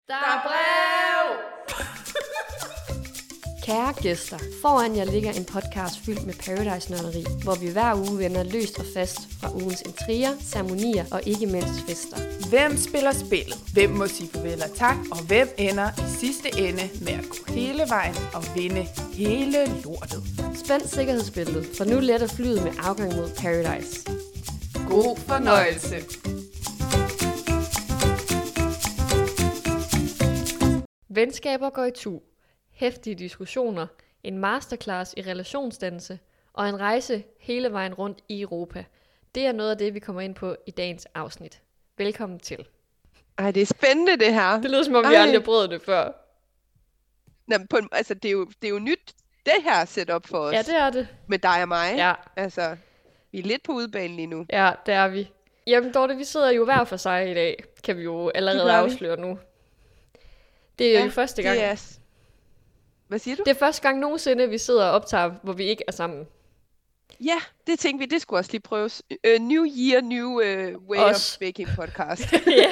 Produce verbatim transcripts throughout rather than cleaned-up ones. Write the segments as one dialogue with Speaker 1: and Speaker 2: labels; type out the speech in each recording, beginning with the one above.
Speaker 1: Der er brev! Kære gæster, foran jer ligger en podcast fyldt med Paradise-nørderi, hvor vi hver uge vender løst og fast fra ugens intriger, ceremonier og ikke mindst fester.
Speaker 2: Hvem spiller spillet? Hvem må sige farvel og tak? Og hvem ender i sidste ende med at gå hele vejen og vinde hele lortet?
Speaker 1: Spænd sikkerhedsbæltet, for nu letter flyet med afgang mod Paradise.
Speaker 2: God fornøjelse!
Speaker 1: Venskaber går i tu, heftige diskussioner, en masterclass i relationsdannelse og en rejse hele vejen rundt i Europa. Det er noget af det, vi kommer ind på i dagens afsnit. Velkommen til.
Speaker 3: Ej, det er spændende det her.
Speaker 1: Det lyder som om, vi
Speaker 3: Ej.
Speaker 1: aldrig har prøvet det før.
Speaker 3: Nå, på en, altså, det er, jo, det er jo nyt, det her setup for os.
Speaker 1: Ja, det er det.
Speaker 3: Med dig og mig.
Speaker 1: Ja,
Speaker 3: Altså, vi er lidt på udbanen lige nu.
Speaker 1: ja det er vi. Jamen Dorte, vi sidder jo hver for sig i dag, kan vi jo allerede
Speaker 3: gør vi.
Speaker 1: afsløre nu. Det er jo første gang.
Speaker 3: Det er... Hvad siger du?
Speaker 1: Det er første gang nogensinde, vi sidder og optager, hvor vi ikke er sammen.
Speaker 3: Ja, det tænkte vi, det skulle også lige prøves. Uh, new year, new uh, way
Speaker 1: Os.
Speaker 3: of making podcast.
Speaker 1: Ja.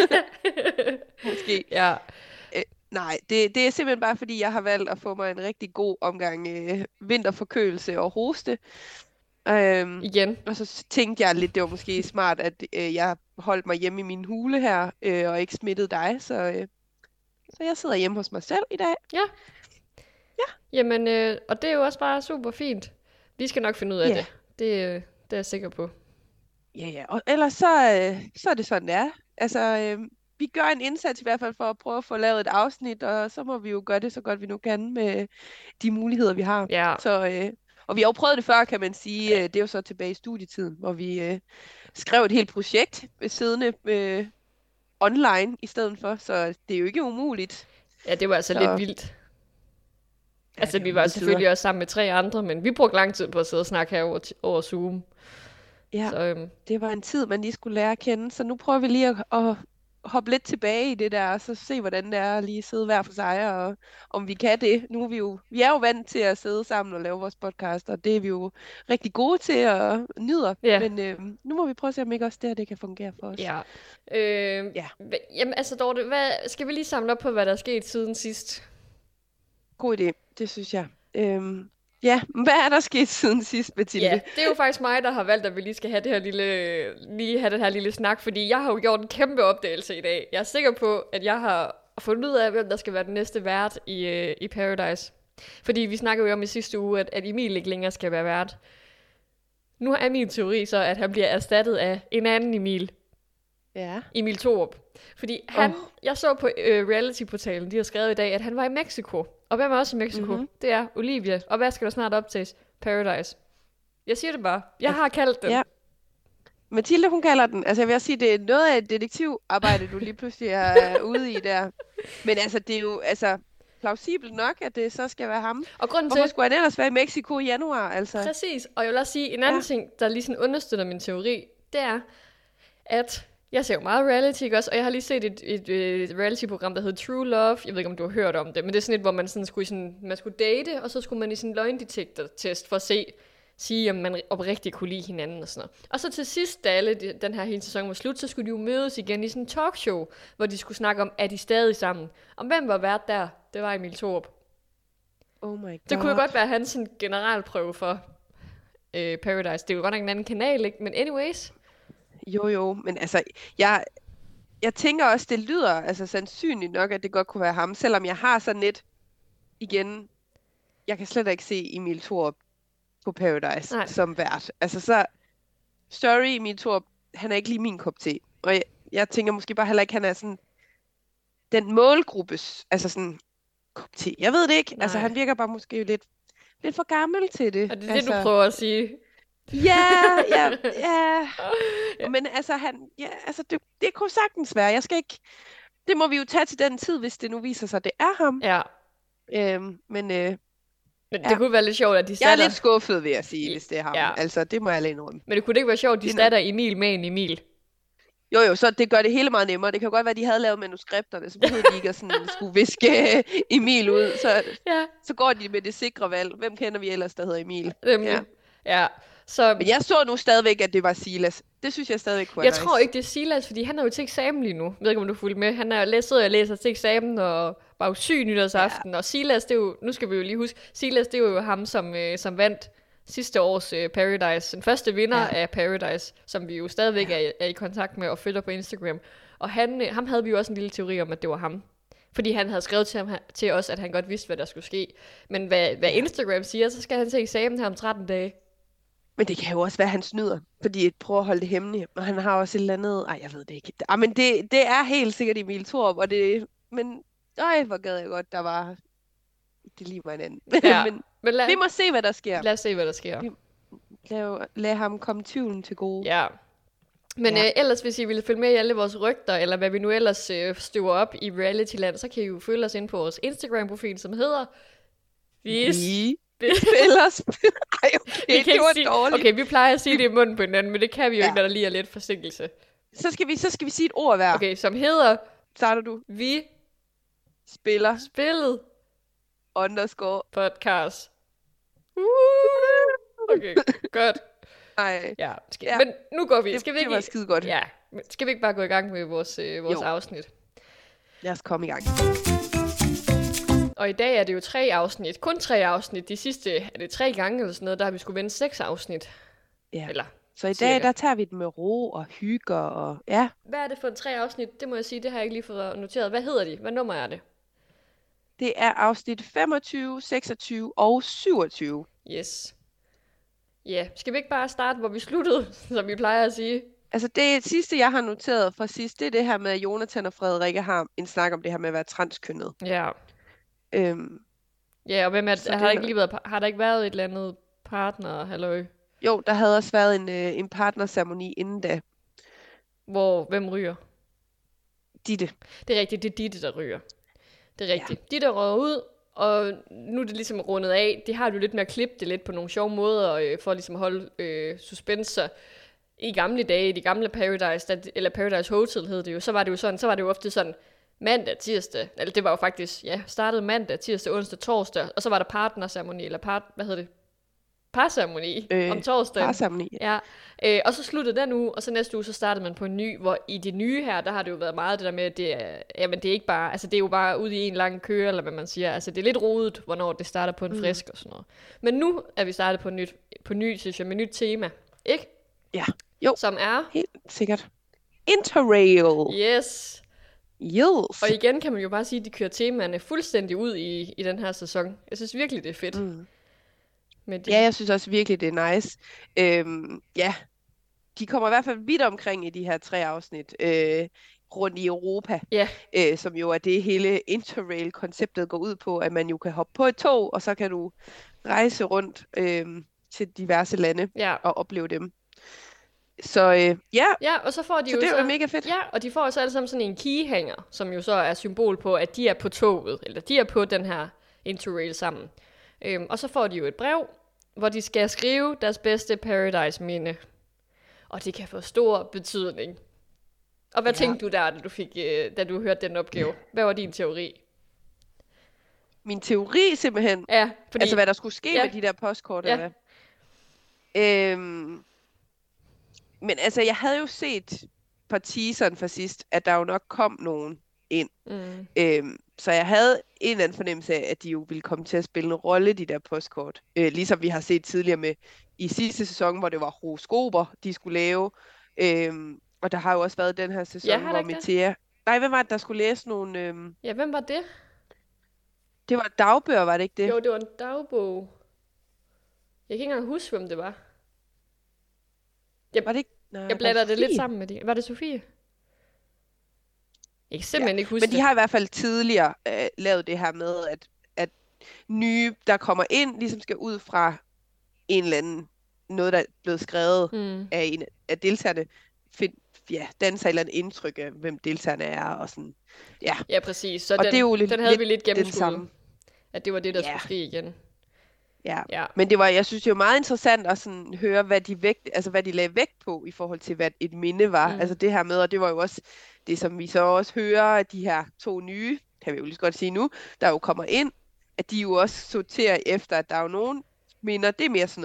Speaker 3: Måske.
Speaker 1: Ja.
Speaker 3: Nej, det, det er simpelthen bare, fordi jeg har valgt at få mig en rigtig god omgang uh, vinterforkølelse og hoste. Um,
Speaker 1: Igen.
Speaker 3: og så tænkte jeg lidt, det var måske smart, at uh, jeg holdt mig hjemme i min hule her, uh, og ikke smittede dig, så... Uh, Så jeg sidder hjemme hos mig selv i dag.
Speaker 1: Ja.
Speaker 3: Ja.
Speaker 1: Jamen, øh, og det er jo også bare super fint. Vi skal nok finde ud af
Speaker 3: Ja.
Speaker 1: det. Det, øh, det er jeg sikker på.
Speaker 3: Ja, ja. Og ellers så, øh, så er det sådan, det er. Altså, øh, vi gør en indsats i hvert fald for at prøve at få lavet et afsnit, og så må vi jo gøre det så godt vi nu kan med de muligheder, vi har.
Speaker 1: Ja.
Speaker 3: Så, øh, og vi har jo prøvet det før, kan man sige. Øh, Det er jo så tilbage i studietiden, hvor vi øh, skrev et helt projekt ved siddende øh, online i stedet for. Så det er jo ikke umuligt.
Speaker 1: Ja, det var altså
Speaker 3: Så-
Speaker 1: lidt vildt.
Speaker 3: Ja,
Speaker 1: Altså,
Speaker 3: det
Speaker 1: vi
Speaker 3: var
Speaker 1: var
Speaker 3: vilde
Speaker 1: selvfølgelig
Speaker 3: tider.
Speaker 1: også sammen med tre andre, men vi brugte lang tid på at sidde og snakke her over, over Zoom.
Speaker 3: Ja.
Speaker 1: Så øhm,
Speaker 3: Det var en tid, man lige skulle lære at kende, så nu prøver vi lige at, at hoppe lidt tilbage i det der, og så se, hvordan det er at lige sidde hver for sig, og om vi kan det. Nu er vi jo, vi er jo vant til at sidde sammen og lave vores podcast, og det er vi jo rigtig gode til og nyder.
Speaker 1: Ja.
Speaker 3: Men øh, nu må vi prøve at se, om ikke også det her, det kan fungere for os.
Speaker 1: ja. Øh,
Speaker 3: Ja.
Speaker 1: hva- Jamen, altså Dorte, hvad, skal vi lige samle op på, hvad der er sket siden sidst?
Speaker 3: God idé, det synes jeg. Øhm, ja, hvad er der sket siden sidst, Mathilde?
Speaker 1: Ja, det er jo faktisk mig, der har valgt, at vi lige skal have det her lille, lige have den her lille snak, fordi jeg har jo gjort en kæmpe opdagelse i dag. Jeg er sikker på, at jeg har fundet ud af, hvem der skal være den næste vært i, øh, i Paradise. Fordi vi snakkede jo om i sidste uge, at, at Emil ikke længere skal være vært. Nu er min teori så, at han bliver erstattet af en anden Emil.
Speaker 3: Ja.
Speaker 1: Emil Thorup. Fordi han,
Speaker 3: Åh.
Speaker 1: jeg så på øh, reality-portalen, de har skrevet i dag, at han var i Mexico. Og hvem er også i Mexico?
Speaker 3: Mhm.
Speaker 1: Det er Olivia. Og hvad skal der snart optages? Paradise. Jeg siger det bare. Jeg har kaldt den.
Speaker 3: Ja. Mathilde, hun kalder den. Altså, jeg vil også sige, det er noget af et detektivarbejde, du lige pludselig er ude i der. Men altså, det er jo altså plausibelt nok, at det så skal være ham.
Speaker 1: Og grunden
Speaker 3: Hvorfor
Speaker 1: til...
Speaker 3: skulle han ellers være i Mexico i januar, altså?
Speaker 1: Præcis. Og jeg vil også sige, en anden
Speaker 3: Ja.
Speaker 1: ting, der lige sådan understøtter min teori, det er, at jeg ser jo meget reality, ikke også? Og jeg har lige set et, et, et reality-program, der hedder True Love. Jeg ved ikke, om du har hørt om det, men det er sådan et, hvor man, sådan skulle, sådan, man skulle date, og så skulle man i sådan en løgndetektor-test for at se, sige, om man oprigtigt kunne lide hinanden og sådan noget. Og så til sidst, da alle de, den her hele sæson var slut, så skulle de jo mødes igen i sådan en talkshow, hvor de skulle snakke om, er de stadig sammen? Om hvem var vært der? Det var Emil Thorup.
Speaker 3: Oh my god.
Speaker 1: Det kunne jo godt være hans sådan, generalprøve for øh, Paradise. Det er jo godt nok en anden kanal, ikke? Men anyways.
Speaker 3: Jo, jo, men altså, jeg, jeg tænker også, det lyder altså sandsynligt nok, at det godt kunne være ham, selvom jeg har sådan lidt, igen, jeg kan slet ikke se Emil Thorup på Paradise
Speaker 1: Nej.
Speaker 3: som vært. Altså så, sorry Emil Thorup, han er ikke lige min kop te. Og jeg, jeg tænker måske bare heller ikke, han er sådan, den målgruppes, altså sådan, kop te. Jeg ved det ikke, altså
Speaker 1: Nej.
Speaker 3: han virker bare måske lidt, lidt for gammel til det.
Speaker 1: Og det er det,
Speaker 3: altså,
Speaker 1: du prøver at sige.
Speaker 3: Ja, ja, ja. Men altså, han, ja, altså det, det kunne sagtens være. Jeg skal ikke... Det må vi jo tage til den tid, hvis det nu viser sig, at det er ham.
Speaker 1: Ja.
Speaker 3: Øhm, men øh,
Speaker 1: Men
Speaker 3: Ja.
Speaker 1: det kunne være lidt sjovt, at de
Speaker 3: jeg er
Speaker 1: statter...
Speaker 3: lidt skuffet, vil jeg sige, hvis det er ham.
Speaker 1: Ja.
Speaker 3: Altså, det må jeg alene indrømme.
Speaker 1: Men det kunne ikke være sjovt, at de
Speaker 3: Det er
Speaker 1: statter Emil med en Emil.
Speaker 3: Jo, jo, så det gør det hele meget nemmere. Det kan jo godt være, at de havde lavet manuskripterne, så behøvede de ikke at sådan, skulle viske Emil ud. Så,
Speaker 1: Ja,
Speaker 3: så går de med det sikre valg. Hvem kender vi ellers, der hedder Emil?
Speaker 1: nemlig.
Speaker 3: Ja.
Speaker 1: Ja. Ja. Så
Speaker 3: Men jeg så nu stadigvæk, at det var Silas. Det synes jeg stadigvæk kunne være
Speaker 1: jeg
Speaker 3: nice.
Speaker 1: tror ikke, det er Silas, fordi han er jo til eksamen lige nu. Jeg ved ikke, om du fulgte med. Han er læst, sidder og læser til eksamen, og var jo syg nytårsaften. Ja. Og Silas, det er jo, nu skal vi jo lige huske, Silas, det er jo ham, som, øh, som vandt sidste års øh, Paradise. Den første vinder ja. af Paradise, som vi jo stadigvæk ja. er, er i kontakt med og følger på Instagram. Og han, øh, ham havde vi jo også en lille teori om, at det var ham. Fordi han havde skrevet til, ham, til os, at han godt vidste, hvad der skulle ske. Men hvad, hvad Instagram siger, så skal han til eksamen her om tretten dage.
Speaker 3: Men det kan jo også være, at han snyder, fordi et prøver at holde det hemmeligt. Og han har også et eller andet... Ej, jeg ved det ikke. Ah, men det, det er helt sikkert Emil Thorup, og det... Men... Øj, hvor gad jeg godt, der var... Det lige var en anden.
Speaker 1: Ja,
Speaker 3: men
Speaker 1: men lad,
Speaker 3: vi må se, hvad der sker.
Speaker 1: Lad os se, hvad der sker.
Speaker 3: Lad, lad ham komme tvivlen til gode.
Speaker 1: Ja. Men
Speaker 3: Ja.
Speaker 1: øh, ellers, hvis I vil følge med i alle vores rygter, eller hvad vi nu ellers øh, støver op i Realityland, så kan I jo følge os ind på vores Instagram-profil, som hedder... Vi...
Speaker 3: Vi
Speaker 1: Vi...
Speaker 3: spiller spil. Ej, okay,
Speaker 1: vi kan
Speaker 3: det var
Speaker 1: sige...
Speaker 3: dårligt.
Speaker 1: Okay, vi plejer at sige det i munden på hinanden, men det kan vi jo
Speaker 3: Ja.
Speaker 1: ikke, når der lige er lidt forsinkelse.
Speaker 3: Så skal vi, så skal vi sige et ord hver.
Speaker 1: Okay, som hedder...
Speaker 3: Starter du.
Speaker 1: Vi
Speaker 3: Spiller
Speaker 1: spillet
Speaker 3: underscore.
Speaker 1: podcast. Uh! Okay, godt.
Speaker 3: Ej,
Speaker 1: Ja, skal...
Speaker 3: Ja.
Speaker 1: men nu går vi.
Speaker 3: det,
Speaker 1: Skal vi
Speaker 3: det
Speaker 1: ikke...
Speaker 3: var skide godt.
Speaker 1: Ja, men skal vi ikke bare gå i gang med vores, øh, vores
Speaker 3: Jo.
Speaker 1: afsnit?
Speaker 3: Lad os komme i gang.
Speaker 1: Og i dag er det jo tre afsnit. Kun tre afsnit. De sidste, er det tre gange eller sådan noget, der har vi skulle vende seks afsnit.
Speaker 3: Ja.
Speaker 1: Eller,
Speaker 3: Så i
Speaker 1: cirka.
Speaker 3: dag, der tager vi det med ro og hygge og... Ja,
Speaker 1: hvad er det for en tre afsnit? Det må jeg sige, det har jeg ikke lige fået noteret. Hvad hedder de? Hvad nummer er det?
Speaker 3: det er afsnit femogtyve, seksogtyve og syvogtyve.
Speaker 1: Yes. Ja, skal vi ikke bare starte, hvor vi sluttede, som vi plejer at sige?
Speaker 3: Altså det sidste, jeg har noteret fra sidst, det er det her med, at Jonathan og Frederikke har en snak om det her med at være transkønnet.
Speaker 1: Ja.
Speaker 3: Øhm,
Speaker 1: Ja, og hvem er,
Speaker 3: Så
Speaker 1: har,
Speaker 3: det
Speaker 1: der
Speaker 3: er
Speaker 1: ikke lige været, har der ikke været et eller andet partner, halløj,
Speaker 3: jo, der havde også været en, øh, en partnerceremoni inden da.
Speaker 1: hvor, hvem ryger?
Speaker 3: Ditte.
Speaker 1: Det er rigtigt, det er Ditte, der ryger. Det er rigtigt. Ja. Ditte røger ud, og nu er det ligesom rundet af. De har jo lidt med at klippe det lidt på nogle sjove måder, øh, for ligesom at holde øh, suspense. Så i gamle dage, i de gamle Paradise, der, eller Paradise Hotel hed det jo, så var det jo sådan, så var det jo ofte sådan mandag, tirsdag, eller det var jo faktisk, ja, startede mandag, tirsdag, onsdag, torsdag, og så var der partnerceremoni, eller part, hvad hedder det? Parceremoni
Speaker 3: Øh,
Speaker 1: om torsdagen.
Speaker 3: Parceremoni.
Speaker 1: Ja, øh, og så sluttede den uge, og så næste uge, så startede man på en ny, hvor i det nye her, der har det jo været meget det der med, at det er, jamen det er ikke bare, altså det er jo bare ude i en lang køre, eller hvad man siger, altså det er lidt rodet, hvornår det starter på en frisk og sådan noget. Men nu er vi startet på, nyt, på ny, synes jeg, med nyt tema, ikke?
Speaker 3: Ja, jo,
Speaker 1: Som er,
Speaker 3: helt sikkert. Interrail.
Speaker 1: yes,
Speaker 3: Yes.
Speaker 1: og igen kan man jo bare sige, at de kører temaerne fuldstændig ud i, i den her sæson. Jeg synes virkelig, det er fedt.
Speaker 3: Mm.
Speaker 1: Med de,
Speaker 3: Ja, jeg synes også virkelig, det er nice. Øhm, ja, de kommer i hvert fald vidt omkring i de her tre afsnit øh, rundt i Europa,
Speaker 1: ja,
Speaker 3: øh, som jo er det hele Interrail-konceptet går ud på, at man jo kan hoppe på et tog, og så kan du rejse rundt øh, til diverse lande
Speaker 1: ja.
Speaker 3: og opleve dem. Så øh, ja,
Speaker 1: Ja, og så får de
Speaker 3: så
Speaker 1: jo
Speaker 3: det
Speaker 1: så...
Speaker 3: er jo mega fedt.
Speaker 1: Ja, og de får også alle sammen sådan en keyhanger, som jo så er symbol på, at de er på toget, eller de er på den her Interrail sammen. Øhm, og så får de jo et brev, hvor de skal skrive deres bedste Paradise-minde. Og det kan få stor betydning. Og hvad
Speaker 3: Ja.
Speaker 1: tænkte du der, da du, fik, øh, da du hørte den opgave? Hvad var din teori?
Speaker 3: Min teori simpelthen,
Speaker 1: Ja, fordi...
Speaker 3: altså hvad der skulle ske
Speaker 1: Ja.
Speaker 3: med de der postkort,
Speaker 1: Ja.
Speaker 3: eller hvad? Øhm, men altså, jeg havde jo set på teaseren for sidst, at der jo nok kom nogen ind.
Speaker 1: Mm,
Speaker 3: Øhm, så jeg havde en eller anden fornemmelse af, at de jo ville komme til at spille en rolle, de der postkort. Øh, ligesom vi har set tidligere med i sidste sæson, hvor det var horoskoper, de skulle lave. Øhm, og der har jo også været den her sæson,
Speaker 1: Ja, har der
Speaker 3: hvor
Speaker 1: ikke det?
Speaker 3: Metea... Nej, hvem var det, der skulle læse nogle... Øhm...
Speaker 1: ja, hvem var det?
Speaker 3: Det var dagbøger, var det ikke det?
Speaker 1: Jo, det var en dagbog. Jeg kan ikke engang huske, hvem det var.
Speaker 3: Var det ikke... Nej,
Speaker 1: Jeg
Speaker 3: var
Speaker 1: blander det lidt
Speaker 3: Sofie?
Speaker 1: sammen med det. Var det Sofie? Jeg kan simpelthen ja, ikke huske
Speaker 3: Men de
Speaker 1: det.
Speaker 3: har i hvert fald tidligere øh, lavet det her med, at, at nye, der kommer ind, ligesom skal ud fra en eller anden, noget, der er blevet skrevet
Speaker 1: Mm.
Speaker 3: af en af deltagerne, find, ja, danne sig et eller andet indtryk af, hvem deltagerne er, og sådan, ja.
Speaker 1: Ja, præcis. Så
Speaker 3: Og
Speaker 1: den,
Speaker 3: det er jo lidt-
Speaker 1: den havde
Speaker 3: lidt
Speaker 1: vi lidt
Speaker 3: den
Speaker 1: gennemskuddet.
Speaker 3: samme.
Speaker 1: At det var det, der
Speaker 3: Ja.
Speaker 1: skulle ske igen.
Speaker 3: Ja.
Speaker 1: Ja.
Speaker 3: Men det var, jeg synes, det var meget interessant at sådan høre, hvad de, vægt, altså, hvad de lagde vægt på, i forhold til, hvad et minde var.
Speaker 1: Mm.
Speaker 3: Altså det her med, og det var jo også det, som vi så også hører, at de her to nye, kan vi jo lige så godt sige nu, der jo kommer ind, at de jo også sorterer efter, at der er jo nogen minder, det er mere sådan noget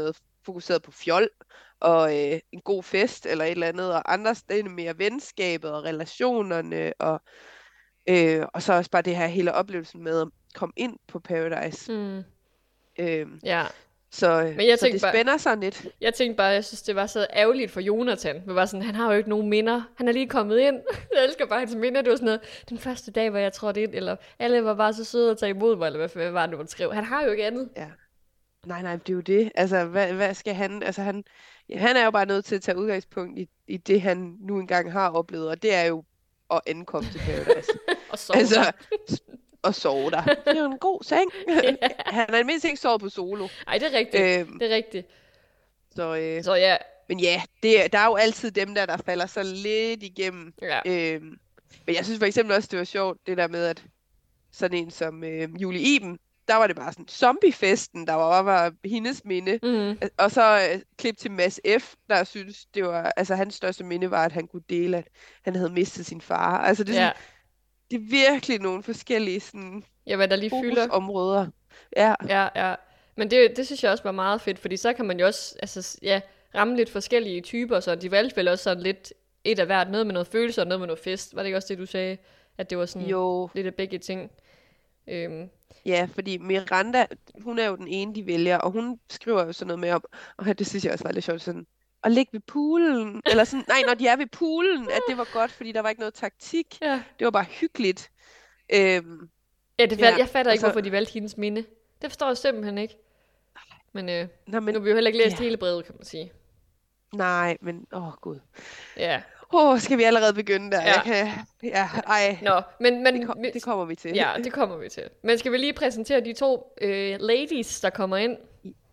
Speaker 3: fokuseret på fjol og øh, en god fest eller et eller andet, og andre steder mere venskabet og relationerne, og, øh, og så også bare det her hele oplevelsen med at komme ind på Paradise.
Speaker 1: Mm.
Speaker 3: Øh,
Speaker 1: Ja.
Speaker 3: så
Speaker 1: Men jeg
Speaker 3: så
Speaker 1: tænkte
Speaker 3: det
Speaker 1: bare-
Speaker 3: spænder sig lidt.
Speaker 1: Jeg tænkte bare, jeg synes, det var så ærgerligt for Jonathan. Det var sådan, han har jo ikke nogen minder. Han er lige kommet ind. Jeg elsker bare hans minder. Det var sådan noget, den første dag, hvor jeg trådte ind, eller alle var bare så søde at tage imod mig, eller hvad, hvad var det, hun skrev. Han har jo ikke andet.
Speaker 3: Ja. Nej, nej, det er jo det. Altså, hvad, hvad skal han... Altså, han, ja, han er jo bare nødt til at tage udgangspunkt i, i det, han nu engang har oplevet, og det er jo at ankomme til Paradise.
Speaker 1: Og så
Speaker 3: altså, og sove der. Det er jo en god seng. Han har mindst ikke sovet på solo.
Speaker 1: Ej, det er rigtigt.
Speaker 3: Øhm,
Speaker 1: Det er rigtigt.
Speaker 3: så, øh,
Speaker 1: Så ja,
Speaker 3: men ja, det, er- der er jo altid dem der, der falder så lidt igennem.
Speaker 1: ja.
Speaker 3: Øhm, men jeg synes for eksempel også, det var sjovt, det der med, at sådan en som øh, Julie Iben, der var det bare sådan zombiefesten, der var, var hendes minde.
Speaker 1: Mm.
Speaker 3: Og så øh, klip til Mads F., der synes, det var, altså hans største minde var, at han kunne dele, at han havde mistet sin far. Altså det er,
Speaker 1: Ja.
Speaker 3: sådan, det er virkelig nogle forskellige sådan,
Speaker 1: Ja, hvad der lige fylder.
Speaker 3: fokusområder. Ja,
Speaker 1: Ja, ja. Men det, det synes jeg også var meget fedt, fordi så kan man jo også altså, ja, ramme lidt forskellige typer, så de valgte vel også sådan lidt et af hvert, noget med noget følelse og noget med noget fest. Var det ikke også det, du sagde? At det var sådan
Speaker 3: jo,
Speaker 1: lidt af begge ting. Øhm,
Speaker 3: ja, fordi Miranda, hun er jo den ene, de vælger, og hun skriver jo sådan noget med om, og det synes jeg også var lidt sjovt, sådan, at ligge ved poolen, eller sådan, nej, når de er ved poolen, at det var godt, fordi der var ikke noget taktik,
Speaker 1: ja.
Speaker 3: det var bare hyggeligt. Øhm,
Speaker 1: Ja, det fald,
Speaker 3: Ja,
Speaker 1: jeg fatter
Speaker 3: og
Speaker 1: ikke,
Speaker 3: så-
Speaker 1: hvorfor de valgte hendes minde. Det forstår jeg simpelthen ikke. Men, øh,
Speaker 3: nå, men
Speaker 1: nu har vi jo heller ikke læst
Speaker 3: ja.
Speaker 1: hele brevet, kan man sige.
Speaker 3: nej, men, åh oh, gud.
Speaker 1: Ja.
Speaker 3: Åh, oh, skal vi allerede begynde der?
Speaker 1: Ja.
Speaker 3: Jeg kan, ja, ej,
Speaker 1: Nå, men... men
Speaker 3: det, kom, det kommer vi til.
Speaker 1: ja, det kommer vi til. Men skal vi lige præsentere de to øh, ladies, der kommer ind?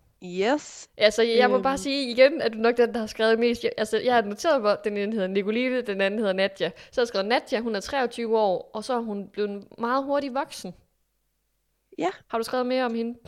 Speaker 3: Yes.
Speaker 1: Altså, jeg må
Speaker 3: Øhm.
Speaker 1: bare sige igen, at du er nok den, der har skrevet mest. Jeg, altså, jeg har noteret, hvor den ene hedder Nicoline, den anden hedder Nadja. Så har jeg skrevet Nadja, hun er treogtyve år, og så er hun blevet meget hurtigt voksen.
Speaker 3: Ja.
Speaker 1: Har du skrevet mere om hende?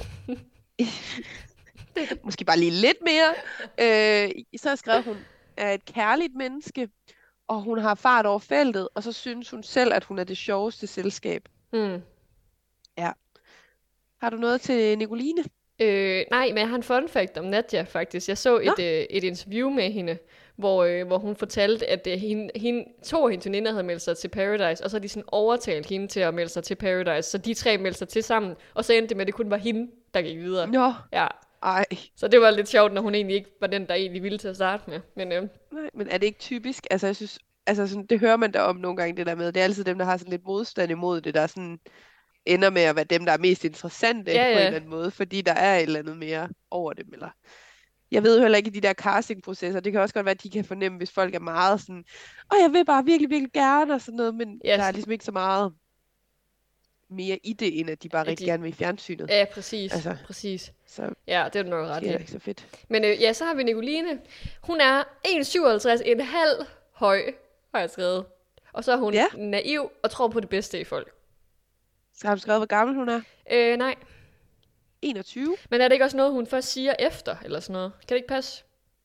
Speaker 3: Måske bare lige lidt mere. Øh, så har jeg skrevet, at hun er et kærligt menneske, og hun har fart over feltet, og så synes hun selv, at hun er det sjoveste selskab.
Speaker 1: Mm.
Speaker 3: Har du noget til Nicoline?
Speaker 1: Øh, nej, men jeg har en fun fact om Nadja, faktisk. Jeg så
Speaker 3: Nå.
Speaker 1: et, øh, et interview med hende, hvor, øh, hvor hun fortalte, at øh, hende, hende, to af hendes veninder havde meldt sig til Paradise, og så har de sådan overtalt hende til at melde sig til Paradise, så de tre meldte sig til sammen, og så endte det med, at det kun var hende, der gik videre.
Speaker 3: Nå,
Speaker 1: Ja,
Speaker 3: ej.
Speaker 1: så det var lidt sjovt, når hun egentlig ikke var den, der egentlig ville til at starte med. Men øh,
Speaker 3: Nej, men er det ikke typisk? Altså, jeg synes, altså sådan, det hører man da om nogle gange, det der med. Det er altid dem, der har sådan lidt modstand imod det, der sådan ender med at være dem, der er mest interessante
Speaker 1: Ja,
Speaker 3: på en
Speaker 1: ja.
Speaker 3: eller anden måde, fordi der er et eller andet mere over dem, eller... Jeg ved jo heller ikke i de der castingprocesser, det kan også godt være, at de kan fornemme, hvis folk er meget sådan, åh, jeg vil bare virkelig, virkelig gerne, og sådan noget, men
Speaker 1: Ja,
Speaker 3: der er
Speaker 1: så-
Speaker 3: ligesom ikke så meget mere i det, end at de bare
Speaker 1: At
Speaker 3: rigtig
Speaker 1: de-
Speaker 3: gerne vil i fjernsynet.
Speaker 1: ja, præcis,
Speaker 3: Altså.
Speaker 1: præcis.
Speaker 3: Så det
Speaker 1: Ja, det er du nok ret
Speaker 3: er
Speaker 1: i.
Speaker 3: da ikke så fedt.
Speaker 1: Men øh, ja, så har vi Nicoline. Hun er en komma syvoghalvtreds komma fem høj, har jeg skrevet. Og så er hun
Speaker 3: Ja.
Speaker 1: naiv og tror på det bedste i folk.
Speaker 3: Så har du skrevet, hvor gammel hun er?
Speaker 1: Øh, nej.
Speaker 3: enogtyve?
Speaker 1: Men er det ikke også noget, hun først siger efter, eller sådan noget? Kan det ikke passe?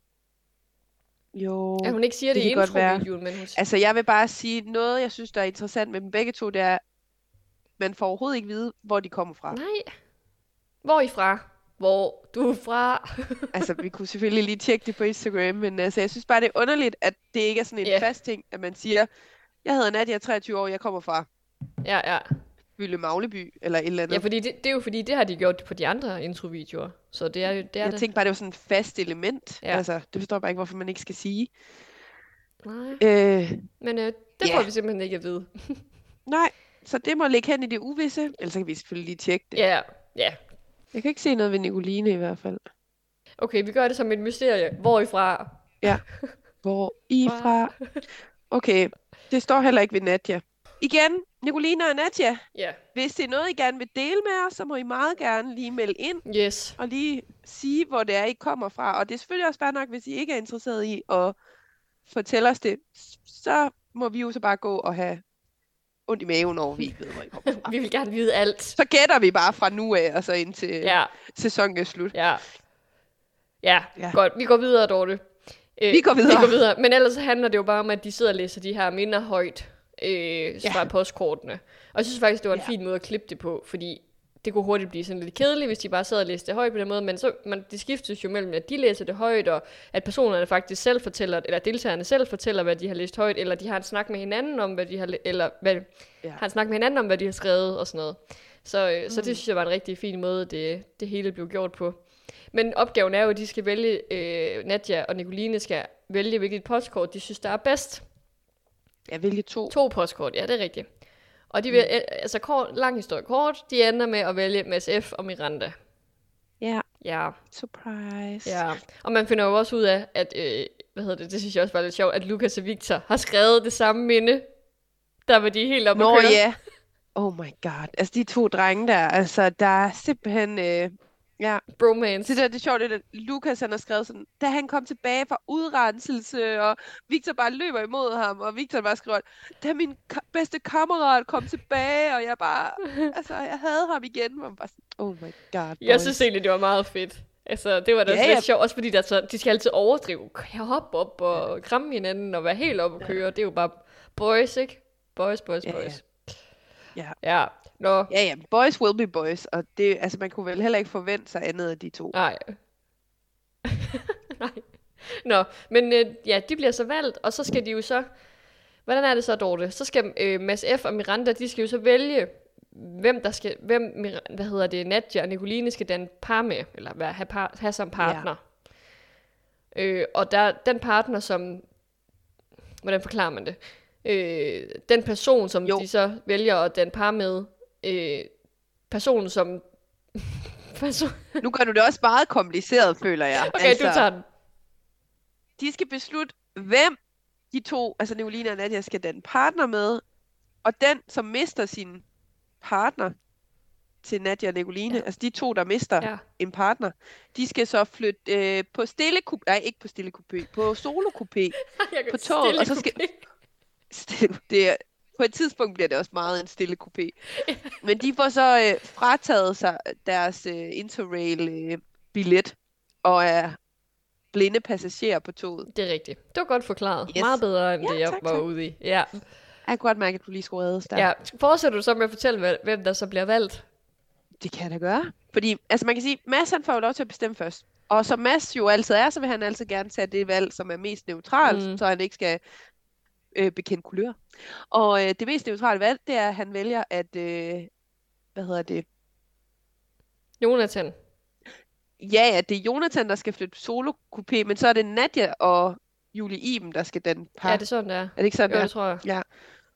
Speaker 3: Jo.
Speaker 1: At hun ikke siger det,
Speaker 3: det
Speaker 1: i
Speaker 3: kan godt være.
Speaker 1: introvideoen, men hun...
Speaker 3: Altså, jeg vil bare sige, noget, jeg synes, der er interessant med dem begge to, det er, man får overhovedet ikke vide, hvor de kommer fra.
Speaker 1: Nej. Hvor er I fra? Hvor du er fra?
Speaker 3: Altså, vi kunne selvfølgelig lige tjekke det på Instagram, men altså, jeg synes bare, det er underligt, at det ikke er sådan en
Speaker 1: Ja.
Speaker 3: fast ting, at man siger, jeg hedder Nadia, jeg er treogtyve år, jeg kommer fra
Speaker 1: ja, ja.
Speaker 3: Byle Magleby, eller et eller andet.
Speaker 1: Ja, fordi det, det er jo fordi, det har de gjort på de andre introvideoer. Så det er jo det er
Speaker 3: jeg
Speaker 1: det.
Speaker 3: tænkte bare, det var sådan et fast element.
Speaker 1: Ja.
Speaker 3: Altså, det forstår jeg bare ikke, hvorfor man ikke skal sige.
Speaker 1: Nej.
Speaker 3: Øh,
Speaker 1: Men øh, det
Speaker 3: Ja.
Speaker 1: får vi simpelthen ikke at vide.
Speaker 3: nej, så det må ligge hen i det uvisse, ellers så kan vi selvfølgelig lige tjekke det.
Speaker 1: Ja, ja.
Speaker 3: Jeg kan ikke se noget ved Nicoline i hvert fald.
Speaker 1: Okay, vi gør det som et mysterie. Hvor er I fra?
Speaker 3: Hvor I
Speaker 1: Fra-
Speaker 3: fra? Okay, det står heller ikke ved Nadia. Igen, Nicoline og Nadia,
Speaker 1: Ja.
Speaker 3: hvis det er noget, I gerne vil dele med os, så må I meget gerne lige melde ind
Speaker 1: Yes.
Speaker 3: og lige sige, hvor det er, I kommer fra. Og det er selvfølgelig også bare nok, hvis I ikke er interesseret i at fortælle os det, så må vi jo så bare gå og have ondt i maven over, vi ikke ved, hvor I kommer fra.
Speaker 1: Vi vil gerne vide alt.
Speaker 3: Så gætter vi bare fra nu af, og så indtil
Speaker 1: Ja,
Speaker 3: sæsonen er slut.
Speaker 1: ja. Ja,
Speaker 3: Ja.
Speaker 1: godt. Vi går videre, Dorte. Øh,
Speaker 3: Vi går videre.
Speaker 1: Vi går videre. Men ellers så handler det jo bare om, at de sidder og læser de her minder højt øh, fra postkortene. Og jeg synes faktisk, det var en
Speaker 3: Ja.
Speaker 1: fin måde at klippe det på, fordi det kunne hurtigt blive sådan lidt kedeligt, hvis de bare sad og læste det højt på den måde, men så, man, de skiftes jo mellem, at de læser det højt, og at personerne faktisk selv fortæller, eller deltagerne selv fortæller, hvad de har læst højt, eller de har en snak med hinanden om, hvad de har, eller hvad, ja. har en snak med hinanden om, hvad de har skrevet, og sådan noget. Så, øh, mm. så det synes jeg var en rigtig fin måde, det, det hele blev gjort på. Men opgaven er jo, at de skal vælge, øh, Nadia og Nicoline skal vælge, hvilket postkort de synes, der er bedst.
Speaker 3: Jeg vælger to.
Speaker 1: To postkort, ja, det er rigtigt. Og de vil, mm. altså kort, lang historie kort, de ender med at vælge Mads F. og Miranda.
Speaker 3: Ja.
Speaker 1: Ja.
Speaker 3: Surprise.
Speaker 1: Ja. Og man finder jo også ud af, at, øh, hvad hedder det, det synes jeg også var lidt sjovt, at Lukas og Victor har skrevet det samme minde. Der var de helt oppe
Speaker 3: Nå,
Speaker 1: at køre.
Speaker 3: ja. Oh my god. Altså de to drenge der, altså der er simpelthen... Øh... Ja,
Speaker 1: bromance.
Speaker 3: Det der, det er sjovt, at Lukas han har skrevet sådan, da han kom tilbage fra udrenselse, og Victor bare løber imod ham, og Victor bare skriver, da min ka- bedste kammerat kom tilbage, og jeg bare, altså, jeg havde ham igen, og bare sådan, oh my god. Boys.
Speaker 1: Jeg synes egentlig, det var meget fedt. Altså, det var da
Speaker 3: ja,
Speaker 1: lidt
Speaker 3: ja.
Speaker 1: sjovt, også fordi der, så, de skal altid overdrive, hoppe op og kramme hinanden, og være helt oppe og køre. Ja. Det er jo bare boys, ikke? Boys, boys,
Speaker 3: ja,
Speaker 1: boys.
Speaker 3: Ja.
Speaker 1: Ja. Ja. Nå.
Speaker 3: Ja, ja, boys will be boys, og det, altså man kunne vel heller ikke forvente sig andet af de to.
Speaker 1: Nej. Nej. Nå, men øh, ja, de bliver så valgt, og så skal de jo så, hvordan er det så, Dorte? Så skal øh, Mads F. og Miranda, de skal jo så vælge, hvem der skal, hvem, hvad hedder det, Nadia og Nicoline skal danne par med, eller hvad, have, par, have som partner. Ja. Øh, og der, den partner, som, hvordan forklarer man det? Øh, den person, som jo. de så vælger at danne par med, øh, personen, som... person...
Speaker 3: Nu gør du det også meget kompliceret, føler jeg.
Speaker 1: Okay, altså, du tager den.
Speaker 3: De skal beslutte, hvem de to, altså Nicoline og Nadia, skal danne partner med, og den, som mister sin partner til Nadia og Nicoline, ja. altså de to, der mister ja. en partner, de skal så flytte øh, på stille kupé, nej, ikke på stille kupé, på solo kupé, på toget, og så skal... Stille, det er, på et tidspunkt bliver det også meget en stille kupé. Men de får så øh, frataget sig deres øh, Interrail-billet, øh, og er blinde passagerer på toget.
Speaker 1: Det er rigtigt. Det var godt forklaret. Yes. Meget bedre, end ja, det jeg tak, var tak. ude i. Ja.
Speaker 3: Jeg kunne godt mærke, at du lige skulle reddes der.
Speaker 1: Ja. Fortsætter du så med at fortælle, hvem der så bliver valgt?
Speaker 3: Det kan jeg da gøre. Fordi, altså man kan sige, Mads han får jo lov til at bestemme først. Og som Mads jo altid er, så vil han altid gerne tage det valg, som er mest neutralt, mm. så han ikke skal øh, bekende kulør. Og øh, det mest neutrale valg, det er, at han vælger, at, øh, hvad hedder det?
Speaker 1: Jonathan.
Speaker 3: Ja, ja, det er Jonathan, der skal flytte solo-kupé, men så er det Nadia og Julie Iben, der skal danne par.
Speaker 1: Ja, det er sådan, det er.
Speaker 3: Er det ikke sådan,
Speaker 1: jo,
Speaker 3: det er?
Speaker 1: det tror jeg.
Speaker 3: Ja.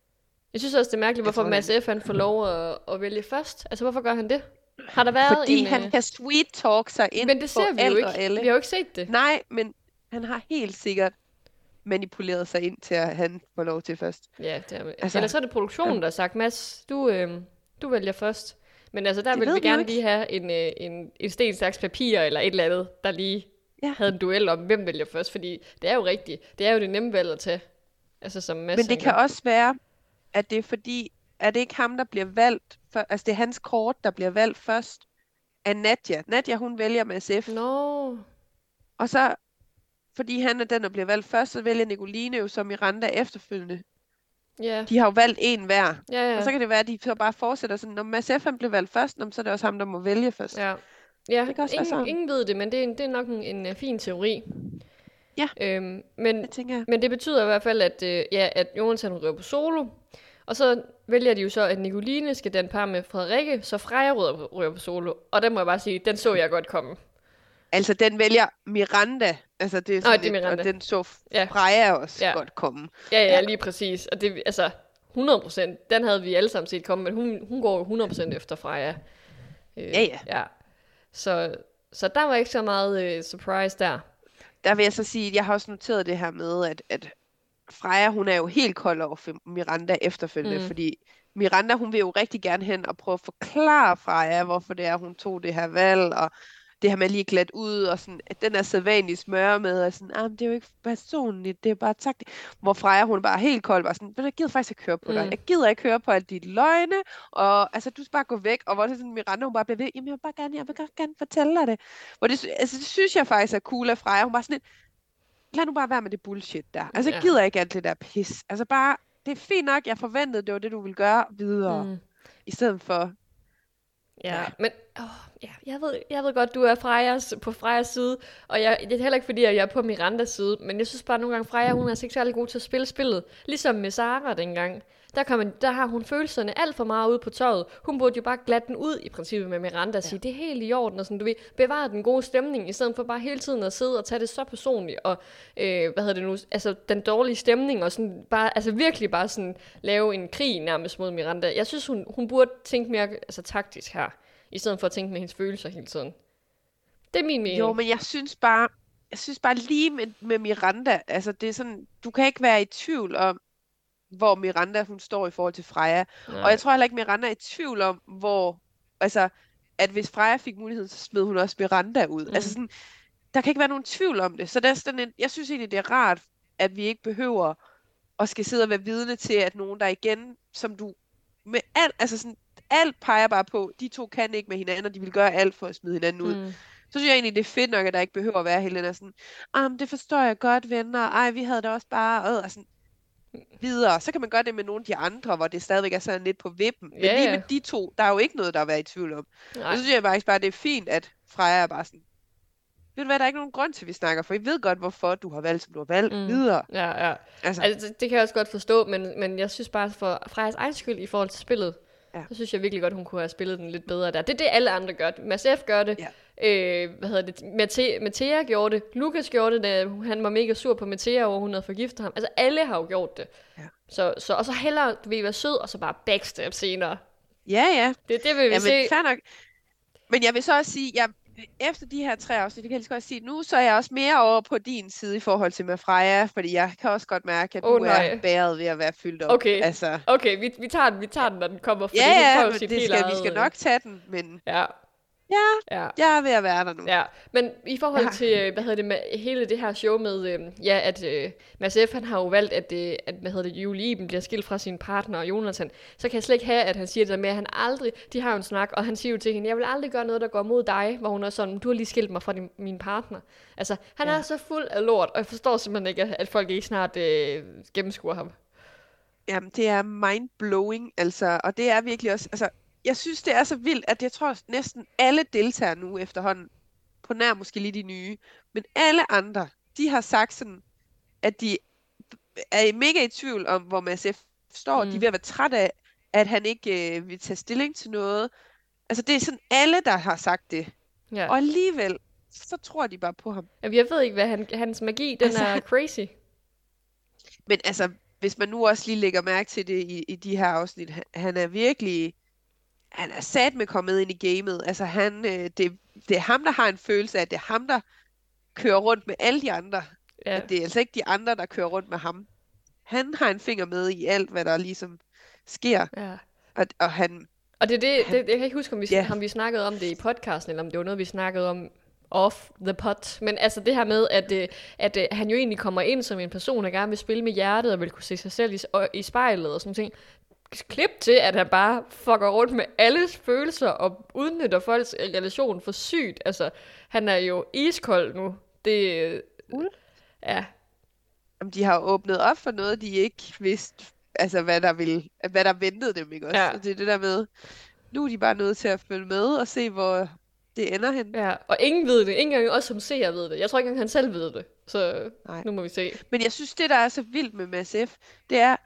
Speaker 1: Jeg synes også, det er mærkeligt, hvorfor Mads F. han får lov at, at vælge først. Altså, hvorfor gør han det? Har der været
Speaker 3: Fordi
Speaker 1: en...
Speaker 3: han øh... kan sweet talk sig ind
Speaker 1: men det ser
Speaker 3: på
Speaker 1: vi jo ikke.
Speaker 3: alle.
Speaker 1: Vi har jo ikke set det.
Speaker 3: Nej, men han har helt sikkert manipuleret sig ind til, at han får lov til først.
Speaker 1: Ja, det er... altså, eller så er det produktionen, der har sagt, Mads, du, øh, du vælger først. Men altså, der vil vi gerne lige have en, øh, en, en sten, slags papir eller et eller andet, der lige ja. havde en duel om, hvem vælger først. Fordi det er jo rigtigt. Det er jo det nemme valg at tage. Altså, som Mads
Speaker 3: men det kan gør. også være, at det er fordi, at det ikke ham, der bliver valgt. For, altså, det er hans kort, der bliver valgt først af Nadia. Nadia, hun vælger Mads F.
Speaker 1: No.
Speaker 3: Og så, fordi han er den, der bliver valgt først, så vælger Nicoline jo som Miranda efterfølgende. Yeah. De har jo valgt en hver.
Speaker 1: Ja, ja.
Speaker 3: Og så kan det være, at de så bare fortsætter sådan, når Mads F. han blev valgt først, så er det også ham, der må vælge først.
Speaker 1: Ja, ja.
Speaker 3: Det kan også
Speaker 1: ingen, ingen ved det, men det er, en, det er nok en, en, en fin teori.
Speaker 3: Ja,
Speaker 1: øhm, men,
Speaker 3: det tænker jeg.
Speaker 1: Men det betyder i hvert fald, at, øh, ja, at Jonathan rører på solo, og så vælger de jo så, at Nicoline skal danne par med Frederikke, så Freja rører på solo. Og den må jeg bare sige, den så jeg godt komme.
Speaker 3: Altså, den vælger Miranda. Altså, det er sådan
Speaker 1: Nå, det er Miranda.
Speaker 3: Et, og den så Freja ja. også ja. godt komme.
Speaker 1: Ja, ja, lige præcis. Og det, altså, hundrede procent, den havde vi alle sammen set komme, men hun, hun går hundrede procent efter Freja. Øh,
Speaker 3: ja, ja.
Speaker 1: ja. Så, så der var ikke så meget øh, surprise der.
Speaker 3: Der vil jeg så sige, at jeg har også noteret det her med, at, at Freja, hun er jo helt kold over for Miranda efterfølgende, mm. fordi Miranda, hun vil jo rigtig gerne hen og prøve at forklare Freja, hvorfor det er, hun tog det her valg, og det her med lige glat ud, og sådan, at den er sædvanlig smøre med, og sådan, ah, det er jo ikke personligt, det er bare taktisk. Hvor Freja, hun er bare helt kold, bare sådan, jeg gider faktisk ikke høre på dig, mm. jeg gider ikke høre på alle de løgne, og altså, du skal bare gå væk, og hvor det sådan, Miranda, hun bare bliver ved, jamen jeg vil bare gerne, jeg vil bare gerne fortælle dig det. Hvor det, altså, det synes jeg faktisk er cool af Freja, hun bare sådan, lad nu bare være med det bullshit der, altså, jeg gider ikke alt det der pis, altså bare, det er fint nok, jeg forventede, det var det, du ville gøre videre, mm. i stedet for,
Speaker 1: Ja,
Speaker 3: Ja.
Speaker 1: men åh, ja, jeg, ved, jeg ved godt, du er Frejas, på Frejas side, og jeg, det er heller ikke fordi, at jeg er på Mirandas side, men jeg synes bare nogle gange, Freja, hun er altså ikke særlig god til at spille spillet, ligesom med Sara dengang. Der, kan man, der har hun følelserne alt for meget ude på tøjet. Hun burde jo bare glatte den ud i princippet med Miranda og sige, ja. Det er helt i orden, og sådan, du ved, bevare den gode stemning, i stedet for bare hele tiden at sidde og tage det så personligt, og øh, hvad hedder det nu, altså den dårlige stemning, og sådan bare, altså virkelig bare sådan lave en krig nærmest mod Miranda. Jeg synes, hun, hun burde tænke mere altså, taktisk her, i stedet for at tænke med hendes følelser hele tiden. Det er min mening.
Speaker 3: Jo, men jeg synes bare, jeg synes bare lige med, med Miranda, altså det er sådan, du kan ikke være i tvivl om, hvor Miranda hun står i forhold til Freja. Nej. Og jeg tror heller ikke, Miranda er i tvivl om, hvor, altså, at hvis Freja fik muligheden, så smed hun også Miranda ud. Mm. Altså sådan, der kan ikke være nogen tvivl om det. Så der er sådan en, jeg synes egentlig, det er rart, at vi ikke behøver at skal sidde og være vidne til, at nogen der igen, som du, med alt, altså sådan, alt peger bare på, de to kan ikke med hinanden, og de vil gøre alt for at smide hinanden ud. Mm. Så synes jeg egentlig, det er fedt nok, at der ikke behøver at være hele den der sådan, ah, det forstår jeg godt, venner, ej, vi havde det også bare, øh, og sådan, videre. Så kan man gøre det med nogle af de andre, hvor det stadigvæk er sådan lidt på vippen. Men
Speaker 1: ja,
Speaker 3: lige
Speaker 1: ja.
Speaker 3: med de to, der er jo ikke noget, der er været i tvivl om.
Speaker 1: Nej.
Speaker 3: Og så synes jeg faktisk bare, det er fint, at Freja er bare sådan, ved du hvad, der er ikke nogen grund til, at vi snakker, for I ved godt, hvorfor du har valgt, som du har valgt, mm. videre.
Speaker 1: Ja, ja.
Speaker 3: Altså.
Speaker 1: Altså, det, det kan jeg også godt forstå, men, men jeg synes bare, for Frejas egen skyld i forhold til spillet, ja. Så synes jeg virkelig godt, hun kunne have spillet den lidt bedre der. Det er det, alle andre gør. Mads F. gør det. Ja. Øh, hvad hedder det? Mate, Mathea gjorde det. Lukas gjorde det, da han var mega sur på Mathea, over hun havde forgiftet ham. Altså, alle har jo gjort det. Ja. Så, så, og så hellere, du vil være sød, og så bare backstab senere.
Speaker 3: Ja, ja.
Speaker 1: Det, det vil vi
Speaker 3: ja,
Speaker 1: se.
Speaker 3: Men, nok. Men jeg vil så også sige, jeg, efter de her tre afsnit, det kan jeg lige så godt sige, nu så er jeg også mere over på din side i forhold til med Freja, fordi jeg kan også godt mærke, at
Speaker 1: oh,
Speaker 3: du
Speaker 1: nej.
Speaker 3: er bæret ved at være fyldt op.
Speaker 1: Okay,
Speaker 3: altså.
Speaker 1: okay vi, vi, tager den, vi tager den, når den kommer.
Speaker 3: Ja, ja, men det skal, vi skal nok tage den, men...
Speaker 1: Ja.
Speaker 3: Ja,
Speaker 1: ja,
Speaker 3: jeg er ved at være der nu.
Speaker 1: Ja, men i forhold
Speaker 3: ja.
Speaker 1: til, hvad hedder det, med hele det her show med, øh, ja, at øh, Mads F. han har jo valgt, at, øh, at hvad hedder det, Julie Iben bliver skilt fra sin partner, Jonathan, så kan jeg slet ikke have, at han siger det der med, at han aldrig, de har jo en snak, og han siger jo til hende, jeg vil aldrig gøre noget, der går mod dig, hvor hun er sådan, du har lige skilt mig fra din, min partner. Altså, han ja. er så fuld af lort, og jeg forstår simpelthen ikke, at folk ikke snart øh, gennemskuer ham.
Speaker 3: Jamen, det er mind-blowing, altså, og det er virkelig også, altså, jeg synes, det er så vildt, at jeg tror næsten alle deltager nu efterhånden, på nær måske lige de nye, men alle andre, de har sagt sådan, at de er mega i tvivl om, hvor Mads F. står. Mm. De er ved at være træt af, at han ikke øh, vil tage stilling til noget. Altså, det er sådan alle, der har sagt det. Ja. Og alligevel, så tror de bare på ham.
Speaker 1: Jeg ved ikke, hvad han, hans magi, den altså, er crazy.
Speaker 3: Men altså, hvis man nu også lige lægger mærke til det i, i de her afsnit, han, han er virkelig... Han er sat med kommet ind i gamet. Altså han, øh, det, det er ham, der har en følelse af, at det er ham, der kører rundt med alle de andre. Ja. At det er altså ikke de andre, der kører rundt med ham. Han har en finger med i alt, hvad der ligesom sker. Ja. Og, og han...
Speaker 1: Og det er det,
Speaker 3: han,
Speaker 1: det, jeg kan ikke huske, om vi,
Speaker 3: yeah.
Speaker 1: om vi snakkede om det i podcasten, eller om det var noget, vi snakkede om off the pot. Men altså det her med, at, at, at, at han jo egentlig kommer ind som en person, der gerne vil spille med hjertet, og vil kunne se sig selv i, i spejlet og sådan ting. Klip til, at han bare fucker rundt med alles følelser og udnytter folks relation for sygt. Altså, han er jo iskold nu. Det
Speaker 3: uh.
Speaker 1: ja.
Speaker 3: Jamen, de har åbnet op for noget, de ikke vidste, altså hvad der ville, hvad der ventede dem, ikke også? Ja. Det er det der med, nu er de bare nødt til at følge med og se, hvor det ender hen.
Speaker 1: Ja, og ingen ved det. Ingen engang også som seer ved det. Jeg tror ikke engang, han selv ved det. Så Nej. Nu må vi se.
Speaker 3: Men jeg synes, det der er så vildt med Mads F., det er,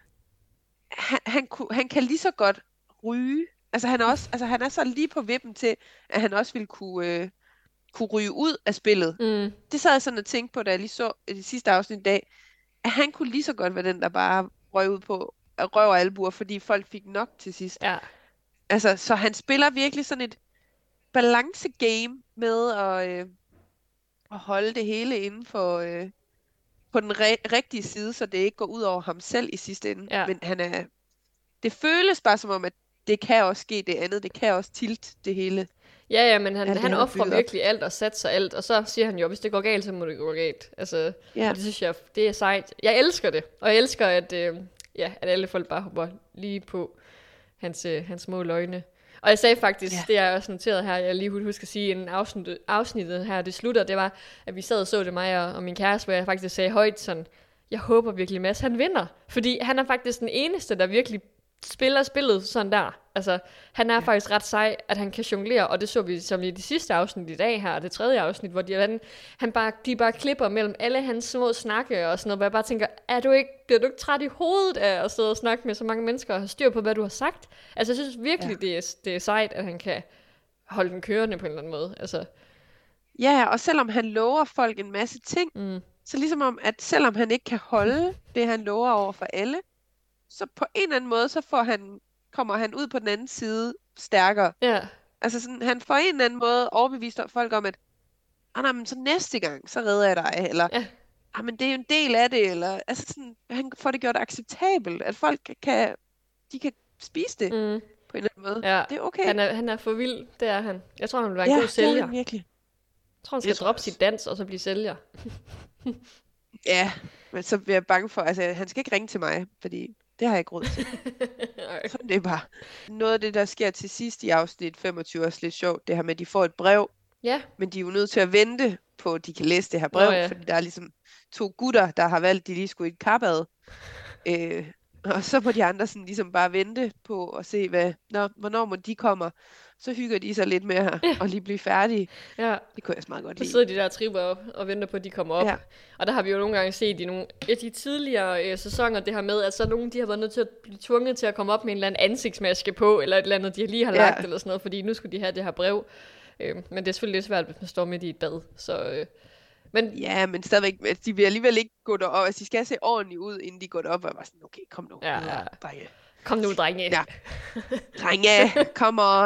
Speaker 3: Han, han, han kan lige så godt ryge. Altså han er også, altså han er så lige på vippen til, at han også ville kunne, øh, kunne ryge ud af spillet. Mm. Det sad jeg sådan og tænkte på, da jeg lige så det sidste afsnit i dag, at han kunne lige så godt være den, der bare røg ud på røv og albuer, fordi folk fik nok til sidst. Ja. Altså, så han spiller virkelig sådan et balancegame med at, øh, at holde det hele inden for... Øh, på den re- rigtige side, så det ikke går ud over ham selv i sidste ende. Ja. Men han er... Det føles bare som om, at det kan også ske det andet. Det kan også tilt det hele.
Speaker 1: Ja, ja, men han, alt han offrer virkelig alt og satser alt. Og så siger han jo, hvis det går galt, så må det gå galt. Altså, ja. Og det synes jeg, det er sejt. Jeg elsker det. Og jeg elsker, at, øh, ja, at alle folk bare hopper lige på hans, øh, hans små løgne. Og jeg sagde faktisk, ja. Det er også noteret her, jeg lige husker at sige, en afsnit, afsnittet her, det slutter, det var, at vi sad og så det, mig og, og min kæreste, hvor jeg faktisk sagde højt sådan, jeg håber virkelig, Mads, han vinder. Fordi han er faktisk den eneste, der virkelig spiller spillet sådan der. Altså, han er ja. faktisk ret sej, at han kan jonglere, og det så vi som i de sidste afsnit i dag her, det tredje afsnit, hvor de, han, han bare, de bare klipper mellem alle hans små snakke og sådan noget, hvor jeg bare tænker, er du ikke, bliver du ikke træt i hovedet af at sidde og snakke med så mange mennesker og have styr på, hvad du har sagt? Altså, jeg synes virkelig, ja. det, er, det er sejt, at han kan holde den kørende på en eller anden måde. Altså.
Speaker 3: Ja, og selvom han lover folk en masse ting,
Speaker 1: Mm.
Speaker 3: så ligesom om, at selvom han ikke kan holde det, han lover over for alle, så på en eller anden måde, så får han, kommer han ud på den anden side stærkere.
Speaker 1: Ja.
Speaker 3: Altså sådan, han får en eller anden måde overbevist folk om, at ah, nej, men så næste gang, så redder jeg dig, eller
Speaker 1: Ja.
Speaker 3: ah, men det er jo en del af det, eller altså sådan, han får det gjort acceptabelt, at folk kan, de kan spise det
Speaker 1: Mm.
Speaker 3: på en eller anden måde.
Speaker 1: Ja.
Speaker 3: Det er okay.
Speaker 1: Han er, han er for vild, det er han. Jeg tror, han vil være en
Speaker 3: ja,
Speaker 1: god
Speaker 3: det er
Speaker 1: sælger.
Speaker 3: han virkelig.
Speaker 1: Jeg tror, han skal
Speaker 3: Det tror jeg
Speaker 1: droppe
Speaker 3: også.
Speaker 1: sit dans, og så blive sælger.
Speaker 3: Ja, men så bliver jeg bange for, altså han skal ikke ringe til mig, fordi det har jeg ikke råd til. Så det er bare noget af det, der sker til sidst i afsnit femogtyve, er også lidt sjovt. Det her med, at de får et brev,
Speaker 1: Ja.
Speaker 3: men de er jo nødt til at vente på, at de kan læse det her brev,
Speaker 1: Nå ja.
Speaker 3: fordi der er ligesom to gutter, der har valgt, at de lige skulle i et kappad. Øh, og så må de andre sådan ligesom bare vente på at se, hvad, når, hvornår må de kommer. Så hygger de sig lidt med her,
Speaker 1: Ja.
Speaker 3: og lige blive færdige.
Speaker 1: Ja.
Speaker 3: Det kunne jeg også meget godt
Speaker 1: Så
Speaker 3: lide.
Speaker 1: sidder de der og tripper op og venter på, at de kommer op.
Speaker 3: Ja.
Speaker 1: Og der har vi jo nogle gange set i nogle af de tidligere øh, sæsoner, det her med, at så nogle de har været nødt til at blive tvunget til at komme op med en eller anden ansigtsmaske på, eller et eller andet, de lige har
Speaker 3: Ja.
Speaker 1: lagt, eller sådan noget, fordi nu skulle de have det her brev. Øh, men det er selvfølgelig lidt svært, hvis man står midt i et bad. Så, øh, men
Speaker 3: Ja, men stadigvæk, altså, de vil alligevel ikke gå derop. Altså, de skal se ordentligt ud, inden de går derop. Og jeg var sådan, okay, kom nu.
Speaker 1: Ja,
Speaker 3: videre,
Speaker 1: ja.
Speaker 3: drenge.
Speaker 1: kom nu, drenge.
Speaker 3: Ja. Drenge, come on.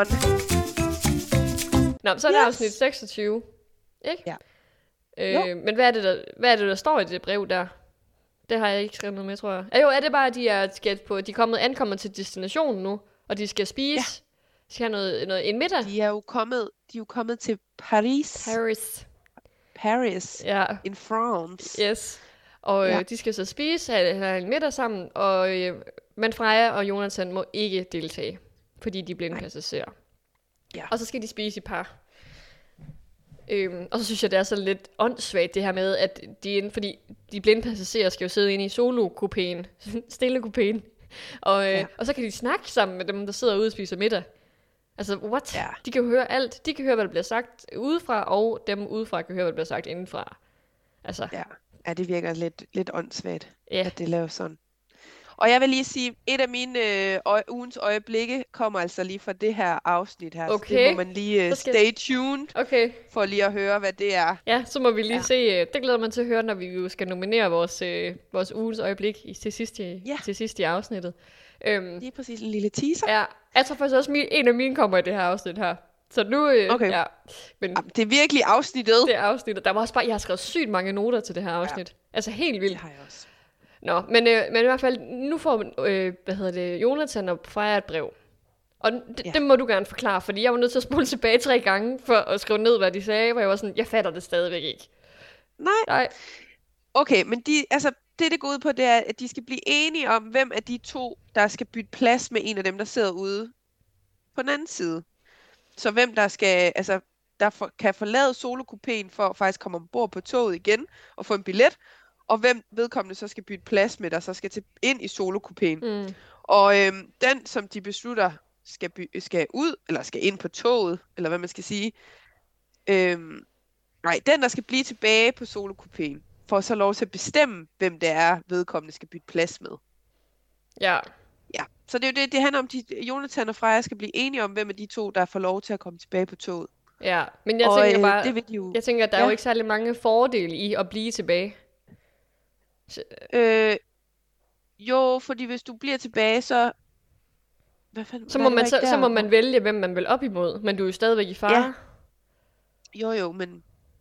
Speaker 1: Nå, så er det
Speaker 3: Yes.
Speaker 1: afsnit seksogtyve. Ikke?
Speaker 3: Ja.
Speaker 1: Øh, men hvad er, det, der, hvad er det, der står i det brev der? Det har jeg ikke skrevet noget med, tror jeg. Ja, jo, er det bare, at de er, skal på, de er kommet, ankommet til destinationen nu, og de skal spise? Ja. De skal have noget, noget, en middag?
Speaker 3: De er jo kommet, de er jo kommet til Paris.
Speaker 1: Paris.
Speaker 3: Paris.
Speaker 1: Ja,
Speaker 3: In France.
Speaker 1: yes. Og
Speaker 3: Ja.
Speaker 1: øh, de skal så spise, have, have en middag sammen, og øh, men Freja og Jonathan må ikke deltage, fordi de er blinde passagerer.
Speaker 3: Ja.
Speaker 1: Og så skal de spise i par. Øhm, og så synes jeg, det er så lidt åndssvagt det her med, at de, inden- fordi de blinde passagerer skal jo sidde inde i solo-kupéen, stille-kupéen, og, øh,
Speaker 3: Ja.
Speaker 1: ja. og så kan de snakke sammen med dem, der sidder ude og spiser middag. Altså, what?
Speaker 3: Ja.
Speaker 1: De kan jo høre alt. De kan høre, hvad der bliver sagt udefra, og dem udefra kan høre, hvad der bliver sagt indenfra. Altså,
Speaker 3: Ja. Ja, det virker lidt, lidt åndssvagt,
Speaker 1: ja.
Speaker 3: at det laves sådan. Og jeg vil lige sige, et af mine øh, øje, ugens øjeblikke kommer altså lige fra det her afsnit her. Så
Speaker 1: Okay.
Speaker 3: det må man lige øh,
Speaker 1: Så skal-
Speaker 3: stay tuned
Speaker 1: Okay.
Speaker 3: for lige at høre, hvad det er.
Speaker 1: Ja, så må vi lige
Speaker 3: Ja.
Speaker 1: ja. se. øh, Det glæder man til at høre, når vi jo skal nominere vores, øh, vores ugens øjeblik i, til, sidst i,
Speaker 3: Ja.
Speaker 1: til sidst i afsnittet. Øhm,
Speaker 3: Lige præcis en lille teaser.
Speaker 1: ja, jeg tror faktisk også, min, en af mine kommer i det her afsnit her. Så nu, øh,
Speaker 3: Okay.
Speaker 1: ja. Men
Speaker 3: Jamen, det er virkelig afsnittet.
Speaker 1: det er afsnittet. Der var også bare, jeg har skrevet sygt mange noter til det her afsnit. Ja. Altså helt
Speaker 3: Det
Speaker 1: vildt.
Speaker 3: har jeg også.
Speaker 1: Nå, men, øh, men i hvert fald, nu får øh, hvad hedder det, Jonathan og Freja et brev. Og d-
Speaker 3: Ja.
Speaker 1: det må du gerne forklare, fordi jeg var nødt til at spole tilbage tre gange for at skrive ned, hvad de sagde, hvor jeg var sådan, jeg fatter det stadigvæk ikke.
Speaker 3: Nej.
Speaker 1: Nej.
Speaker 3: Okay, men de, altså, det, det går ud på, det er, at de skal blive enige om, hvem af de to, der skal bytte plads med en af dem, der sidder ude på den anden side. Så hvem der skal, altså, der for, kan forlade solokupéen for at faktisk komme ombord på toget igen og få en billet, og hvem vedkommende så skal bytte plads med, der så skal til, ind i solokupéen.
Speaker 1: Mm.
Speaker 3: Og øhm, den, som de beslutter skal, by, skal ud, eller skal ind på toget, eller hvad man skal sige, øhm, nej, den, der skal blive tilbage på solokupéen, får så lov til at bestemme, hvem det er, vedkommende skal bytte plads med.
Speaker 1: Ja.
Speaker 3: Ja, så det er jo det, det handler om, at Jonathan og Freja skal blive enige om, hvem af de to, der får lov til at komme tilbage på toget.
Speaker 1: Ja, men jeg
Speaker 3: og
Speaker 1: tænker
Speaker 3: øh,
Speaker 1: bare,
Speaker 3: det vil de jo...
Speaker 1: jeg tænker, at der ja. er jo ikke særlig mange fordele i at blive tilbage. Så,
Speaker 3: Øh, jo, fordi hvis du bliver tilbage, så... Hvad fanden,
Speaker 1: så,
Speaker 3: hvad
Speaker 1: må
Speaker 3: er det,
Speaker 1: man,
Speaker 3: der
Speaker 1: så,
Speaker 3: ikke
Speaker 1: så
Speaker 3: der?
Speaker 1: må man vælge, hvem man vil op imod, men du er jo stadigvæk i fare.
Speaker 3: Ja. Jo, jo, men...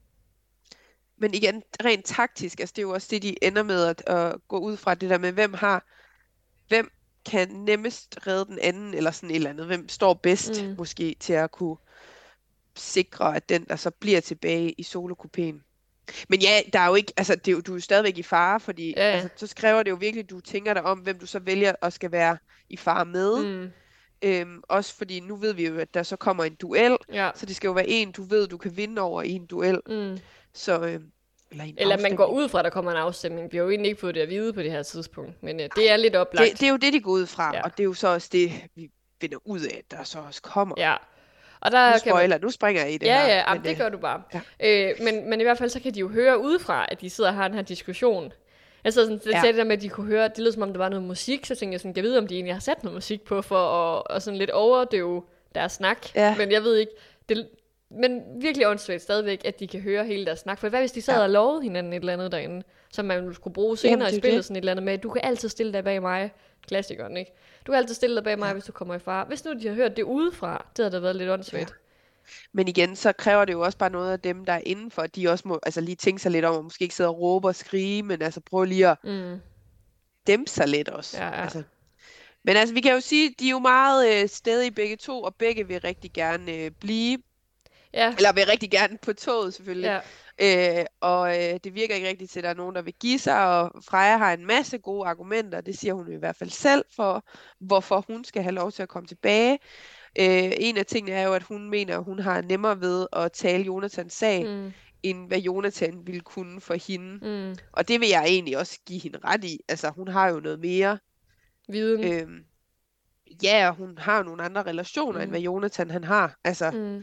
Speaker 3: Men igen, rent taktisk, altså det er jo også det, de ender med at, at gå ud fra, det der med, hvem har... Hvem kan nemmest redde den anden, eller sådan et eller andet. Hvem står bedst,
Speaker 1: Mm.
Speaker 3: måske, til at kunne sikre, at den, der så bliver tilbage i solokupéen. Men ja, der er jo ikke, altså det er jo, du er jo stadigvæk i fare, fordi
Speaker 1: Ja, ja.
Speaker 3: altså, så kræver det jo virkelig, at du tænker dig om, hvem du så vælger at skal være i fare med.
Speaker 1: Mm.
Speaker 3: Øhm, også fordi nu ved vi jo, at der så kommer en duel,
Speaker 1: Ja.
Speaker 3: så det skal jo være en, du ved, du kan vinde over i en duel.
Speaker 1: Mm.
Speaker 3: Så, øhm, eller en
Speaker 1: Eller man
Speaker 3: afstemning.
Speaker 1: går ud fra, at der kommer en afstemning. Vi har jo egentlig ikke fået det at vide på det her tidspunkt, men øh, det er lidt oplagt.
Speaker 3: Det, det er jo det, de går ud fra,
Speaker 1: Ja.
Speaker 3: og det er jo så også det, vi finder ud af, at der så også kommer.
Speaker 1: Ja. Og der
Speaker 3: Nu
Speaker 1: kan man...
Speaker 3: spoiler, nu springer jeg i det
Speaker 1: Ja,
Speaker 3: her.
Speaker 1: ja, jamen,
Speaker 3: men,
Speaker 1: det
Speaker 3: øh,
Speaker 1: gør du bare.
Speaker 3: ja.
Speaker 1: Øh, men, men i hvert fald, så kan de jo høre udefra, at de sidder og har den her diskussion. Jeg så sådan, det
Speaker 3: Ja.
Speaker 1: sagde det der med, at de kunne høre, det lød som om, der var noget musik, så tænkte jeg sådan, jeg ved, om de egentlig har sat noget musik på, for at, at sådan lidt overdøve deres snak.
Speaker 3: Ja.
Speaker 1: Men jeg ved ikke, det, men virkelig åndssvagt stadigvæk, at de kan høre hele deres snak. For hvad hvis de sad
Speaker 3: Ja.
Speaker 1: og lovede hinanden et eller andet derinde, som man skulle bruge senere
Speaker 3: Jamen,
Speaker 1: i
Speaker 3: det er
Speaker 1: spillet,
Speaker 3: det.
Speaker 1: sådan et eller andet med, du kan altid stille dig bag mig. Klassikeren, ikke? Du kan altid stille dig bag mig,
Speaker 3: Ja.
Speaker 1: hvis du kommer i fare. Hvis nu de har hørt det udefra, det havde da været lidt åndssvagt.
Speaker 3: Men igen, så kræver det jo også bare noget af dem, der er indenfor, at de også må altså lige tænke sig lidt om, og måske ikke sidde og råbe og skrige, men altså prøve lige at
Speaker 1: Mm.
Speaker 3: dæmpe sig lidt også.
Speaker 1: Ja, ja.
Speaker 3: Altså. Men altså, vi kan jo sige, de er jo meget øh, stedige begge to, og begge vil rigtig gerne øh, blive,
Speaker 1: Ja,
Speaker 3: eller vil rigtig gerne på toget selvfølgelig.
Speaker 1: ja.
Speaker 3: Øh, og øh, det virker ikke rigtigt til, at der er nogen, der vil give sig, og Freja har en masse gode argumenter, det siger hun i hvert fald selv, for hvorfor hun skal have lov til at komme tilbage. Øh, en af tingene er jo, at hun mener, at hun har nemmere ved at tale Jonathans sag,
Speaker 1: Mm.
Speaker 3: end hvad Jonathan ville kunne for hende.
Speaker 1: Mm.
Speaker 3: Og det vil jeg egentlig også give hende ret i. Altså, hun har jo noget mere.
Speaker 1: Viden.
Speaker 3: Øhm, ja, og hun har jo nogle andre relationer, mm. end
Speaker 1: Mm.
Speaker 3: hvad Jonathan han har. Altså,
Speaker 1: Mm.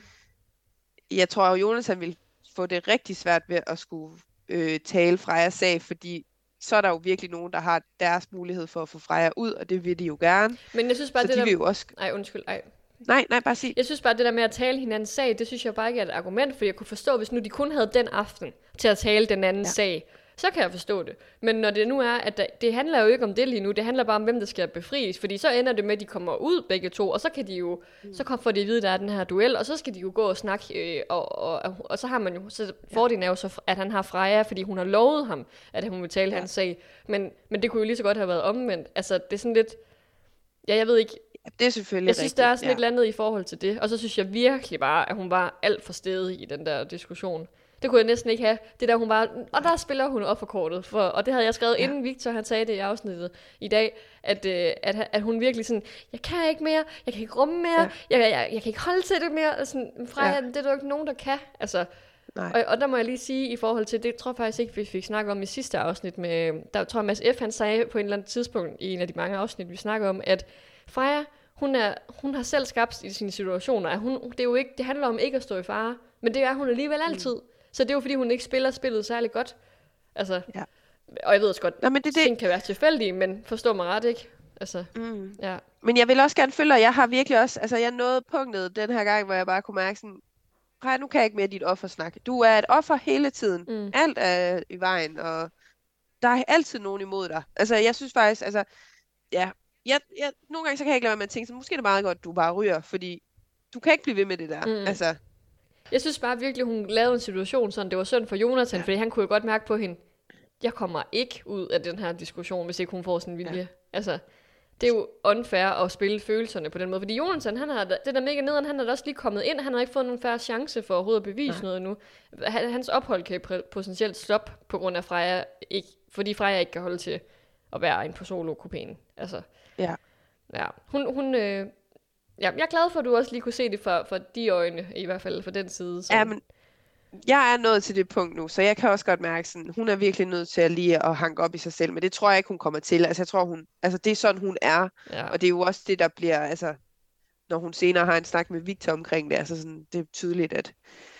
Speaker 3: jeg tror jo, Jonathan vil få det rigtig svært ved at skulle øh, tale Frejas sag, fordi så er der jo virkelig nogen, der har deres mulighed for at få Freja ud, og det vil de jo gerne.
Speaker 1: Men jeg synes bare,
Speaker 3: Så
Speaker 1: det
Speaker 3: de
Speaker 1: der...
Speaker 3: vil jo også...
Speaker 1: Ej, undskyld, ej.
Speaker 3: Nej, nej, bare sig.
Speaker 1: Jeg synes bare, det der med at tale hinandens sag, det synes jeg bare ikke er et argument, for jeg kunne forstå, hvis nu de kun havde den aften til at tale den anden
Speaker 3: Ja.
Speaker 1: sag, så kan jeg forstå det. Men når det nu er, at der, det handler jo ikke om det lige nu, det handler bare om, hvem der skal befries, fordi så ender det med, at de kommer ud begge to, og så kan de jo, mm. så får de at vide, at der er den her duel, og så skal de jo gå og snakke, øh, og, og, og, og så har man jo, så fordelen er jo så, at han har Freja, fordi hun har lovet ham, at hun vil tale
Speaker 3: Ja.
Speaker 1: hans sag, men, men det kunne jo lige så godt have været omvendt. Altså, det er sådan lidt, ja, jeg ved ikke,
Speaker 3: Ja, det er selvfølgelig
Speaker 1: jeg synes,
Speaker 3: rigtigt.
Speaker 1: der er sådan
Speaker 3: ja.
Speaker 1: et eller andet i forhold til det. Og så synes jeg virkelig bare, at hun var alt for stedig i den der diskussion. Det kunne jeg næsten ikke have. Det der, hun bare... Og der spiller hun op for kortet. For, og det havde jeg skrevet,
Speaker 3: Ja.
Speaker 1: ja. inden Victor han sagde det i afsnittet i dag, at, øh, at, at hun virkelig sådan, jeg kan ikke mere, jeg kan ikke rumme mere,
Speaker 3: Ja.
Speaker 1: ja. jeg, jeg, jeg kan ikke holde til det mere. Og sådan, Freja,
Speaker 3: Ja.
Speaker 1: ja. det er der jo ikke nogen, der kan. Altså,
Speaker 3: Nej.
Speaker 1: og, og der må jeg lige sige i forhold til, det tror jeg faktisk ikke, vi fik snakket om i sidste afsnit med, der tror jeg, Mads F. han sagde på en eller anden tidspunkt i en af de mange afsnit, vi snakker om, at Freja, hun, er, hun har selv skabt i sine situationer, at hun, det, er jo ikke, det handler om ikke at stå i fare, men det er hun alligevel altid. Mm. Så det er jo fordi, hun ikke spiller spillet særlig godt. Altså,
Speaker 3: Ja.
Speaker 1: og jeg ved også godt,
Speaker 3: Nå, men det er det.
Speaker 1: ting kan være tilfældige, men forstå mig ret, ikke? Altså,
Speaker 3: Mm.
Speaker 1: ja.
Speaker 3: Men jeg vil også gerne følge, og jeg har virkelig også, altså jeg nåede punktet den her gang, hvor jeg bare kunne mærke sådan, Freja, nu kan jeg ikke mere dit offersnak. Du er et offer hele tiden.
Speaker 1: Mm.
Speaker 3: Alt er i vejen, og der er altid nogen imod dig. Altså jeg synes faktisk, altså, ja, jeg, jeg, nogle gange så kan jeg ikke lade være med at tænke, så måske er det meget godt, at du bare ryger, fordi du kan ikke blive ved med det der.
Speaker 1: Mm.
Speaker 3: Altså,
Speaker 1: Jeg synes bare virkelig, hun lavede en situation, sådan det var synd for Jonathan,
Speaker 3: Ja.
Speaker 1: ja. fordi han kunne jo godt mærke på hende, jeg kommer ikke ud af den her diskussion, hvis ikke hun får sin vilje. Ja. Altså, det er jo unfair at spille følelserne på den måde, fordi Jonathan, han har, det der mega nederen, han er da også lige kommet ind, han har ikke fået nogen færre chance for overhovedet at bevise
Speaker 3: Nej.
Speaker 1: noget nu. Han, hans ophold kan præ- potentielt stoppe, på grund af Freja, ikke, fordi Freja ikke kan holde til at være en på solo-kupéen. Altså,
Speaker 3: ja.
Speaker 1: ja, hun, hun øh, ja, jeg er glad for, at du også lige kunne se det fra, fra de øjne, i hvert fald fra den side. Så.
Speaker 3: Ja, men jeg er nået til det punkt nu, så jeg kan også godt mærke sådan, hun er virkelig nødt til at lige at hanke op i sig selv, men det tror jeg ikke, hun kommer til. Altså jeg tror, hun, altså det er sådan, hun er,
Speaker 1: Ja.
Speaker 3: og det er jo også det, der bliver, altså, når hun senere har en snak med Victor omkring det, altså sådan, det er tydeligt, at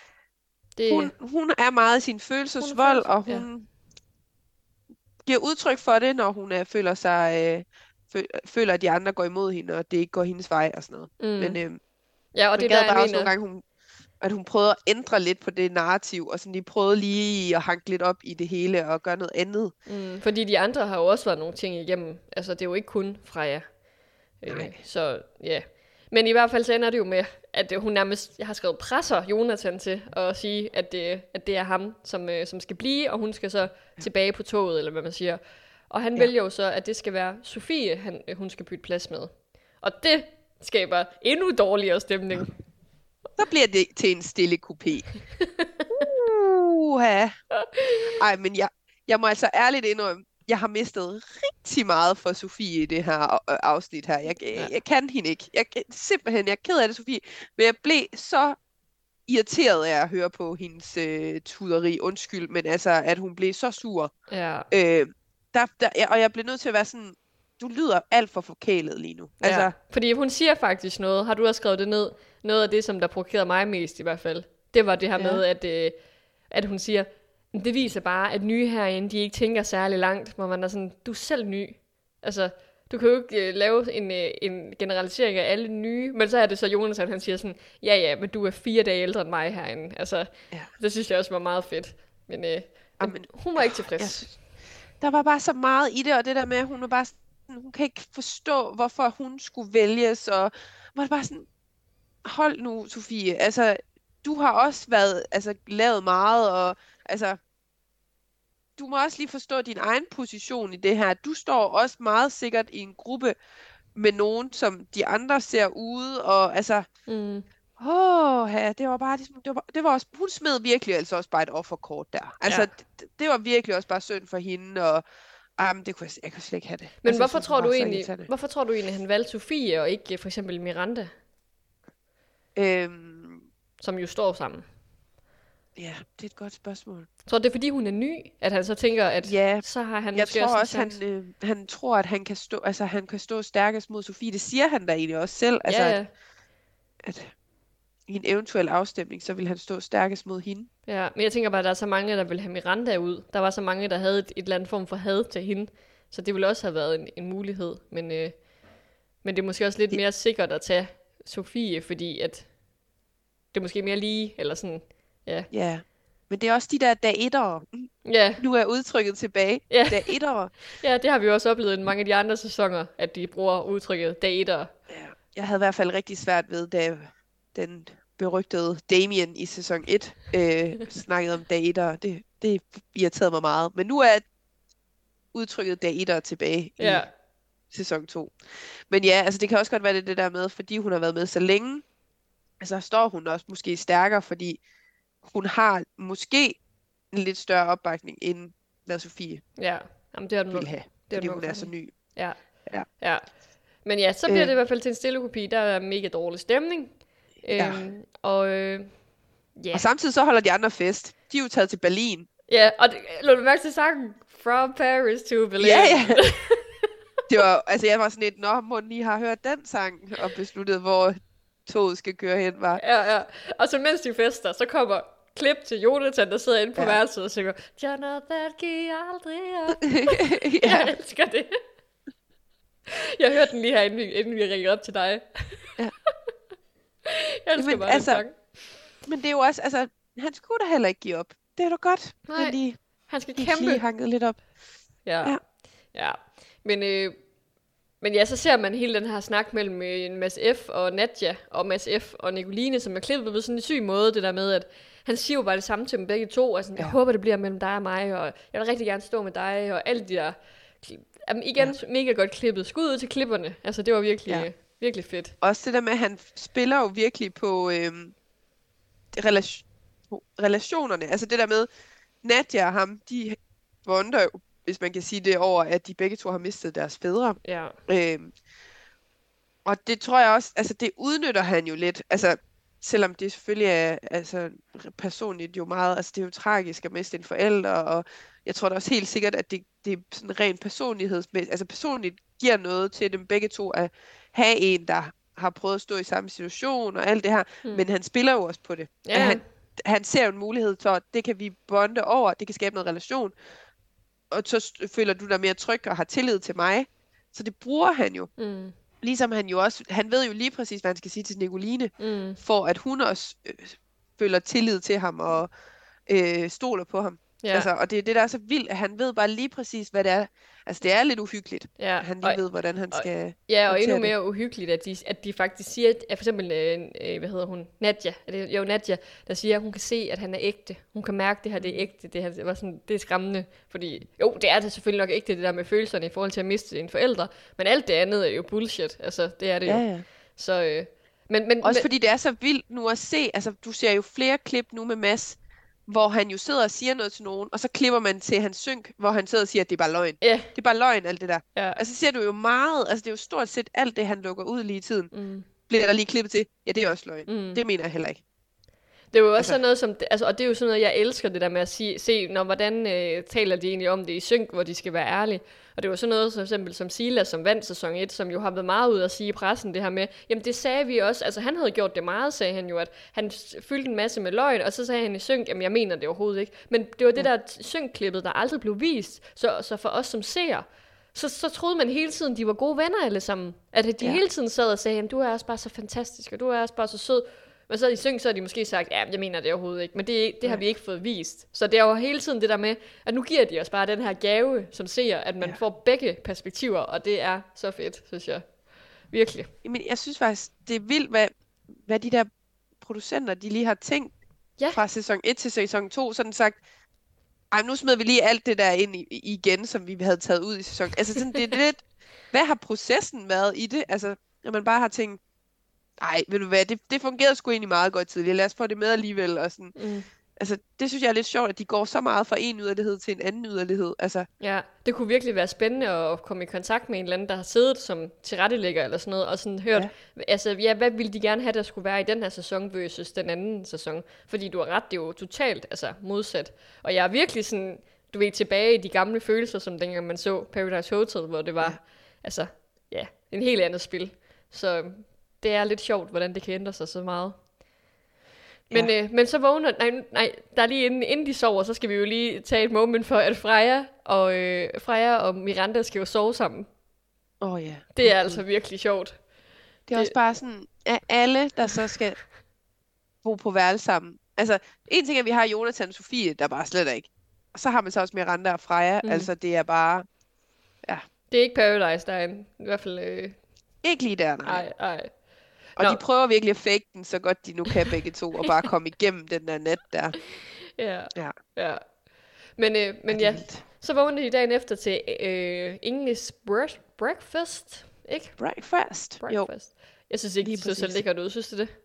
Speaker 1: det,
Speaker 3: hun, hun er meget i sin følelsesvold,
Speaker 1: følelses-
Speaker 3: og hun giver udtryk for det, når hun er, føler sig, øh, fø, føler, at de andre går imod hende, og det ikke går hendes vej og sådan noget.
Speaker 1: mm.
Speaker 3: Men øh,
Speaker 1: ja, og
Speaker 3: man
Speaker 1: det
Speaker 3: gad
Speaker 1: der,
Speaker 3: bare
Speaker 1: jeg
Speaker 3: også
Speaker 1: mener,
Speaker 3: nogle gange, hun, at hun prøvede at ændre lidt på det narrativ, og sådan lige prøvede lige at hanke lidt op i det hele, og gøre noget andet.
Speaker 1: mm, fordi de andre har jo også været nogle ting igennem. Altså, det er jo ikke kun Freja. Øh,
Speaker 3: Nej.
Speaker 1: så ja. Men i hvert fald så ender det jo med, at øh, hun nærmest, jeg har skrevet, presser Jonathan til at sige, at det, at det er ham, som, øh, som skal blive, og hun skal så ja. tilbage på toget, eller hvad man siger. Og han
Speaker 3: Ja.
Speaker 1: vælger jo så, at det skal være Sofie, han, øh, hun skal bytte plads med. Og det skaber endnu dårligere stemning.
Speaker 3: Så bliver det til en stille kupé. Uha. Ej, men jeg, jeg må altså ærligt indrømme, jeg har mistet rigtig meget for Sofie i det her a- afsnit her. Jeg, jeg, jeg kan hende ikke. Jeg, simpelthen, jeg er ked af det, Sofie. Men jeg blev så irriteret af at høre på hendes øh, tuderi. Undskyld, men altså, at hun blev så sur.
Speaker 1: Ja.
Speaker 3: Øh, der, der, ja, og jeg blev nødt til at være sådan, du lyder alt for forkælet lige nu.
Speaker 1: Ja,
Speaker 3: Altså,
Speaker 1: fordi hun siger faktisk noget. Har du også skrevet det ned? Noget af det, som der provokerede mig mest i hvert fald. Det var det her
Speaker 3: Ja.
Speaker 1: med, at, øh, at hun siger, det viser bare, at nye herinde, de ikke tænker særlig langt, hvor man er sådan, du er selv ny. Altså, du kan jo ikke øh, lave en, øh, en generalisering af alle nye, men så er det så Jonas, at han siger sådan, ja ja, men du er fire dage ældre end mig herinde. Altså,
Speaker 3: Ja.
Speaker 1: det synes jeg også var meget fedt. Men, øh,
Speaker 3: Jamen,
Speaker 1: men hun var ikke
Speaker 3: jeg
Speaker 1: tilfreds.
Speaker 3: synes, der var bare så meget i det, og det der med, at hun var bare sådan, hun kan ikke forstå, hvorfor hun skulle vælges, og var det bare sådan, hold nu, Sofie, altså, du har også været, altså, lavet meget, og altså, du må også lige forstå din egen position i det her. Du står også meget sikkert i en gruppe med nogen, som de andre ser ude, og altså,
Speaker 1: Mm.
Speaker 3: åh, ja, det var bare ligesom, det var, det var også, hun smed virkelig altså også bare et offerkort der. Altså,
Speaker 1: Ja.
Speaker 3: det, det var virkelig også bare synd for hende, og um, det kunne jeg, jeg kunne slet ikke have det.
Speaker 1: Men
Speaker 3: altså,
Speaker 1: hvorfor
Speaker 3: jeg synes,
Speaker 1: tror
Speaker 3: hun
Speaker 1: du
Speaker 3: var så
Speaker 1: egentlig,
Speaker 3: irriterende.
Speaker 1: hvorfor tror du egentlig, at han valgte Sofie og ikke for eksempel Miranda,
Speaker 3: Øhm,
Speaker 1: som jo står sammen?
Speaker 3: ja, det er et godt spørgsmål.
Speaker 1: Tror du, det er fordi hun er ny, at han så tænker, at
Speaker 3: Ja,
Speaker 1: så har han
Speaker 3: jeg
Speaker 1: måske
Speaker 3: tror
Speaker 1: også en
Speaker 3: også, han,
Speaker 1: chance?
Speaker 3: øh, han tror, at han kan stå, altså, han kan stå stærkest mod Sofie. Det siger han da egentlig også selv, altså,
Speaker 1: Ja,
Speaker 3: at,
Speaker 1: ja,
Speaker 3: at i en eventuel afstemning, så vil han stå stærkest mod hende.
Speaker 1: ja. Men jeg tænker bare, at der er så mange, der vil have Miranda ud. Der var så mange, der havde et, et eller andet form for had til hende. Så det ville også have været en, en mulighed. Men, øh, men det er måske også lidt
Speaker 3: Det-
Speaker 1: mere sikkert at tage Sofie, fordi at det er måske mere lige, eller sådan, ja.
Speaker 3: Ja, men det er også de der dag-ettere.
Speaker 1: Ja,
Speaker 3: Nu er udtrykket tilbage.
Speaker 1: Ja.
Speaker 3: Dag-ettere.
Speaker 1: ja, det har vi jo også oplevet i mange af de andre sæsoner, at de bruger udtrykket dater.
Speaker 3: Ja, jeg havde i hvert fald rigtig svært ved, da den berygtede Damien i sæson et øh, snakkede om dag-ettere. Det, det irriterede mig meget. Men nu er udtrykket dag-ettere tilbage i
Speaker 1: Ja,
Speaker 3: sæson to. Men ja, altså det kan også godt være det, det der med, fordi hun har været med så længe, altså står hun også måske stærkere, fordi hun har måske en lidt større opbakning, end hvad Sofie
Speaker 1: ja. Jamen, det har du nok.
Speaker 3: ville have,
Speaker 1: Det har
Speaker 3: fordi
Speaker 1: du nok
Speaker 3: hun er
Speaker 1: ret
Speaker 3: så
Speaker 1: i.
Speaker 3: ny.
Speaker 1: Ja.
Speaker 3: Ja.
Speaker 1: Ja. Men ja, så bliver
Speaker 3: Øh.
Speaker 1: det i hvert fald til en stille kopi. Der er mega dårlig stemning.
Speaker 3: Ja.
Speaker 1: Øhm, og øh, ja.
Speaker 3: Og samtidig så holder de andre fest. De er jo taget til Berlin.
Speaker 1: Ja, og det, lå du mærke til sangen? From Paris to Berlin.
Speaker 3: Ja, ja. Det var, altså jeg var sådan lidt, nå, må lige har hørt den sang, og besluttet, hvor toget skal køre hen, var.
Speaker 1: Ja, ja. Og så mens de fester, så kommer klip til Jonathan, der sidder inde på
Speaker 3: Ja.
Speaker 1: værelset og synger, Jonathan, giv aldrig op.
Speaker 3: Ja.
Speaker 1: Jeg elsker det. Jeg hørte den lige her, inden vi, inden vi ringede op til dig.
Speaker 3: Ja.
Speaker 1: Jeg elsker
Speaker 3: Jamen,
Speaker 1: bare
Speaker 3: altså,
Speaker 1: den sang.
Speaker 3: Men det er jo også, altså, han skulle da heller ikke give op. Det er da godt.
Speaker 1: Nej,
Speaker 3: Han lige,
Speaker 1: Han skal
Speaker 3: lige,
Speaker 1: kæmpe.
Speaker 3: lige hanket lidt op.
Speaker 1: Ja.
Speaker 3: Ja.
Speaker 1: Ja. Men, øh, men ja, så ser man hele den her snak mellem øh, Mads F. og Nadja, og Mads F. og Nicoline, som er klippet på sådan en syg måde, det der med, at han siger jo bare det samme til dem begge to, altså, jeg
Speaker 3: Ja.
Speaker 1: håber, det bliver mellem dig og mig, og jeg vil rigtig gerne stå med dig, og alt de der, jamen, igen, ja. mega godt klippet. Skud ud til klipperne, altså det var virkelig,
Speaker 3: Ja.
Speaker 1: ja. virkelig fedt.
Speaker 3: Også det der med, at han spiller jo virkelig på øhm, relation, relationerne. Altså det der med, Nadja og ham, de bonder jo, hvis man kan sige det, over, at de begge to har mistet deres fædre.
Speaker 1: Ja.
Speaker 3: Øhm, og det tror jeg også, altså det udnytter han jo lidt. Altså, selvom det selvfølgelig er altså, personligt jo meget, altså det er jo tragisk at miste en forælder, og jeg tror da også helt sikkert, at det, det er sådan rent personlighedsmæssigt, altså personligt giver noget til dem begge to at have en, der har prøvet at stå i samme situation og alt det her,
Speaker 1: Hmm.
Speaker 3: men han spiller jo også på det.
Speaker 1: Ja.
Speaker 3: At han, han ser jo en mulighed for, at det kan vi bonde over, det kan skabe noget relation, og så st- føler du dig mere tryg og har tillid til mig. Så det bruger han jo.
Speaker 1: Mm.
Speaker 3: Ligesom han jo også, han ved jo lige præcis, hvad han skal sige til Nicoline,
Speaker 1: Mm.
Speaker 3: for at hun også øh, føler tillid til ham og øh, stoler på ham.
Speaker 1: Ja.
Speaker 3: Altså, og det er det, der er så vildt, at han ved bare lige præcis, hvad det er. Altså, det er lidt uhyggeligt,
Speaker 1: Ja.
Speaker 3: at han lige
Speaker 1: Og-
Speaker 3: ved, hvordan han
Speaker 1: og-
Speaker 3: skal...
Speaker 1: Ja, og
Speaker 3: håndtere
Speaker 1: endnu
Speaker 3: det.
Speaker 1: mere uhyggeligt, at de, at de faktisk siger, at for eksempel, øh, øh, hvad hedder hun, Nadja, er det, jo Nadja, der siger, at hun kan se, at han er ægte. Hun kan mærke, at det her det er ægte. Det, her, det, var sådan, det er skræmmende, fordi jo, det er det selvfølgelig nok ægte, det der med følelserne i forhold til at miste en forælder, men alt det andet er jo bullshit. Altså, det er det
Speaker 3: Ja,
Speaker 1: jo.
Speaker 3: ja.
Speaker 1: Så, øh, men, men,
Speaker 3: Også
Speaker 1: men,
Speaker 3: fordi det er så vildt nu at se, altså du ser jo flere klip nu med Mads, hvor han jo sidder og siger noget til nogen, og så klipper man til hans synk, hvor han sidder og siger, at det er bare løgn.
Speaker 1: ja,
Speaker 3: Det er bare løgn, alt det der.
Speaker 1: ja,
Speaker 3: Altså ser du jo meget, altså det er jo stort set alt det, han lukker ud lige i tiden,
Speaker 1: mm,
Speaker 3: bliver der lige klippet til, ja, det er også løgn.
Speaker 1: mm.
Speaker 3: Det mener jeg heller ikke.
Speaker 1: Det er jo også
Speaker 3: Altså-
Speaker 1: sådan noget som, altså, og det er jo sådan noget, jeg elsker det der med at sige, se, når, hvordan øh, taler de egentlig om det i synk, hvor de skal være ærlige. Og det var sådan noget, som eksempel som Silas, som vandt sæson et, som jo har været meget ud at sige i pressen det her med, jamen det sagde vi også, altså han havde gjort det meget, sagde han jo, at han s- fyldte en masse med løgn, og så sagde han i synk, jamen jeg mener det overhovedet ikke. Men det var det der synkklippet, der aldrig blev vist, så, så for os som seere, så, så troede man hele tiden, de var gode venner alle sammen. At de
Speaker 3: Ja.
Speaker 1: ja. hele tiden sad og sagde, jamen du er også bare så fantastisk, og du er også bare så sød. Men så i synk, så har de måske sagt, ja, jeg mener det overhovedet ikke. Men det, det har vi ikke fået vist. Så det er jo hele tiden det der med, at nu giver de os bare den her gave, som ser, at man
Speaker 3: Ja.
Speaker 1: ja. får begge perspektiver. Og det er så fedt, synes jeg. Virkelig.
Speaker 3: Jamen, jeg synes faktisk, det er vildt, hvad, hvad de der producenter, de lige har tænkt
Speaker 1: Ja.
Speaker 3: fra sæson et til sæson to, sådan sagt, ej, nu smider vi lige alt det der ind i, igen, som vi havde taget ud i sæson. Altså sådan, det er lidt, hvad har processen været i det? Altså, når man bare har tænkt, ej, ved du hvad, det, det fungerede sgu egentlig meget godt tidligere, lad os få det med alligevel, og sådan.
Speaker 1: Mm.
Speaker 3: Altså, det synes jeg er lidt sjovt, at de går så meget fra en yderlighed til en anden yderlighed. Altså,
Speaker 1: Ja, det kunne virkelig være spændende at komme i kontakt med en eller anden, der har siddet som tilrettelægger eller sådan noget, og sådan hørt, ja. altså, ja, hvad ville de gerne have, der skulle være i den her sæson versus den anden sæson? Fordi du har ret, det er jo totalt altså, modsat. Og jeg er virkelig sådan, du ved, tilbage i de gamle følelser, som dengang man så Paradise Hotel, hvor det var,
Speaker 3: Ja.
Speaker 1: ja. altså, ja, en helt andet spil. Så det er lidt sjovt, hvordan det kan ændre sig så meget. Men,
Speaker 3: Ja.
Speaker 1: øh, men så vågner, nej, nej, der er lige inden, inden de sover, så skal vi jo lige tage et moment for, at Freja og, øh, Freja og Miranda skal jo sove sammen.
Speaker 3: åh oh, ja.
Speaker 1: Det er altså virkelig sjovt.
Speaker 3: Det er også
Speaker 1: det-
Speaker 3: bare sådan, at alle, der så skal bo på værelse sammen. Altså, en ting er, at vi har Jonathan og Sofie, der bare slet ikke. Og så har man så også Miranda og Freja.
Speaker 1: Mm.
Speaker 3: Mm. Altså, det er bare
Speaker 1: Det er ikke Paradise, der er en, i hvert fald, øh,
Speaker 3: ikke lige der, nej.
Speaker 1: ej, ej.
Speaker 3: Og
Speaker 1: Nå.
Speaker 3: de prøver virkelig at fake den, så godt de nu kan begge to, og bare komme igennem den der nat der.
Speaker 1: Ja,
Speaker 3: Ja.
Speaker 1: ja. Men, øh, men
Speaker 3: det er
Speaker 1: ja,
Speaker 3: vildt.
Speaker 1: så vågner de dagen efter til øh, English break- breakfast, ikke?
Speaker 3: Breakfast. Jo,
Speaker 1: Breakfast. Jeg synes ikke,
Speaker 3: Lige
Speaker 1: det så så
Speaker 3: præcis.
Speaker 1: lækkert ud, synes du det?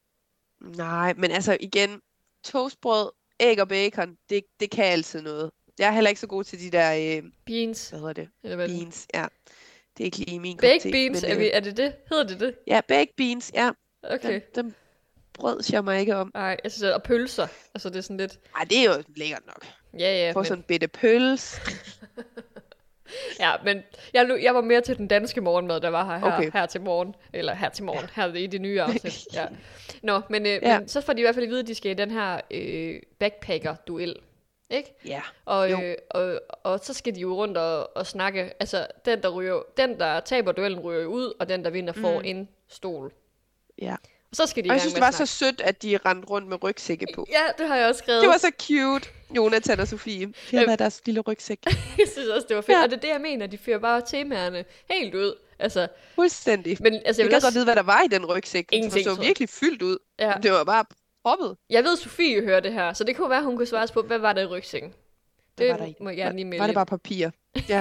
Speaker 3: nej, men altså igen, toastbrød, æg og bacon, det, det kan altid noget. Jeg er heller ikke så god til de der, øh,
Speaker 1: Beans,
Speaker 3: hvad hedder det,
Speaker 1: eller hvad?
Speaker 3: beans, ja. Det er ikke lige min kop
Speaker 1: Baked
Speaker 3: te,
Speaker 1: beans,
Speaker 3: men,
Speaker 1: er,
Speaker 3: øh,
Speaker 1: vi, er det det? Hedder det det?
Speaker 3: Ja, baked beans, ja.
Speaker 1: Okay.
Speaker 3: Dem, dem brød jeg mig ikke om.
Speaker 1: Ej, jeg synes, og pølser. Altså, det er sådan lidt...
Speaker 3: Ej, det er jo lækkert nok.
Speaker 1: Ja, ja,
Speaker 3: Få
Speaker 1: men,
Speaker 3: sådan en bitte pøls.
Speaker 1: ja, men jeg, lu- jeg var mere til den danske morgenmad, der var her, her,
Speaker 3: Okay.
Speaker 1: her til morgen. Eller her til morgen, her i det nye afsnit. Ja. Nå, men, øh,
Speaker 3: Ja.
Speaker 1: men så får de i hvert fald at vide, at de skal i den her øh, backpacker-duel. Ikke?
Speaker 3: Ja.
Speaker 1: Og,
Speaker 3: Jo.
Speaker 1: øh, og, og så skal de jo rundt og, og snakke. Altså, den der, ryger, den, der taber duellen, ryger jo ud, og den, der vinder, får
Speaker 3: Mm.
Speaker 1: en stol.
Speaker 3: Ja.
Speaker 1: Og så skal de i
Speaker 3: Og jeg
Speaker 1: gang
Speaker 3: synes,
Speaker 1: med
Speaker 3: det var
Speaker 1: at
Speaker 3: så
Speaker 1: snakke.
Speaker 3: sødt, at de rendte rundt med rygsække på.
Speaker 1: Ja, det har jeg også skrevet.
Speaker 3: Det var så cute, Jonathan og Sofie. De havde
Speaker 1: Øhm.
Speaker 3: været deres lille rygsæk.
Speaker 1: Jeg synes også, det var fedt.
Speaker 3: Ja.
Speaker 1: Og det er det, jeg mener. De fører bare temaerne helt ud. Altså,
Speaker 3: Fuldstændig.
Speaker 1: men altså, jeg
Speaker 3: Jeg
Speaker 1: vil
Speaker 3: kan
Speaker 1: også...
Speaker 3: godt vide, hvad der var i den rygsæk. Den
Speaker 1: Ingenting,
Speaker 3: så
Speaker 1: tror jeg.
Speaker 3: virkelig fyldt ud.
Speaker 1: Ja.
Speaker 3: Det var bare proppet.
Speaker 1: Jeg ved, Sofie hører det her, så det kunne være, hun kunne svare os på, hvad var der i rygsækken?
Speaker 3: Hvad
Speaker 1: Det
Speaker 3: var der i?
Speaker 1: må jeg gerne lige melde
Speaker 3: Var det
Speaker 1: ind.
Speaker 3: bare papir? Ja.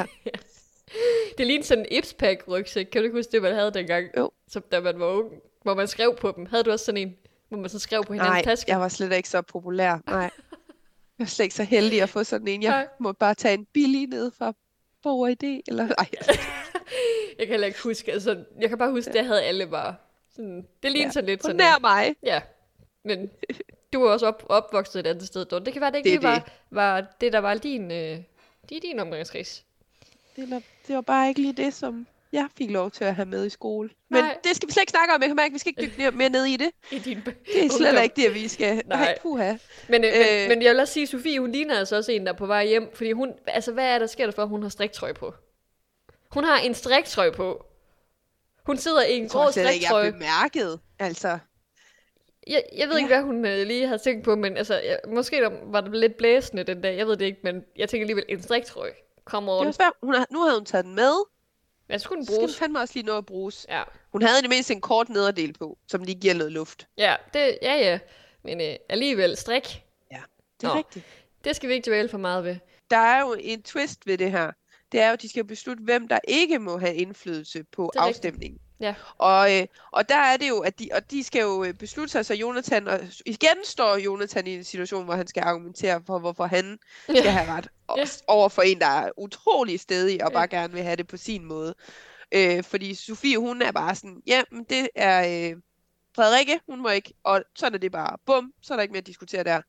Speaker 1: Det lignede sådan en Ipspack rygsæk. Kan du ikke huske det, man havde dengang?
Speaker 3: Jo.
Speaker 1: Så, da man var ung, hvor man skrev på dem. Havde du også sådan en, hvor man så skrev på hinandens
Speaker 3: Nej,
Speaker 1: taske?
Speaker 3: jeg var slet ikke så populær. Nej. Jeg var slet ikke så heldig at få sådan en. Jeg
Speaker 1: Nej.
Speaker 3: må bare tage en billig ned fra Borger I D. Eller... Ej,
Speaker 1: Jeg kan heller ikke huske. Altså, jeg kan bare huske, det havde alle bare. Sådan, det lignede
Speaker 3: Ja.
Speaker 1: sådan lidt
Speaker 3: på
Speaker 1: sådan
Speaker 3: nær
Speaker 1: en-
Speaker 3: mig.
Speaker 1: Ja, men du er også op, opvokset et andet sted, Dorte. Det kan være, det ikke
Speaker 3: Det
Speaker 1: lige
Speaker 3: er
Speaker 1: var, var det, der var din, øh, det er din omgangskreds.
Speaker 3: Eller, det var bare ikke lige det, som jeg fik lov til at have med i skole. Men
Speaker 1: Nej.
Speaker 3: det skal vi slet ikke snakke om. Jeg kan mærke, at vi skal ikke dykke mere- mere ned i det.
Speaker 1: I din
Speaker 3: Det er slet
Speaker 1: ungdom.
Speaker 3: ikke det, vi skal.
Speaker 1: Nej.
Speaker 3: Nej, puha.
Speaker 1: Men, øh, men,
Speaker 3: Øh.
Speaker 1: men jeg vil også sige, at Sofie, hun ligner altså også en, der er på vej hjem. Fordi hun, altså hvad er der sker der for, at hun har striktrøje på? Hun har en striktrøje på. Hun sidder i en
Speaker 3: Jeg
Speaker 1: grå
Speaker 3: tror slet ikke, jeg
Speaker 1: striktrøje.
Speaker 3: bemærket. Altså,
Speaker 1: Jeg, jeg ved
Speaker 3: Ja.
Speaker 1: ikke, hvad hun øh, lige havde tænkt på, men altså, jeg, måske der, var det lidt blæsende den dag. Jeg ved det ikke, men jeg tænker alligevel, en striktrøje. Come
Speaker 3: det
Speaker 1: on.
Speaker 3: var svært. Hun har, nu havde hun taget den med.
Speaker 1: Hvad skulle den
Speaker 3: Så skal den
Speaker 1: bruges?
Speaker 3: fandme også lige nå at bruges.
Speaker 1: Ja.
Speaker 3: Hun havde i det mindste en kort nederdel på, som lige giver noget luft.
Speaker 1: Ja, det, ja, ja. Men øh, alligevel, strik.
Speaker 3: Det er
Speaker 1: Nå.
Speaker 3: rigtigt.
Speaker 1: Det skal vi ikke dvæle for meget ved.
Speaker 3: Der er jo en twist ved det her. Det er jo, at de skal beslutte, hvem der ikke må have indflydelse på
Speaker 1: Det er rigtigt.
Speaker 3: afstemningen.
Speaker 1: Ja.
Speaker 3: Og, øh, og der er det jo, at de, og de skal jo øh, beslutte sig, så Jonathan, og igen står Jonathan i en situation, hvor han skal argumentere for, hvorfor han skal
Speaker 1: Ja.
Speaker 3: have ret. Og,
Speaker 1: Ja.
Speaker 3: over for en, der er utrolig stedig og
Speaker 1: Ja.
Speaker 3: bare gerne vil have det på sin måde. Øh, fordi Sofie, hun er bare sådan, ja, men det er, øh, Frederikke, hun må ikke, og sådan er det bare, bum, så er der ikke mere at diskutere der.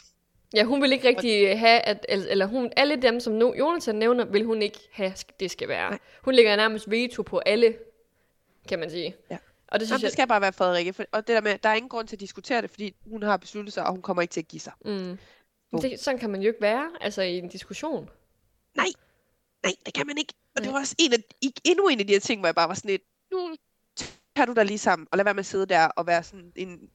Speaker 1: Ja, hun vil ikke rigtig have, at, eller, eller hun, alle dem, som no, Jonathan nævner, vil hun ikke have, det skal være. Nej. Hun lægger nærmest veto på alle, kan man sige.
Speaker 3: Ja.
Speaker 1: Og det synes
Speaker 3: Jamen,
Speaker 1: jeg...
Speaker 3: det skal bare være Frederikke, for, og det der med, der er ingen grund til at diskutere det, fordi hun har besluttet sig, og hun kommer ikke til at give sig.
Speaker 1: Mm. Det, sådan kan man jo ikke være, altså i en diskussion.
Speaker 3: Nej, nej, det kan man ikke. Og Nej. Det var også en af, endnu en af de her ting, hvor jeg bare var sådan lidt, nu tager du dig lige sammen, og lad være med at sidde der og være sådan en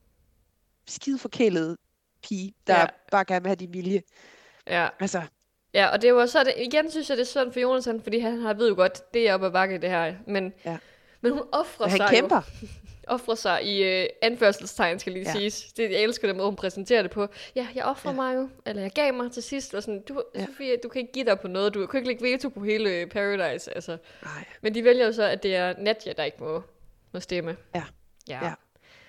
Speaker 3: skide forkælet pige, der ja. bare gerne vil have din vilje.
Speaker 1: Ja.
Speaker 3: Altså.
Speaker 1: Ja, og det var så, det, igen synes jeg, det er sådan for Jonathan, fordi han har ved jo godt, det er op ad bakke det her, men, ja. men hun offrer sig
Speaker 3: han kæmper.
Speaker 1: jo. Offrer sig i uh, anførselstegn, skal lige ja. siges. Det, jeg elsker det måde, hun præsenterer det på. Ja, jeg offrer ja. mig jo, eller jeg gav mig til sidst, og sådan, du, ja. Sofie, du kan ikke give dig på noget, du kan ikke lægge veto på hele Paradise, altså.
Speaker 3: Nej.
Speaker 1: Men de vælger jo så, at det er Nadia, der ikke må, må stemme.
Speaker 3: Ja.
Speaker 1: ja.
Speaker 3: ja.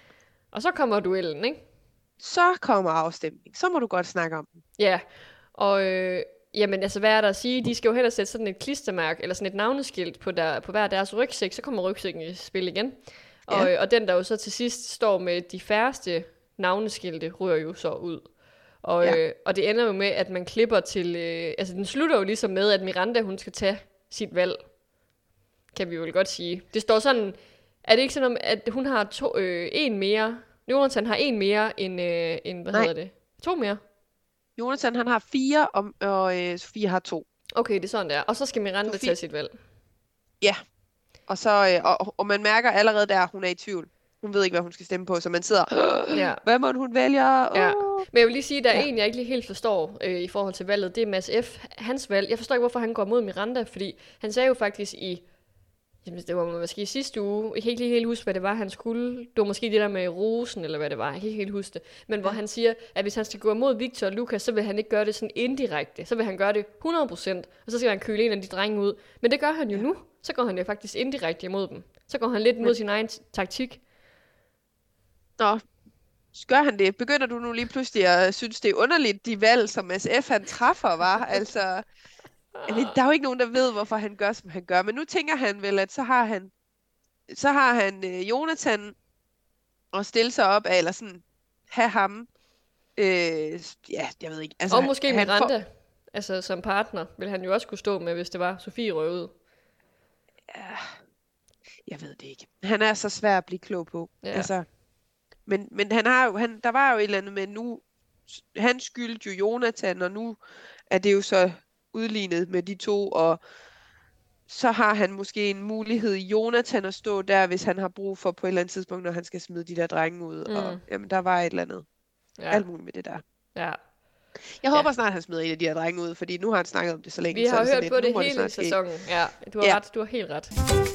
Speaker 1: Og så kommer duellen, ikke?
Speaker 3: Så kommer afstemning. Så må du godt snakke om den.
Speaker 1: Ja, og øh, jamen altså, hvad er der at sige? De skal jo hellere sætte sådan et klistermærke, eller sådan et navneskilt på, der, på hver deres rygsæk, så kommer rygsækken i spil igen. Ja. Og, og den, der jo så til sidst står med de færreste navneskilte, ryger jo så ud. Og, ja. øh, og det ender jo med, at man klipper til... Øh, altså, den slutter jo ligesom med, at Miranda, hun skal tage sit valg. Kan vi jo vel godt sige. Det står sådan... Er det ikke sådan, at hun har to, øh, en mere... Jonathan har en mere end... Øh, end hvad Nej. hedder det? To mere?
Speaker 3: Jonathan, han har fire, og, og øh, Sofie har to.
Speaker 1: Okay, det er sådan der. Og så skal Miranda Sofie... tage sit valg.
Speaker 3: Ja. Og, så, øh, og, og man mærker allerede der, at hun er i tvivl. Hun ved ikke, hvad hun skal stemme på, så man sidder, ja. Hvad må hun vælge?
Speaker 1: Ja. Men jeg vil lige sige, at der er ja. en, jeg ikke lige helt forstår øh, i forhold til valget. Det er Mads F. Hans valg. Jeg forstår ikke, hvorfor han går mod Miranda, fordi han sagde jo faktisk i, jamen det var måske i sidste uge, jeg kan ikke lige helt huske, hvad det var, han skulle. Det var måske det der med rosen, eller hvad det var, jeg kan ikke helt huske det. Men hvor han siger, at hvis han skal gå mod Victor og Lukas, så vil han ikke gøre det sådan indirekte. Så vil han gøre det hundrede procent, og så skal han køle en af de drenge ud. Men det gør han jo ja. nu. Så går han jo faktisk indirekte imod dem. Så går han lidt mod sin egen taktik.
Speaker 3: Nå, gør han det? Begynder du nu lige pludselig at synes, det er underligt, de valg, som S F han træffer, var? Altså, der er jo ikke nogen, der ved, hvorfor han gør, som han gør. Men nu tænker han vel, at så har han, så har han øh, Jonathan og stille sig op af, eller sådan, have ham. Øh, ja, jeg ved ikke. Altså,
Speaker 1: og måske
Speaker 3: han
Speaker 1: Miranda,
Speaker 3: får...
Speaker 1: altså som partner, vil han jo også kunne stå med, hvis det var Sofie røg ud.
Speaker 3: Ja, jeg ved det ikke. Han er så svær at blive klog på. Ja. Altså, men, men han har jo, han, der var jo et eller andet med nu, han skyldte jo Jonathan, og nu er det jo så udlignet med de to, og så har han måske en mulighed i Jonathan at stå der, hvis han har brug for på et eller andet tidspunkt, når han skal smide de der drenge ud, mm. og jamen, der var et eller andet. Ja. Alt muligt med det der.
Speaker 1: Ja.
Speaker 3: Jeg håber ja. snart, han smider en af de her drenge ud, fordi nu har han snakket om det så længe.
Speaker 1: Vi har
Speaker 3: så
Speaker 1: hørt
Speaker 3: lidt,
Speaker 1: på det hele det sæsonen. Ja, du har ja. ret, du har helt ret.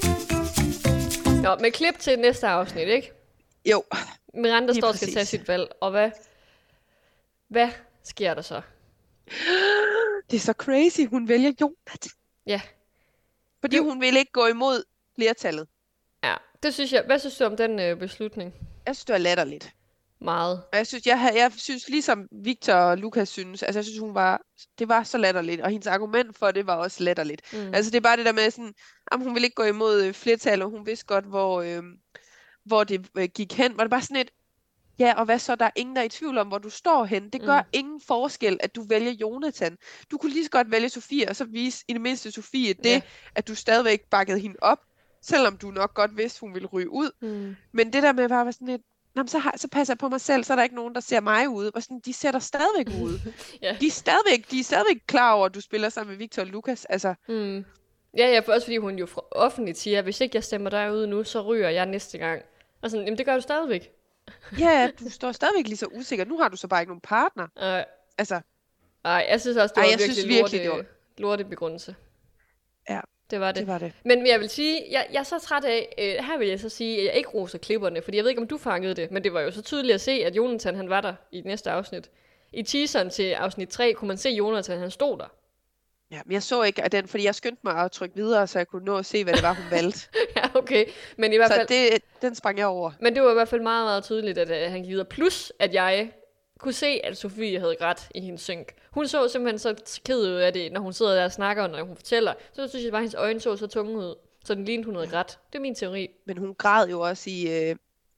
Speaker 1: Nå, med klip til næste afsnit, ikke?
Speaker 3: Jo.
Speaker 1: Miranda står og skal tage sit valg, og hvad, hvad sker der så?
Speaker 3: Det er så crazy, hun vælger Jonathan.
Speaker 1: Ja.
Speaker 3: Fordi jo. hun vil ikke gå imod flertallet.
Speaker 1: Ja, det synes jeg. Hvad synes du om den øh, beslutning?
Speaker 3: Jeg synes, det var latterligt.
Speaker 1: Meget.
Speaker 3: Og jeg synes, jeg, jeg synes ligesom Victor og Lukas synes, altså jeg synes, hun var, det var så latterligt, og hendes argument for det var også latterligt. Mm. Altså det er bare det der med sådan, om hun ville ikke gå imod øh, flertallet, og hun vidste godt, hvor, øh, hvor det øh, gik hen. Var det bare sådan et, ja, og hvad så, der er ingen, der er i tvivl om, hvor du står hen. Det gør mm. ingen forskel, at du vælger Jonathan. Du kunne lige så godt vælge Sofie, og så vise i det mindste Sofie det, ja. at du stadigvæk bakkede hende op, selvom du nok godt vidste, hun ville ryge ud. Mm. Men det der med bare var sådan et, Nå, så, har, så passer jeg på mig selv, så er der ikke nogen, der ser mig ude. Og sådan, de ser der stadigvæk ude. ja. de, er stadigvæk, de er stadigvæk klar over, at du spiller sammen med Victor og Lukas. Altså. Mm.
Speaker 1: Ja, ja, for også fordi hun jo offentligt siger, at hvis ikke jeg stemmer dig ude nu, så ryger jeg næste gang. Og sådan, jamen det gør du stadigvæk.
Speaker 3: ja, du står stadigvæk lige så usikker. Nu har du så bare ikke nogen partner.
Speaker 1: Nej.
Speaker 3: Altså.
Speaker 1: Nej, jeg synes også, det
Speaker 3: Ej,
Speaker 1: var
Speaker 3: jeg
Speaker 1: virkelig,
Speaker 3: synes virkelig
Speaker 1: lorte,
Speaker 3: det var...
Speaker 1: lortebegrundelse.
Speaker 3: Ja.
Speaker 1: Det var det.
Speaker 3: det var det.
Speaker 1: Men jeg vil sige, jeg, jeg er så træt af, øh, her vil jeg så sige, at jeg ikke roser klipperne, fordi jeg ved ikke, om du fangede det, men det var jo så tydeligt at se, at Jonathan, han var der i næste afsnit. I teaseren til afsnit tre, kunne man se Jonathan, han stod der.
Speaker 3: Ja, men jeg så ikke af den, fordi jeg skyndte mig at trykke videre, så jeg kunne nå at se, hvad det var, hun valgte.
Speaker 1: ja, okay. Men i hvert fald...
Speaker 3: Så det, den sprang jeg over.
Speaker 1: Men det var i hvert fald meget, meget tydeligt, at uh, han gik videre. Plus, at jeg kunne se, at Sofie havde grædt i hendes synk. Hun så simpelthen så ked ud af det, når hun sidder der og snakker, og når hun fortæller. Så synes jeg bare, at hendes øjne så så tunge ud. Så den lignede, hun havde grædt. Det er min teori.
Speaker 3: Men hun græd jo også i, øh,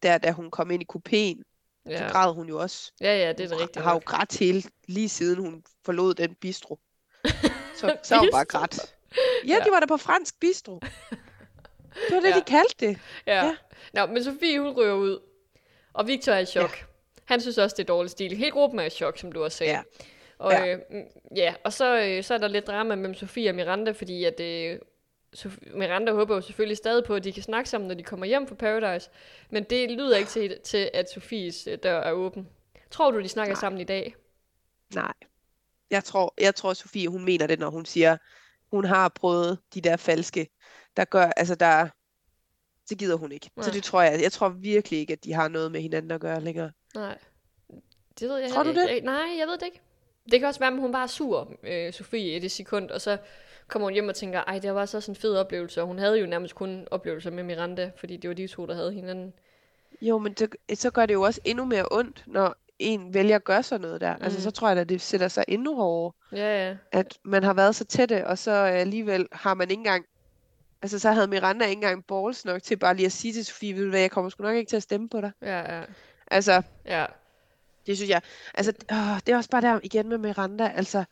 Speaker 3: der da hun kom ind i kupéen,
Speaker 1: Ja.
Speaker 3: så græd hun jo også.
Speaker 1: Ja, ja, det er
Speaker 3: Hun
Speaker 1: det rigtigt.
Speaker 3: har jo
Speaker 1: nok.
Speaker 3: grædt hele, lige siden hun forlod den bistro. Så, så har hun bare
Speaker 1: Bistro?
Speaker 3: grædt. Ja,
Speaker 1: Ja.
Speaker 3: de var der på fransk bistro. Det var det,
Speaker 1: Ja.
Speaker 3: de kaldte det.
Speaker 1: Ja.
Speaker 3: Ja.
Speaker 1: Nå, men Sofie, hun ryger ud. Og Victor er i chok. Ja. Han synes også, det er dårlig stil. Hele gruppen er i chok, som du også sagde.
Speaker 3: Ja.
Speaker 1: Og,
Speaker 3: Ja.
Speaker 1: øh, mm, ja, og så, øh, så er der lidt drama mellem Sofie og Miranda, fordi at, øh, Sof- Miranda håber jo selvfølgelig stadig på, at de kan snakke sammen, når de kommer hjem fra Paradise. Men det lyder ikke til, til at Sofies øh, dør er åben. Tror du, de snakker
Speaker 3: Nej.
Speaker 1: sammen i dag?
Speaker 3: Nej. Jeg tror, jeg tror, Sofie, hun mener det, når hun siger, hun har prøvet de der falske, der gør, altså der, så gider hun ikke.
Speaker 1: Nej.
Speaker 3: Så det tror jeg, jeg tror virkelig ikke, at de har noget med hinanden at gøre længere.
Speaker 1: Nej. Det ved jeg
Speaker 3: Tror du
Speaker 1: heller
Speaker 3: det?
Speaker 1: ikke. Nej, jeg ved det ikke. Det kan også være, at hun bare er sur, øh, Sofie, i det sekund, og så kommer hun hjem og tænker, ej, det var så sådan en fed oplevelse, og hun havde jo nærmest kun oplevelser med Miranda, fordi det var de to, der havde hinanden.
Speaker 3: Jo, men det, så gør det jo også endnu mere ondt, når en vælger at gøre sådan noget der. Mm. Altså,
Speaker 1: Mm.
Speaker 3: så tror jeg, at det sætter sig endnu hårdere,
Speaker 1: Ja, ja.
Speaker 3: at man har været så tætte, og så alligevel har man ikke engang, altså så havde Miranda ikke engang balls nok til bare lige at sige til Sofie, ved du hvad, jeg kommer sgu nok ikke til at stemme på dig.
Speaker 1: Ja, ja.
Speaker 3: Altså,
Speaker 1: Ja,
Speaker 3: det synes jeg, altså, åh, det er også bare der igen med Miranda, altså,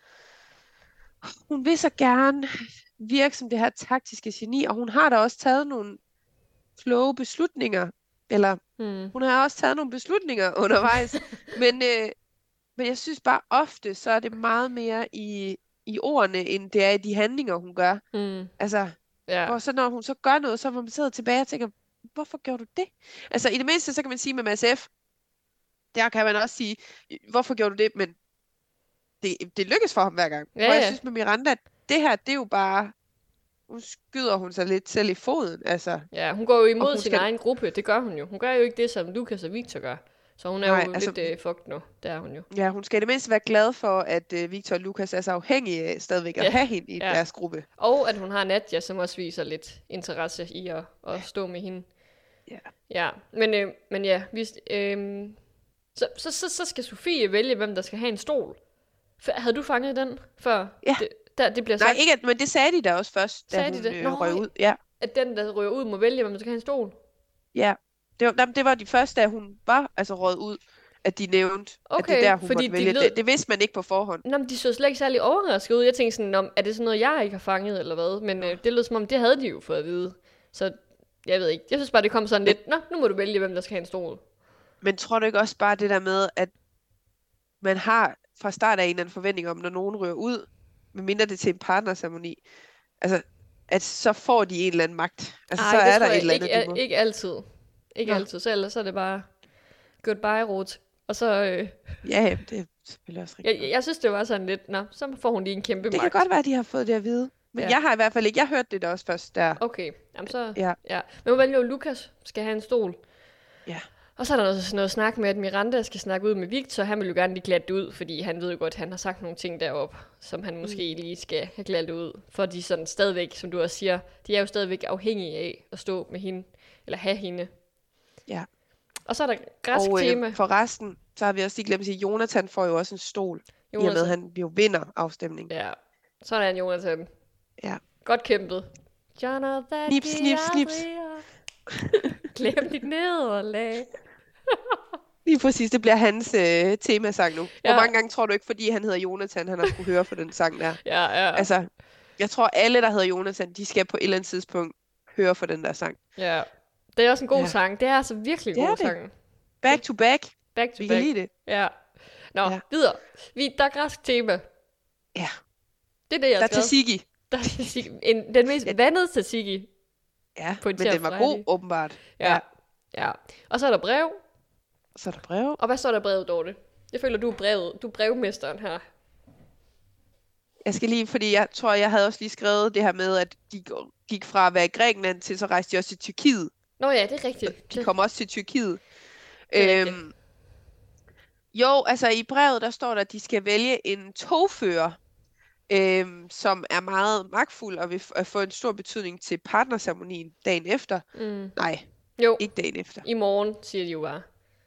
Speaker 3: hun vil så gerne virke som det her taktiske geni, og hun har da også taget nogle kloge beslutninger, eller
Speaker 1: hmm.
Speaker 3: hun har også taget nogle beslutninger undervejs, men, øh, men jeg synes bare ofte, så er det meget mere i, i ordene, end det er i de handlinger, hun gør.
Speaker 1: Hmm.
Speaker 3: Altså,
Speaker 1: Ja.
Speaker 3: og så når hun så gør noget, så hvor man sidder tilbage og tænker, hvorfor gjorde du det? Altså, i det mindste, så kan man sige med Mads F, der kan man også sige, hvorfor gjorde du det? Men det, det lykkes for ham hver gang.
Speaker 1: Ja,
Speaker 3: Hvor jeg
Speaker 1: ja.
Speaker 3: synes med Miranda, det her, det er jo bare, nu skyder hun sig lidt selv i foden. Altså,
Speaker 1: Ja, hun går jo imod
Speaker 3: hun
Speaker 1: sin
Speaker 3: skal-
Speaker 1: egen gruppe, det gør hun jo. Hun gør jo ikke det, som Lukas og Victor gør. Så hun er
Speaker 3: Nej,
Speaker 1: jo
Speaker 3: altså-
Speaker 1: lidt øh, fucked nu, det er hun jo.
Speaker 3: ja, hun skal i det mindste være glad for, at uh, Victor og Lukas er så afhængige af stadigvæk at
Speaker 1: Ja,
Speaker 3: have hende i
Speaker 1: ja.
Speaker 3: deres gruppe.
Speaker 1: Og at hun har Nadia, som også viser lidt interesse i at, at stå med hende.
Speaker 3: Ja.
Speaker 1: Ja, men, øh, men ja, vi, øh, så, så, så, så skal Sofie vælge, hvem der skal have en stol. F- havde du fanget den før?
Speaker 3: Ja.
Speaker 1: Det, der, det bliver
Speaker 3: Nej,
Speaker 1: sagt,
Speaker 3: ikke at, men det sagde de da også først, da
Speaker 1: Sagde de
Speaker 3: hun
Speaker 1: det?
Speaker 3: øh,
Speaker 1: Nå,
Speaker 3: røg ud. Ja,
Speaker 1: at den, der ryger ud, må vælge, hvem der skal have en stol.
Speaker 3: ja. Det var, jamen, det var de første, da hun var altså røget ud, at de nævnte, at det
Speaker 1: Okay,
Speaker 3: er der, hun
Speaker 1: fordi
Speaker 3: måtte
Speaker 1: de
Speaker 3: vælge.
Speaker 1: lød-
Speaker 3: Det, det vidste man ikke på forhånd.
Speaker 1: Nå, men de så slet ikke særlig overrasket ud. Jeg tænkte sådan, om, er det sådan noget, jeg ikke har fanget, eller hvad? Men øh, det lød som om, det havde de jo fået at vide. Så jeg ved ikke. Jeg synes bare, det kom sådan lidt, nå, nu må du vælge, hvem der skal have en stol.
Speaker 3: Men tror du ikke også bare det der med, at man har fra start af en eller anden forventning om, når nogen ryger ud, medmindre det er til en partnerceremoni, altså, at så får de en eller anden magt. Altså,
Speaker 1: Ej,
Speaker 3: så
Speaker 1: det
Speaker 3: er
Speaker 1: tror
Speaker 3: der
Speaker 1: jeg
Speaker 3: et eller
Speaker 1: ikke,
Speaker 3: andet,
Speaker 1: al-
Speaker 3: du må.
Speaker 1: ikke altid. Ikke
Speaker 3: Nå.
Speaker 1: altid. Så ellers så er det bare goodbye, Ruth. Og så, øh,
Speaker 3: Ja, ja, det er selvfølgelig også rigtigt.
Speaker 1: jeg, jeg synes, det var sådan lidt, nå, så får hun lige en kæmpe
Speaker 3: Det
Speaker 1: magt.
Speaker 3: kan godt være, at de har fået det at vide. Men
Speaker 1: Ja.
Speaker 3: jeg har i hvert fald ikke, jeg hørte det da også først der.
Speaker 1: Okay, jamen så,
Speaker 3: Ja.
Speaker 1: ja. Men hun vælger jo, Lukas skal have en stol.
Speaker 3: Ja.
Speaker 1: Og så er der også sådan noget snak med, at Miranda skal snakke ud med Victor. Han vil jo gerne lige glatte det ud, fordi han ved jo godt, at han har sagt nogle ting deroppe, som han måske
Speaker 3: Mm.
Speaker 1: lige skal have glattet ud. For de sådan stadigvæk, som du også siger, de er jo stadigvæk afhængige af at stå med hende, eller have hende.
Speaker 3: Ja.
Speaker 1: Og så er der græsk
Speaker 3: Og
Speaker 1: tema.
Speaker 3: øh, for resten, så har vi også lige glemt at sige, at Jonathan får jo også en stol, i og med, at han jo vinder afstemningen.
Speaker 1: Ja, sådan er en Jonathan.
Speaker 3: Ja.
Speaker 1: Godt kæmpet. Jonathan,
Speaker 3: Snip, snip, snips.
Speaker 1: Glem dit nederlag.
Speaker 3: Lige præcis, det bliver hans øh, temasang nu.
Speaker 1: Ja.
Speaker 3: Hvor mange gange tror du ikke, fordi han hedder Jonathan, han har skulle høre for den sang der?
Speaker 1: Ja, ja.
Speaker 3: Altså, jeg tror alle, der hedder Jonathan, de skal på et eller andet tidspunkt høre for den der sang.
Speaker 1: ja. Det er også en god
Speaker 3: Ja.
Speaker 1: sang. Det er altså virkelig en
Speaker 3: Det er
Speaker 1: god
Speaker 3: det.
Speaker 1: sang.
Speaker 3: Back to back.
Speaker 1: Back to
Speaker 3: Vi kan
Speaker 1: back.
Speaker 3: lide det.
Speaker 1: Ja. Nå,
Speaker 3: Ja.
Speaker 1: videre. Vi, der er græsk tema.
Speaker 3: Ja.
Speaker 1: Det er det, jeg
Speaker 3: Der
Speaker 1: har
Speaker 3: er
Speaker 1: skrevet.
Speaker 3: tzatziki.
Speaker 1: Der er tzatziki. En, den mest
Speaker 3: Ja.
Speaker 1: vandede tzatziki.
Speaker 3: Ja,
Speaker 1: På en
Speaker 3: men
Speaker 1: Tia
Speaker 3: den var
Speaker 1: Friday.
Speaker 3: god, åbenbart.
Speaker 1: Ja. ja. Og så er der brev.
Speaker 3: Så er der brev.
Speaker 1: Og hvad står der i brevet, Dorte? Jeg føler, du er, brevet, du er brevmesteren her.
Speaker 3: Jeg skal lige, fordi jeg tror, jeg havde også lige skrevet det her med, at de gik fra at være i Grækenland til, så rejste de også til Tyrkiet.
Speaker 1: Nå ja, det er rigtigt.
Speaker 3: De
Speaker 1: Det-
Speaker 3: kom også til Tyrkiet.
Speaker 1: Det er rigtigt.
Speaker 3: Øhm, jo, altså i brevet, der står der, at de skal vælge en togfører, øhm, som er meget magtfuld og vil f- at få en stor betydning til partnerceremonien dagen efter.
Speaker 1: Mm.
Speaker 3: Nej,
Speaker 1: Jo,
Speaker 3: ikke dagen efter.
Speaker 1: i morgen, siger de jo bare.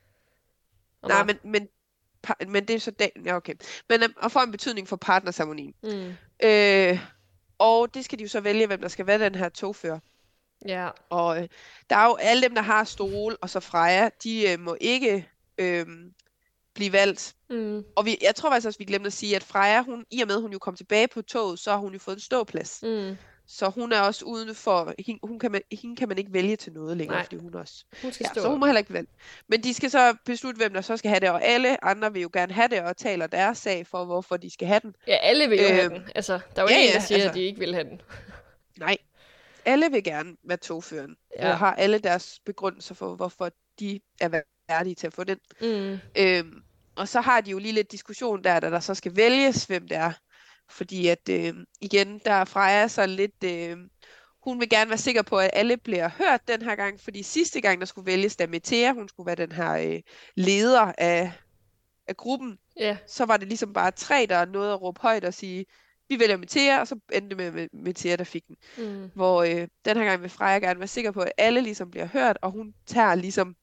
Speaker 1: Og
Speaker 3: Nej,
Speaker 1: bare-
Speaker 3: men, men, par- men det er så dagen, ja okay. Men øhm, at få en betydning for partnerceremonien.
Speaker 1: Mm.
Speaker 3: Øh, og det skal de jo så vælge, hvem der skal være den her togfører.
Speaker 1: Ja.
Speaker 3: Og øh, der er jo alle dem, der har stol, og så Freja, de øh, må ikke øh, blive valgt.
Speaker 1: Mm.
Speaker 3: Og vi, jeg tror faktisk også, vi glemte at sige, at Freja, hun, i og med, at hun jo kom tilbage på toget, så har hun jo fået en ståplads.
Speaker 1: Mm.
Speaker 3: Så hun er også uden for, hende, hun kan man, hende kan man ikke vælge til noget længere,
Speaker 1: Nej.
Speaker 3: fordi hun også...
Speaker 1: Hun skal
Speaker 3: Ja,
Speaker 1: stå.
Speaker 3: så hun må heller ikke blive valgt. Men de skal så beslutte, hvem der så skal have det, og alle andre vil jo gerne have det, og taler deres sag for, hvorfor de skal have den.
Speaker 1: Ja, alle vil jo
Speaker 3: Øhm,
Speaker 1: have den. Altså, der er jo
Speaker 3: ja,
Speaker 1: ingen, der
Speaker 3: ja,
Speaker 1: siger,
Speaker 3: altså-
Speaker 1: at de ikke vil have den.
Speaker 3: Nej, alle vil gerne være togføren,
Speaker 1: Ja.
Speaker 3: og har alle deres begrundelser for, hvorfor de er værdige til at få den.
Speaker 1: Mm.
Speaker 3: Øhm, og så har de jo lige lidt diskussion der, da der så skal vælges, hvem det er. Fordi at, øh, igen, der er Freja så lidt... Øh, hun vil gerne være sikker på, at alle bliver hørt den her gang, fordi sidste gang, der skulle vælges, da Metea, hun skulle være den her øh, leder af, af gruppen,
Speaker 1: Ja.
Speaker 3: så var det ligesom bare tre, der nåede at råbe højt og sige, vi vælger Metea, og så endte det med, med Metea, der fik den.
Speaker 1: Mm.
Speaker 3: Hvor øh, den her gang vil Freja gerne være sikker på, at alle ligesom bliver hørt, og hun tager ligesom...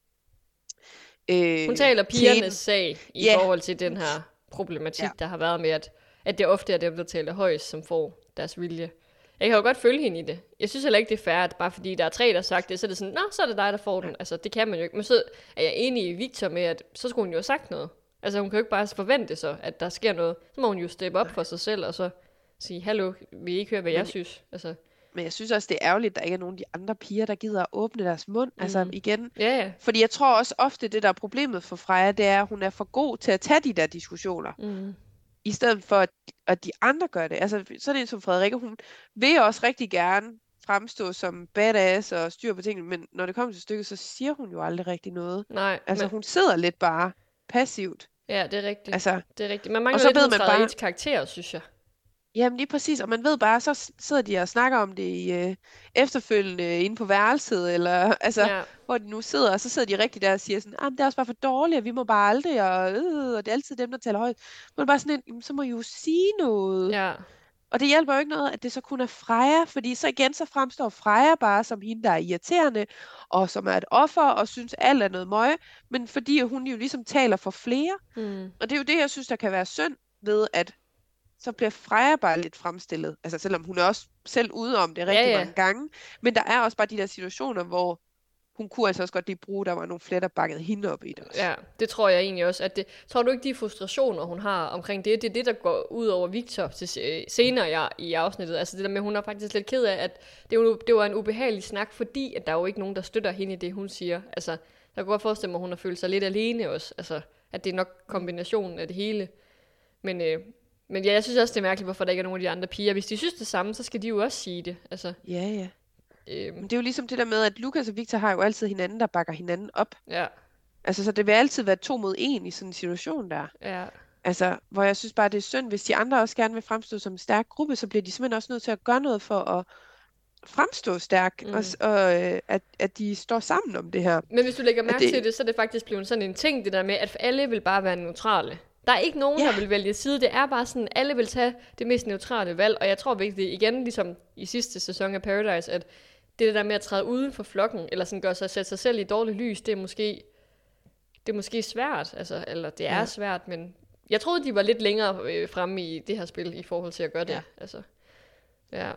Speaker 3: Øh,
Speaker 1: Hun taler
Speaker 3: teten.
Speaker 1: pigernes sag i
Speaker 3: Ja.
Speaker 1: forhold til den her problematik,
Speaker 3: Ja.
Speaker 1: der har været med, at, at det ofte er dem, der taler højst, som får deres vilje. Jeg kan jo godt følge hende i det. Jeg synes heller ikke, det er fair, at bare fordi der er tre, der har sagt det, så er det sådan, nå, så er det dig, der får den. Altså, det kan man jo ikke. Men så er jeg enig i Victor med, at så skulle hun jo have sagt noget. Altså, hun kan jo ikke bare forvente så, at der sker noget. Så må hun jo steppe op for sig selv, og så sige, hallo, vil I ikke høre, hvad jeg
Speaker 3: Men-
Speaker 1: synes? Altså,
Speaker 3: Men jeg synes også, det er ærgerligt, at der ikke er nogen af de andre piger, der gider at åbne deres mund. Mm. Altså igen,
Speaker 1: ja, ja.
Speaker 3: fordi jeg tror også ofte, det der er problemet for Freja, det er, at hun er for god til at tage de der diskussioner.
Speaker 1: Mm.
Speaker 3: I stedet for, at, at de andre gør det. Altså sådan en som Frederikke, hun vil også rigtig gerne fremstå som badass og styr på tingene, men når det kommer til stykket, så siger hun jo aldrig rigtig noget.
Speaker 1: Nej,
Speaker 3: Altså
Speaker 1: men,
Speaker 3: hun sidder lidt bare passivt.
Speaker 1: ja, det er rigtigt.
Speaker 3: Altså,
Speaker 1: Det er rigtigt. Man mangler
Speaker 3: så
Speaker 1: lidt
Speaker 3: ved
Speaker 1: en
Speaker 3: man
Speaker 1: træder
Speaker 3: bare-
Speaker 1: i karakter, synes jeg.
Speaker 3: jamen lige præcis, og man ved bare, så s- sidder de og snakker om det i øh, efterfølgende inde på værelset, eller altså,
Speaker 1: Ja.
Speaker 3: hvor de nu sidder, og så sidder de rigtig der og siger sådan, ah, men det er også bare for dårligt, og vi må bare aldrig, og, øh, og det er altid dem, der taler højt. Men bare sådan en, "Jamen, så må I jo sige noget.
Speaker 1: Ja.
Speaker 3: Og det hjælper jo ikke noget, at det så kun er Freja, fordi så igen så fremstår Freja bare som hende, der er irriterende, og som er et offer, og synes alt er noget møje, men fordi hun jo ligesom taler for flere.
Speaker 1: Mm.
Speaker 3: Og det er jo det, jeg synes, der kan være synd ved, at så bliver Freja bare lidt fremstillet. Altså selvom hun er også selv ude om det rigtig
Speaker 1: Ja, ja.
Speaker 3: mange gange. Men der er også bare de der situationer, hvor hun kunne altså også godt lige bruge, der var nogle flere, der bakkede hende op i det også.
Speaker 1: Ja, det tror jeg egentlig også. At det, tror du ikke, de frustrationer, hun har omkring det, det er det, der går ud over Victor til øh, senere i, i afsnittet. Altså det der med, at hun er faktisk lidt ked af, at det, var, det var en ubehagelig snak, fordi at der er jo ikke nogen, der støtter hende i det, hun siger. Altså, jeg kan godt forestille mig, at hun har følt sig lidt alene også. Altså, at det er nok kombinationen af det hele. Men, øh, men ja, jeg synes også, det er mærkeligt, hvorfor der ikke er nogen af de andre piger. Hvis de synes det samme, så skal de jo også sige det. Altså,
Speaker 3: Ja, ja.
Speaker 1: øh,
Speaker 3: Men det er jo ligesom det der med, at Lukas og Victor har jo altid hinanden, der bakker hinanden op.
Speaker 1: ja,
Speaker 3: Altså, så det vil altid være to mod en i sådan en situation der.
Speaker 1: ja,
Speaker 3: Altså, hvor jeg synes bare, det er synd, hvis de andre også gerne vil fremstå som en stærk gruppe, så bliver de simpelthen også nødt til at gøre noget for at fremstå stærk,
Speaker 1: Mm.
Speaker 3: og, s- og øh, at, at de står sammen om det her.
Speaker 1: Men hvis du lægger mærke
Speaker 3: det-
Speaker 1: det... til det, så er det faktisk blevet sådan en ting, det der med, at alle vil bare være neutrale. Der er ikke nogen,
Speaker 3: Ja.
Speaker 1: der vil vælge side. Det er bare sådan, alle vil tage det mest neutrale valg. Og jeg tror virkelig, igen, ligesom i sidste sæson af Paradise, at det der med at træde uden for flokken, eller sådan gøre sig, sætte sig selv i dårligt lys, det er måske, det er måske svært. Altså, eller det er
Speaker 3: Ja.
Speaker 1: svært, men jeg troede, de var lidt længere øh, fremme i det her spil, i forhold til at gøre det.
Speaker 3: Ja.
Speaker 1: Altså, ja.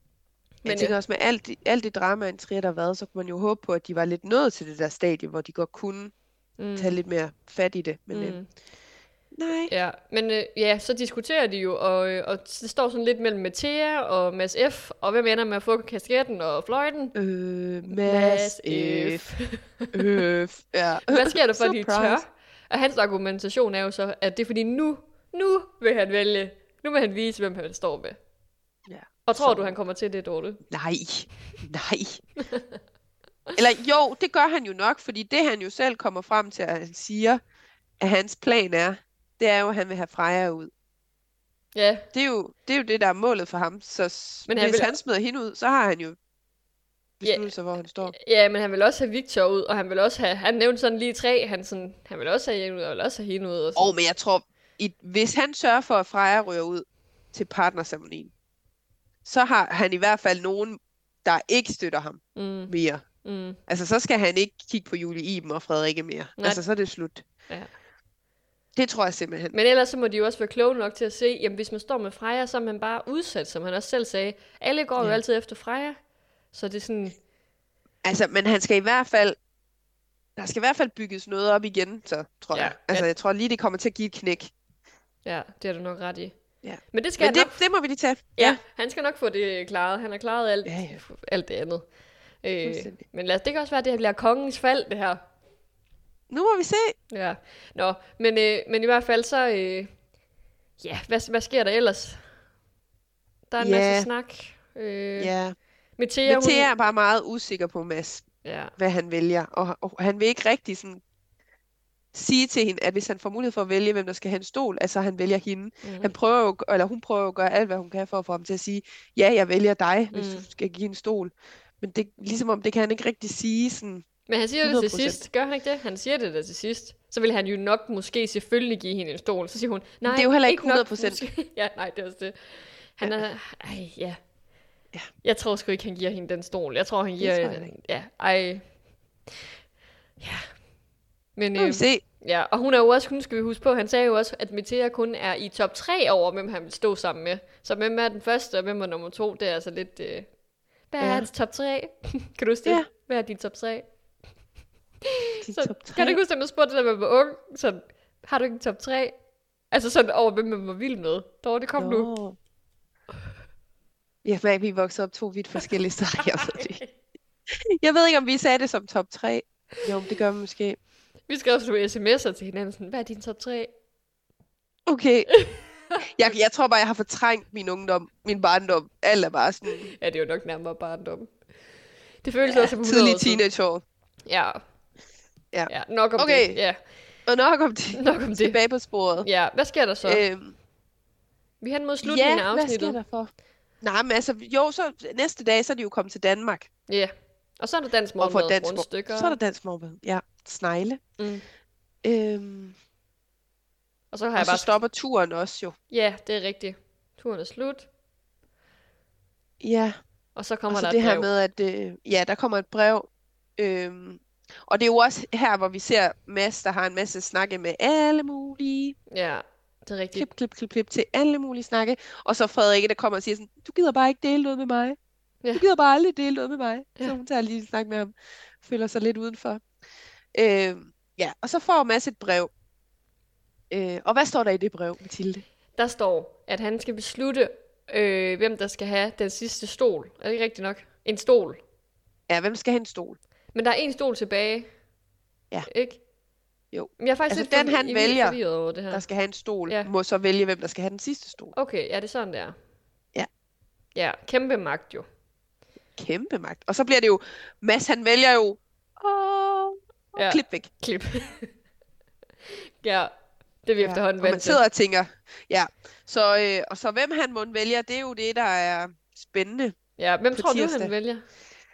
Speaker 3: Men jeg tænker også, med alt, det- alt det drama, en trier, der har været, så kunne man jo håbe på, at de var lidt nået til det der stadie, hvor de godt kunne
Speaker 1: mm.
Speaker 3: tage lidt mere fat i det. Men mm. øh,
Speaker 1: Mm.
Speaker 3: nej.
Speaker 1: Ja, men øh, ja, så diskuterer de jo, og, øh, og det står sådan lidt mellem Metea og Mads F, og hvem ender med at få kasketten og fløjten?
Speaker 3: Øh, Mads F. Øh, ja.
Speaker 1: Hvad sker der for, at de
Speaker 3: Surprise.
Speaker 1: tør? Og hans argumentation er jo så, at det er fordi nu, nu vil han vælge, nu vil han vise, hvem han står med.
Speaker 3: Ja.
Speaker 1: Og tror
Speaker 3: Så-
Speaker 1: du, han kommer til det, Dorte?
Speaker 3: Nej, nej. Eller jo, det gør han jo nok, fordi det han jo selv kommer frem til, at han siger, at hans plan er, det er jo, at han vil have Freja ud.
Speaker 1: Ja,
Speaker 3: Det er jo det, er jo det der er målet for ham. Så s-
Speaker 1: Men han
Speaker 3: hvis
Speaker 1: vil-
Speaker 3: han smider hende ud, så har han jo besluttet sig, hvor han står.
Speaker 1: ja, men han vil også have Victor ud, og han vil også have, han nævnte sådan lige tre, han, sådan, han vil også have hende ud, og vil også have hende ud. Og sådan.
Speaker 3: Og men jeg tror, i, hvis han sørger for, at Freja ryger ud til partnerceremonien, så har han i hvert fald nogen, der ikke støtter ham
Speaker 1: Mm,
Speaker 3: mere.
Speaker 1: mm,
Speaker 3: Altså, så skal han ikke kigge på Julie Iben og Frederikke mere.
Speaker 1: Nej.
Speaker 3: Altså, så er det slut.
Speaker 1: ja.
Speaker 3: Det tror jeg simpelthen.
Speaker 1: Men ellers så må de jo også være kloge nok til at se, jamen hvis man står med Freja, så er man bare udsat, som han også selv sagde. Alle går jo
Speaker 3: Ja.
Speaker 1: altid efter Freja. Så det er sådan,
Speaker 3: Altså, men han skal i hvert fald, der skal i hvert fald bygges noget op igen, så tror
Speaker 1: Ja,
Speaker 3: jeg. Altså,
Speaker 1: ja.
Speaker 3: jeg tror lige, det kommer til at give et knæk.
Speaker 1: Ja, det er du nok ret i.
Speaker 3: Ja.
Speaker 1: Men det skal
Speaker 3: Men
Speaker 1: han
Speaker 3: det,
Speaker 1: nok.
Speaker 3: det må vi lige tage.
Speaker 1: Ja, han skal nok få det klaret. Han har klaret alt,
Speaker 3: Ja, ja.
Speaker 1: alt det andet. Øh,
Speaker 3: Fuldstændig.
Speaker 1: men lad os, det kan også være, at det her bliver kongens fald, det her.
Speaker 3: Nu må vi se.
Speaker 1: Ja, nå, men, øh, men i hvert fald så, øh, ja, hvad, hvad sker der ellers? Der er en
Speaker 3: Ja.
Speaker 1: masse snak. Øh,
Speaker 3: Ja.
Speaker 1: Metea,
Speaker 3: Men Thea er bare meget usikker på Mads,
Speaker 1: Ja,
Speaker 3: hvad han vælger. Og, og han vil ikke rigtig sådan sige til hende, at hvis han får mulighed for at vælge, hvem der skal have en stol, altså han vælger hende.
Speaker 1: mm,
Speaker 3: Han prøver jo, eller hun prøver jo at gøre alt, hvad hun kan for at få ham til at sige, ja, jeg vælger dig, hvis
Speaker 1: Mm.
Speaker 3: du skal give en stol. Men det ligesom om, det kan han ikke rigtig sige sådan.
Speaker 1: men han siger det
Speaker 3: hundrede
Speaker 1: til
Speaker 3: procent.
Speaker 1: sidst, gør han ikke det? Han siger det der til sidst. Så vil han jo nok måske selvfølgelig give hende en stol. Så siger hun, nej,
Speaker 3: det er jo heller ikke
Speaker 1: nok,
Speaker 3: hundrede procent.
Speaker 1: måske. Ja, nej, det er også det. Han er, ej, ja.
Speaker 3: Ja.
Speaker 1: Jeg tror sgu ikke, han giver hende den stol. Jeg tror, han giver,
Speaker 3: tror jeg da ikke.
Speaker 1: ja, ej. Ja. Men,
Speaker 3: Nu må vi
Speaker 1: øh,
Speaker 3: se.
Speaker 1: ja, og hun er jo også, hun skal vi huske på, han sagde jo også, at Metea kun er i top tre over, hvem han vil stå sammen med. Så hvem er den første, og hvem er nummer to, det er altså lidt, øh, hvad er
Speaker 3: Ja.
Speaker 1: hans top tre? Kan du huske det?
Speaker 3: Ja.
Speaker 1: Hvad er dit top tre?
Speaker 3: De
Speaker 1: Så,
Speaker 3: top
Speaker 1: kan
Speaker 3: tre.
Speaker 1: du ikke huske, at man spurgte, da man var ung? Sådan, har du ikke en top tre? Altså sådan over, hvem man var vild med. Dog, det kom nu.
Speaker 3: Nå. Jeg kan mærke, at vi er vokset op to vidt forskellige steder. Jeg ved, det. ikke. Jeg ved ikke, om vi sagde det som top tre. Jo, men det gør vi måske.
Speaker 1: Vi skrev også nogle sms'er til hinanden. Sådan, hvad er din top tre?
Speaker 3: Okay. Jeg, jeg tror bare, jeg har fortrængt min ungdom, min barndom. Alt er bare sådan
Speaker 1: Ja, det er jo nok nærmere barndom. Det føles
Speaker 3: ja,
Speaker 1: også som hundrede
Speaker 3: tidlige
Speaker 1: år siden.
Speaker 3: teenageår.
Speaker 1: Ja.
Speaker 3: Ja.
Speaker 1: ja. nok om
Speaker 3: Okay.
Speaker 1: det. Ja,
Speaker 3: Og nok om det.
Speaker 1: nok om det.
Speaker 3: Tilbage på sporet.
Speaker 1: Ja, hvad sker der så?
Speaker 3: Øhm,
Speaker 1: Vi er hen mod slutningen af
Speaker 3: ja, hvad
Speaker 1: afsnittet.
Speaker 3: sker der for? Nej, men altså, jo, så næste dag, så er de jo kommet til Danmark.
Speaker 1: Ja. Og så er der dansk
Speaker 3: Og får
Speaker 1: morgenmad,
Speaker 3: dansk mor-
Speaker 1: rundstykker.
Speaker 3: Så er der dansk morgenmad. Ja, snegle.
Speaker 1: Mm.
Speaker 3: Øhm,
Speaker 1: Og så har
Speaker 3: og
Speaker 1: jeg
Speaker 3: så
Speaker 1: bare...
Speaker 3: stopper turen også jo.
Speaker 1: Ja, det er rigtigt. Turen er slut.
Speaker 3: Ja,
Speaker 1: Og så kommer
Speaker 3: og så
Speaker 1: der
Speaker 3: det
Speaker 1: et
Speaker 3: her
Speaker 1: brev.
Speaker 3: med, at øh, ja, der kommer et brev. Øhm, og det er jo også her, hvor vi ser Mads, der har en masse snakke med alle mulige.
Speaker 1: Ja, det er rigtigt.
Speaker 3: Klip, klip, klip, klip til alle mulige snakke. Og så Frederikke, der kommer og siger sådan, du gider bare ikke dele noget med mig.
Speaker 1: Ja.
Speaker 3: Du gider bare aldrig dele noget med mig.
Speaker 1: Ja.
Speaker 3: Så hun tager lige en snak med ham. Føler sig lidt udenfor. Øhm, ja, og så får Mads et brev. Øh, og hvad står der i det brev, Mathilde?
Speaker 1: Der står, at han skal beslutte, øh, hvem der skal have den sidste stol. Er det ikke rigtigt nok? En stol.
Speaker 3: Ja, hvem skal have en stol?
Speaker 1: Men der er en stol tilbage.
Speaker 3: Ja.
Speaker 1: Ikke?
Speaker 3: Jo.
Speaker 1: Men jeg er faktisk
Speaker 3: Altså,
Speaker 1: lidt
Speaker 3: den, han
Speaker 1: forvi-
Speaker 3: vælger,
Speaker 1: forvirret over det her.
Speaker 3: Der skal have en stol,
Speaker 1: Ja.
Speaker 3: må så vælge, hvem der skal have den sidste stol.
Speaker 1: Okay, ja, det er sådan, der.
Speaker 3: Ja.
Speaker 1: Ja, kæmpe magt jo.
Speaker 3: Kæmpe magt. Og så bliver det jo, Mads han vælger jo, åh,
Speaker 1: Ja.
Speaker 3: ja. klip væk.
Speaker 1: Klip. ja, det er vi
Speaker 3: Ja.
Speaker 1: efterhånden
Speaker 3: Og man
Speaker 1: vant til.
Speaker 3: sidder og tænker, ja. Så, øh, og så hvem han må vælge, det er jo det, der er spændende.
Speaker 1: Ja, hvem
Speaker 3: på
Speaker 1: tror du,
Speaker 3: tirsdag.
Speaker 1: han vælger?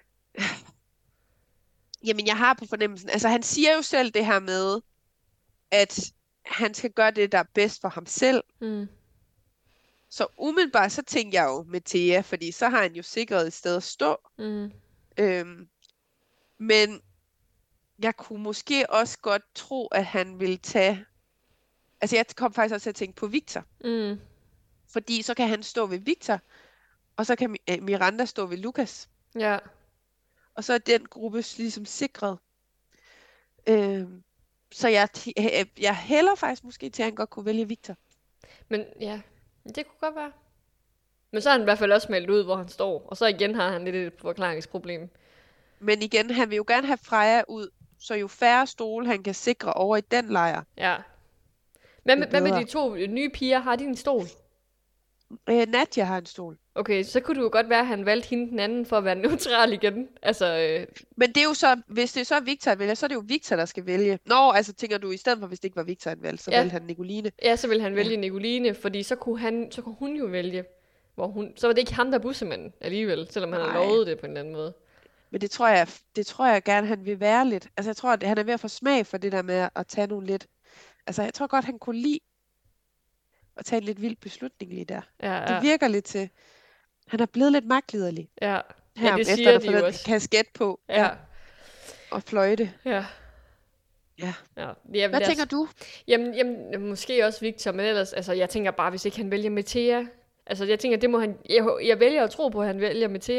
Speaker 3: Jamen, jeg har på fornemmelsen, altså han siger jo selv det her med, at han skal gøre det, der er bedst for ham selv.
Speaker 1: Mm.
Speaker 3: Så umiddelbart, så tænker jeg jo med Thea, fordi så har han jo sikret et sted at stå.
Speaker 1: Mm.
Speaker 3: Øhm, men jeg kunne måske også godt tro, at han ville tage... Altså jeg kom faktisk også til at tænke på Victor.
Speaker 1: Mm.
Speaker 3: Fordi så kan han stå ved Victor, og så kan Mi- øh, Miranda stå ved Lukas.
Speaker 1: Ja.
Speaker 3: Og så er den gruppe ligesom sikret. Øhm, så jeg, t- øh, jeg hælder faktisk måske til, at han godt kunne vælge Victor.
Speaker 1: Men ja, det kunne godt være. Men så har han i hvert fald også meldt ud, hvor han står. Og så igen har han lidt et forklaringsproblem.
Speaker 3: Men igen, han vil jo gerne have Freja ud, så jo færre stole han kan sikre over i den lejr.
Speaker 1: Ja. Hvad med,
Speaker 3: Det er
Speaker 1: hvad med
Speaker 3: bedre.
Speaker 1: de to nye piger? Har de en stol?
Speaker 3: Øh, Nadia har en stol.
Speaker 1: Okay, så kunne det jo godt være, at han valgte hende den anden for at være neutral igen. Altså, øh,
Speaker 3: Men det er jo så, hvis det er så Victor, han vælger, så er det jo Victor, der skal vælge. Nå, altså tænker du, i stedet for, hvis det ikke var Victor, han valgte, så
Speaker 1: Ja.
Speaker 3: valgte han Nicoline.
Speaker 1: ja, så ville han vælge Nicoline, fordi så kunne, han, så kunne hun jo vælge. Hvor hun, så var det ikke ham, der er bussemanden alligevel, selvom han har
Speaker 3: Nej.
Speaker 1: lovet det på en eller anden måde.
Speaker 3: Men det tror jeg, det tror jeg gerne, han vil være lidt. Altså jeg tror, at han er ved at få smag for det der med at tage nogle lidt... Altså jeg tror godt, han kunne lide at tage en lidt vild beslutning lige der.
Speaker 1: Ja,
Speaker 3: Det
Speaker 1: ja,
Speaker 3: virker lidt til... Han er blevet lidt magtliderlig
Speaker 1: ja.
Speaker 3: her,
Speaker 1: Ja, det
Speaker 3: efter
Speaker 1: siger
Speaker 3: at
Speaker 1: de
Speaker 3: få
Speaker 1: jo
Speaker 3: den
Speaker 1: også.
Speaker 3: kasket på
Speaker 1: Ja,
Speaker 3: og fløjte.
Speaker 1: ja.
Speaker 3: Ja.
Speaker 1: ja. Jamen,
Speaker 3: Hvad
Speaker 1: lad os-
Speaker 3: tænker du?
Speaker 1: Jamen, jamen, måske også Victor, men ellers, altså, jeg tænker bare, hvis ikke han vælger Metea. Altså, jeg tænker, det må han, jeg, jeg vælger at tro på, at han vælger Metea,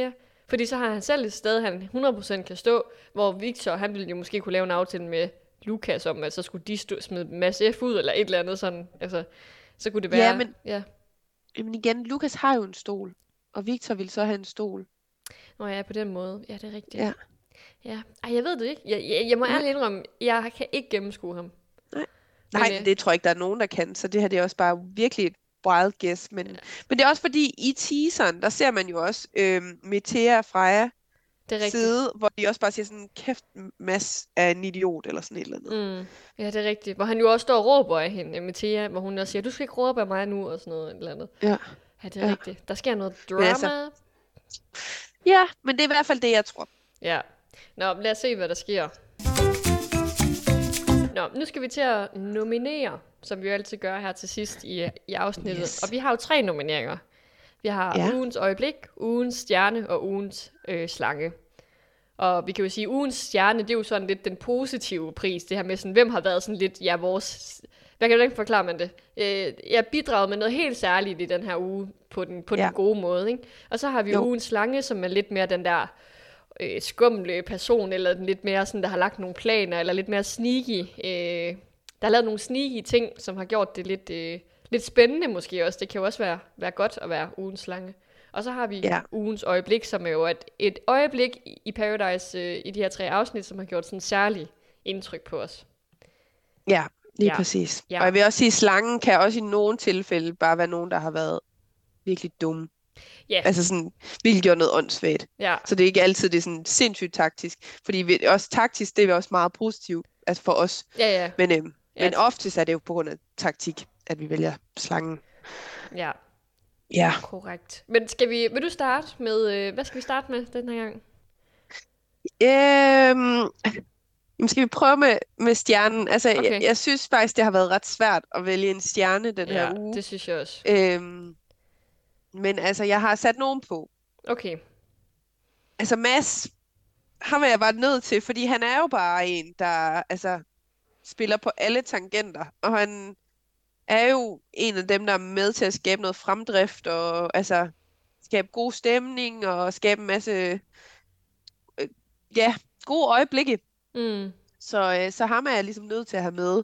Speaker 1: Fordi så har han selv et sted, han hundrede procent kan stå, hvor Victor, han ville jo måske kunne lave en aftale med Lukas om, at så skulle de stå, smide Mads F. ud, eller et eller andet sådan. Altså, så kunne det være...
Speaker 3: Ja, men,
Speaker 1: ja.
Speaker 3: men igen, Lukas har jo en stol, og Victor vil så have en stol.
Speaker 1: Nå ja, på den måde. Ja, det er rigtigt.
Speaker 3: Ja.
Speaker 1: Ja. Ej, jeg ved det ikke. Jeg, jeg, jeg må
Speaker 3: Nej.
Speaker 1: ærligt indrømme, jeg kan ikke gennemskue ham.
Speaker 3: Nej,
Speaker 1: Men,
Speaker 3: Nej
Speaker 1: øh,
Speaker 3: det tror jeg ikke, der er nogen, der kan, så det her det er også bare virkelig et wild guess. Men, ja. men det er også fordi, i teaseren, der ser man jo også øhm, Metea og Freja
Speaker 1: Det er rigtigt.
Speaker 3: side, hvor de også bare siger sådan, kæft, Mads er en idiot, eller sådan et eller andet.
Speaker 1: Mm. Ja, det er rigtigt. Hvor han jo også står og råber af hende, Metea, hvor hun også siger, du skal ikke råbe af mig nu, og sådan noget eller andet.
Speaker 3: Ja.
Speaker 1: Ja, det er
Speaker 3: Ja.
Speaker 1: rigtigt. Der sker noget drama.
Speaker 3: altså- Ja, men det er i hvert fald det, jeg tror.
Speaker 1: Ja. Nå, lad os se, hvad der sker. Nå, nu skal vi til at nominere, som vi jo altid gør her til sidst i, i afsnittet.
Speaker 3: Yes.
Speaker 1: Og vi har jo tre nomineringer. Vi har
Speaker 3: Ja.
Speaker 1: ugens øjeblik, ugens stjerne og ugens øh, slange. Og vi kan jo sige, at ugens stjerne, det er jo sådan lidt den positive pris. Det her med sådan, hvem har været sådan lidt, ja, vores... Hvad kan du ikke forklare man det? Øh, jeg bidraget med noget helt særligt i den her uge, på den, på
Speaker 3: Ja.
Speaker 1: den gode måde, ikke? Og så har vi
Speaker 3: Jo.
Speaker 1: ugens slange, som er lidt mere den der øh, skumle person, eller den lidt mere sådan, der har lagt nogle planer, eller lidt mere sneaky. Øh, der har lavet nogle sneaky ting, som har gjort det lidt, øh, lidt spændende måske også. Det kan jo også være, være godt at være ugens slange. Og så har vi
Speaker 3: Ja.
Speaker 1: ugens øjeblik, som er jo et, et øjeblik i Paradise øh, i de her tre afsnit, som har gjort sådan særlig indtryk på os.
Speaker 3: Ja, lige
Speaker 1: Ja.
Speaker 3: præcis.
Speaker 1: Ja.
Speaker 3: Og jeg vil også sige, at slangen kan også i nogle tilfælde bare være nogen, der har været virkelig dumme.
Speaker 1: Ja,
Speaker 3: Altså sådan, virkelig gjort noget åndssvagt.
Speaker 1: ja,
Speaker 3: Så det er ikke altid det er sådan sindssygt taktisk. Fordi vi, også taktisk, det er også meget positivt altså for os.
Speaker 1: ja, ja,
Speaker 3: Men, øhm,
Speaker 1: Ja.
Speaker 3: men oftest er det jo på grund af taktik, at vi vælger slangen.
Speaker 1: ja,
Speaker 3: Ja.
Speaker 1: korrekt. Men skal vi, vil du starte med, øh, hvad skal vi starte med den her gang?
Speaker 3: Øhm, jamen skal vi prøve med, med stjernen? Altså,
Speaker 1: Okay.
Speaker 3: jeg, jeg synes faktisk, det har været ret svært at vælge en stjerne den her
Speaker 1: Ja,
Speaker 3: uge.
Speaker 1: det synes jeg også.
Speaker 3: Øhm, men altså, jeg har sat nogen på.
Speaker 1: Okay,
Speaker 3: Altså Mads, ham er jeg bare nødt til, fordi han er jo bare en, der altså, spiller på alle tangenter. Og han er jo en af dem, der er med til at skabe noget fremdrift, og altså skabe god stemning, og skabe en masse øh, ja, gode øjeblikke.
Speaker 1: mm.
Speaker 3: Så, øh, så ham er jeg ligesom nødt til at have med.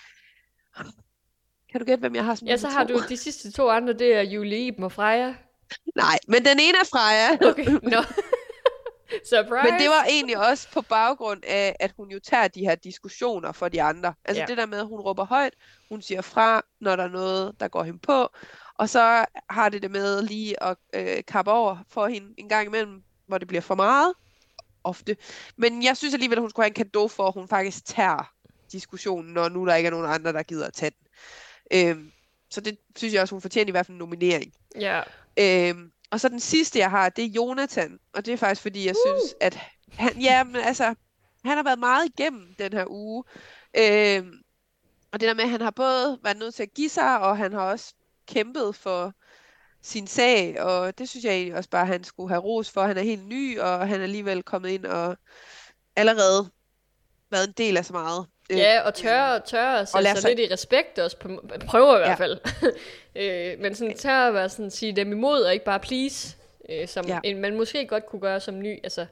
Speaker 3: Kan du gætte, hvem jeg har som
Speaker 1: Ja, så
Speaker 3: nummer
Speaker 1: har
Speaker 3: to?
Speaker 1: du de sidste to andre, det er Julie Iben og Freja.
Speaker 3: Nej, men den ene er Freja.
Speaker 1: Okay, nå. Surprise!
Speaker 3: Men det var egentlig også på baggrund af, at hun jo tager de her diskussioner for de andre. Altså
Speaker 1: Ja.
Speaker 3: det der med, at hun råber højt, hun siger fra, når der er noget, der går hende på. Og så har det det med lige at øh, kappe over for hende en gang imellem, hvor det bliver for meget. Ofte. Men jeg synes alligevel, at hun skulle have en cadeau for, at hun faktisk tager diskussionen, når nu der ikke er nogen andre, der gider at tage den. Øhm, så det synes jeg også, hun fortjener i hvert fald en nominering.
Speaker 1: Ja,
Speaker 3: Øhm, og så den sidste, jeg har, det er Jonathan. Og det er faktisk, fordi jeg uh. synes, at han, ja, men altså, han har været meget igennem den her uge. Øhm, og det der med, at han har både været nødt til at give sig, og han har også kæmpet for sin sag. Og det synes jeg egentlig også bare, at han skulle have ros for. Han er helt ny, og han er alligevel kommet ind og allerede været en del af så meget. Øh,
Speaker 1: ja, og tør, tør at sætte
Speaker 3: lad
Speaker 1: sig
Speaker 3: sig-
Speaker 1: lidt i respekt også, på, prøver i hvert
Speaker 3: Ja.
Speaker 1: fald. øh, men sådan tør at være sådan, sige dem imod, og ikke bare please, øh, som
Speaker 3: Ja.
Speaker 1: en, man måske godt kunne gøre som ny. Altså,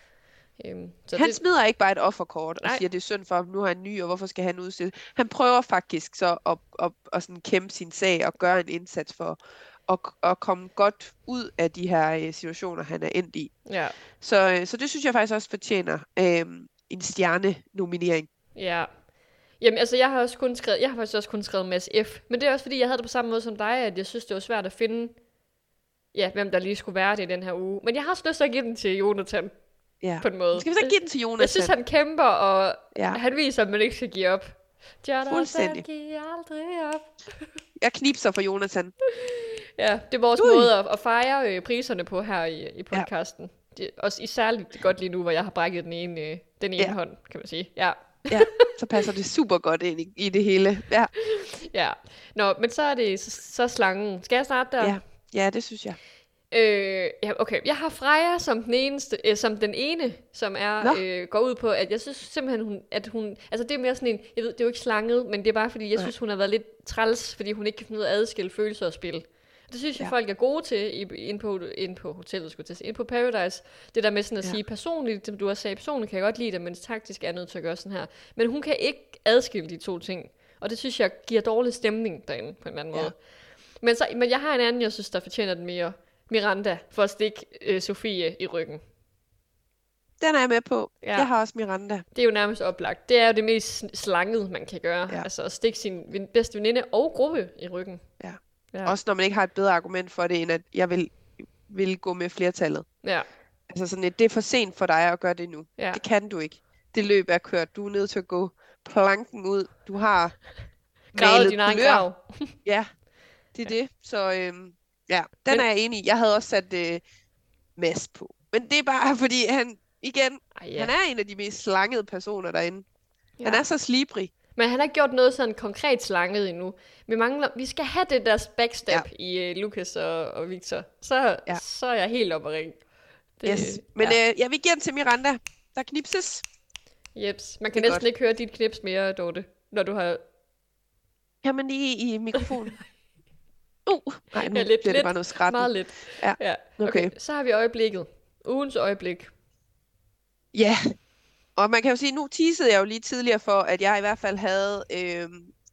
Speaker 1: øhm, så
Speaker 3: Han
Speaker 1: det,
Speaker 3: smider ikke bare et offerkort og
Speaker 1: Nej.
Speaker 3: siger, at det er synd for ham, nu er han ny, og hvorfor skal han udstilles? Han prøver faktisk så at, at, at sådan kæmpe sin sag og gøre en indsats for at, at komme godt ud af de her øh, situationer, han er endt i.
Speaker 1: ja,
Speaker 3: Så, øh, så det synes jeg faktisk også fortjener øh, en stjerne-nominering.
Speaker 1: ja. Jamen, altså, jeg har også kun skrevet, jeg har faktisk også kun skrevet Mads F. Men det er også fordi, jeg havde det på samme måde som dig, at jeg synes, det var svært at finde, ja, hvem der lige skulle være det i den her uge. Men jeg har også lyst til at give den til Jonathan,
Speaker 3: Ja.
Speaker 1: på en måde.
Speaker 3: Skal vi så give den til Jonathan?
Speaker 1: Jeg synes, han kæmper, og
Speaker 3: Ja.
Speaker 1: han viser, at man ikke skal give op. Jonathan,
Speaker 3: Fuldstændig.
Speaker 1: giv aldrig op.
Speaker 3: Jeg knipser for Jonathan.
Speaker 1: Ja, det er vores
Speaker 3: Ui.
Speaker 1: måde at, at fejre øh, priserne på her i, i podcasten. Ja. Det er også særligt godt lige nu, hvor jeg har brækket den ene, øh, den ene
Speaker 3: Ja.
Speaker 1: hånd, kan man sige. Ja.
Speaker 3: Ja, så passer det super godt ind i, i det hele. Ja.
Speaker 1: Ja. Nå, men så er det så, så slangen. Skal jeg starte der?
Speaker 3: Ja. Ja, det synes jeg.
Speaker 1: Øh, ja, okay. Jeg har Freja som den eneste, øh, som den ene, som er
Speaker 3: Nå.
Speaker 1: øh, går ud på, at jeg synes simpelthen, hun, at hun, altså det er mere sådan en, jeg ved, det er jo ikke slanget, men det er bare fordi, jeg
Speaker 3: Nej.
Speaker 1: synes, hun har været lidt træls, fordi hun ikke kan finde ud af at adskille følelser og spil. Det synes jeg,
Speaker 3: Ja.
Speaker 1: folk er gode til i- inde på, inde på hotellet, skulle jeg til at sige, inde på Paradise. Det der med sådan at
Speaker 3: Ja.
Speaker 1: sige personligt, som du har sagt, personligt kan jeg godt lide det, men taktisk er jeg nødt til at gøre sådan her. Men hun kan ikke adskille de to ting. Og det synes jeg giver dårlig stemning derinde, på en eller anden
Speaker 3: Ja.
Speaker 1: måde. Men, så, men jeg har en anden, jeg synes, der fortjener den mere. Miranda, for at stikke øh, Sofie i ryggen.
Speaker 3: Den er jeg med på.
Speaker 1: Ja.
Speaker 3: Jeg har også Miranda.
Speaker 1: Det er jo nærmest oplagt. Det er jo det mest slangede, man kan gøre.
Speaker 3: Ja.
Speaker 1: Altså at stikke sin ven- bedste veninde og gruppe i ryggen.
Speaker 3: Ja.
Speaker 1: Ja.
Speaker 3: Også når man ikke har et bedre argument for det, end at jeg vil, vil gå med flertallet.
Speaker 1: Ja.
Speaker 3: Altså sådan et, det er for sent for dig at gøre det nu.
Speaker 1: Ja.
Speaker 3: Det kan du ikke. Det løb er kørt. Du er nødt til at gå planken ud. Du har
Speaker 1: Gravet
Speaker 3: malet
Speaker 1: din egen
Speaker 3: kulør.
Speaker 1: grav.
Speaker 3: Ja, det er det. Så øhm, ja, den
Speaker 1: Men-
Speaker 3: er jeg enig i. Jeg havde også sat øh, Mads på. Men det er bare fordi, han igen,
Speaker 1: Ej,
Speaker 3: ja.
Speaker 1: ja.
Speaker 3: han er en af de mest slangede personer derinde.
Speaker 1: Ja.
Speaker 3: Han er så slibrig.
Speaker 1: Men han har ikke gjort noget sådan konkret slanget endnu. Vi mangler, vi skal have det der backstab ja. i uh, Lucas og, og Victor. Så,
Speaker 3: Ja.
Speaker 1: ja. så er jeg helt oppe at ringe. Det,
Speaker 3: Yes. Men
Speaker 1: ja.
Speaker 3: øh, ja, vi giver den til Miranda. Der knipses.
Speaker 1: Jeps. Man kan
Speaker 3: det er
Speaker 1: næsten
Speaker 3: godt.
Speaker 1: ikke høre dit knips mere, Dorte, når du har...
Speaker 3: Kan man lige i mikrofonen? Uh, nej, nu
Speaker 1: Ja, lidt-
Speaker 3: bliver det
Speaker 1: lidt.
Speaker 3: bare noget skræt.
Speaker 1: Meget lidt.
Speaker 3: Ja,
Speaker 1: ja.
Speaker 3: okay.
Speaker 1: Så har vi øjeblikket. Ugens øjeblik.
Speaker 3: Ja, og man kan jo sige, nu teasede jeg jo lige tidligere for, at jeg i hvert fald havde øh,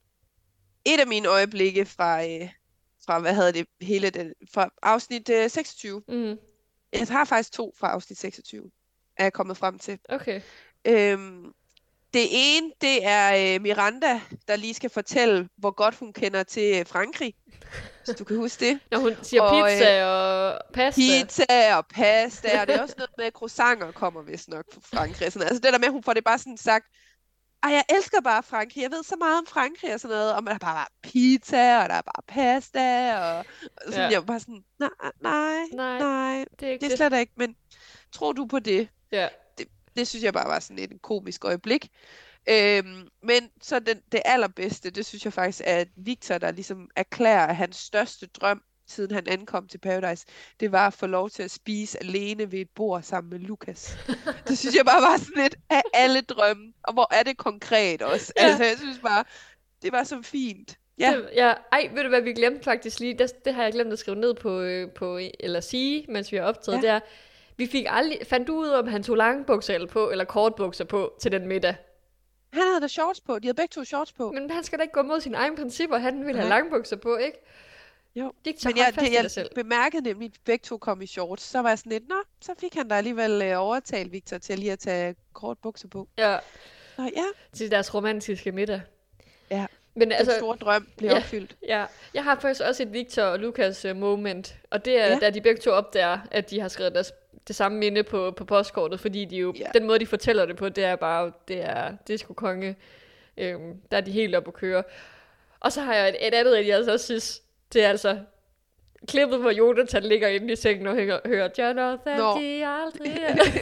Speaker 3: et af mine øjeblikke fra, øh, fra hvad hedder det, hele den, fra afsnit øh, seksogtyve.
Speaker 1: Mm.
Speaker 3: Jeg har faktisk to fra afsnit seksogtyve, er jeg kommet frem til.
Speaker 1: Okay.
Speaker 3: Øhm, det ene, det er øh, Miranda, der lige skal fortælle, hvor godt hun kender til øh, Frankrig. Hvis du kan huske det.
Speaker 1: Når hun siger
Speaker 3: Og,
Speaker 1: pizza og pasta.
Speaker 3: Pizza og pasta, og det er også noget med, croissanter kommer vist nok fra Frankrig. Sådan, altså det der med, hun får det bare sådan sagt, ej, jeg elsker bare Frankrig, jeg ved så meget om Frankrig og sådan noget, og der er bare pizza, og der er bare pasta, og, og sådan,
Speaker 1: Ja.
Speaker 3: jeg var bare sådan, nej, nej,
Speaker 1: Nej,
Speaker 3: nej,
Speaker 1: det er ikke
Speaker 3: det er
Speaker 1: det.
Speaker 3: slet ikke, men tror du på det?
Speaker 1: Ja.
Speaker 3: Det synes jeg bare var sådan et komisk øjeblik. Øhm, men så den, det allerbedste, det synes jeg faktisk er, at Victor, der ligesom erklærer, at hans største drøm, siden han ankom til Paradise, det var at få lov til at spise alene ved et bord sammen med Lucas. Det synes jeg bare var sådan lidt af alle drømme. Og hvor er det konkret også.
Speaker 1: Ja.
Speaker 3: Altså, jeg synes bare, det var så fint. Ja,
Speaker 1: Det, ja. Ej, ved du hvad, vi glemte faktisk lige, det, det har jeg glemt at skrive ned på, øh, på eller sige, mens vi har optaget,
Speaker 3: Ja.
Speaker 1: det er, vi fik aldrig, fandt du ud af, om han tog lange bukser eller på, eller kort bukser på til den middag.
Speaker 3: han havde da shorts på. De havde begge to shorts på.
Speaker 1: Men han skal da ikke gå mod sine egne principper, han ville have
Speaker 3: Nej.
Speaker 1: lange bukser på, ikke?
Speaker 3: Jo.
Speaker 1: Victor,
Speaker 3: Men
Speaker 1: hold
Speaker 3: jeg,
Speaker 1: fast
Speaker 3: det,
Speaker 1: i dig
Speaker 3: jeg
Speaker 1: selv.
Speaker 3: bemærkede nemlig, at begge to kom i shorts. Så var jeg sådan lidt, nå, så fik han da alligevel øh, overtalt Victor til lige at tage kort bukser på.
Speaker 1: Ja,
Speaker 3: Så ja,
Speaker 1: til deres romantiske middag.
Speaker 3: Ja.
Speaker 1: Men
Speaker 3: altså,
Speaker 1: altså,
Speaker 3: den store drøm blev
Speaker 1: ja.
Speaker 3: opfyldt.
Speaker 1: ja, jeg har faktisk også et Victor og Lucas uh, moment, og det er,
Speaker 3: Ja.
Speaker 1: ja. da de begge to opdager, at de har skrevet deres, det samme minde på, på postkortet, fordi de jo,
Speaker 3: Ja.
Speaker 1: den måde, de fortæller det på, det er bare, det er, det er sgu konge. Øhm, der er de helt oppe at køre. Og så har jeg et, et andet, jeg altså også synes, det er altså klippet, hvor Jonathan ligger inde i sengen og hører, hører Jonathan,
Speaker 3: Nå.
Speaker 1: de aldrig.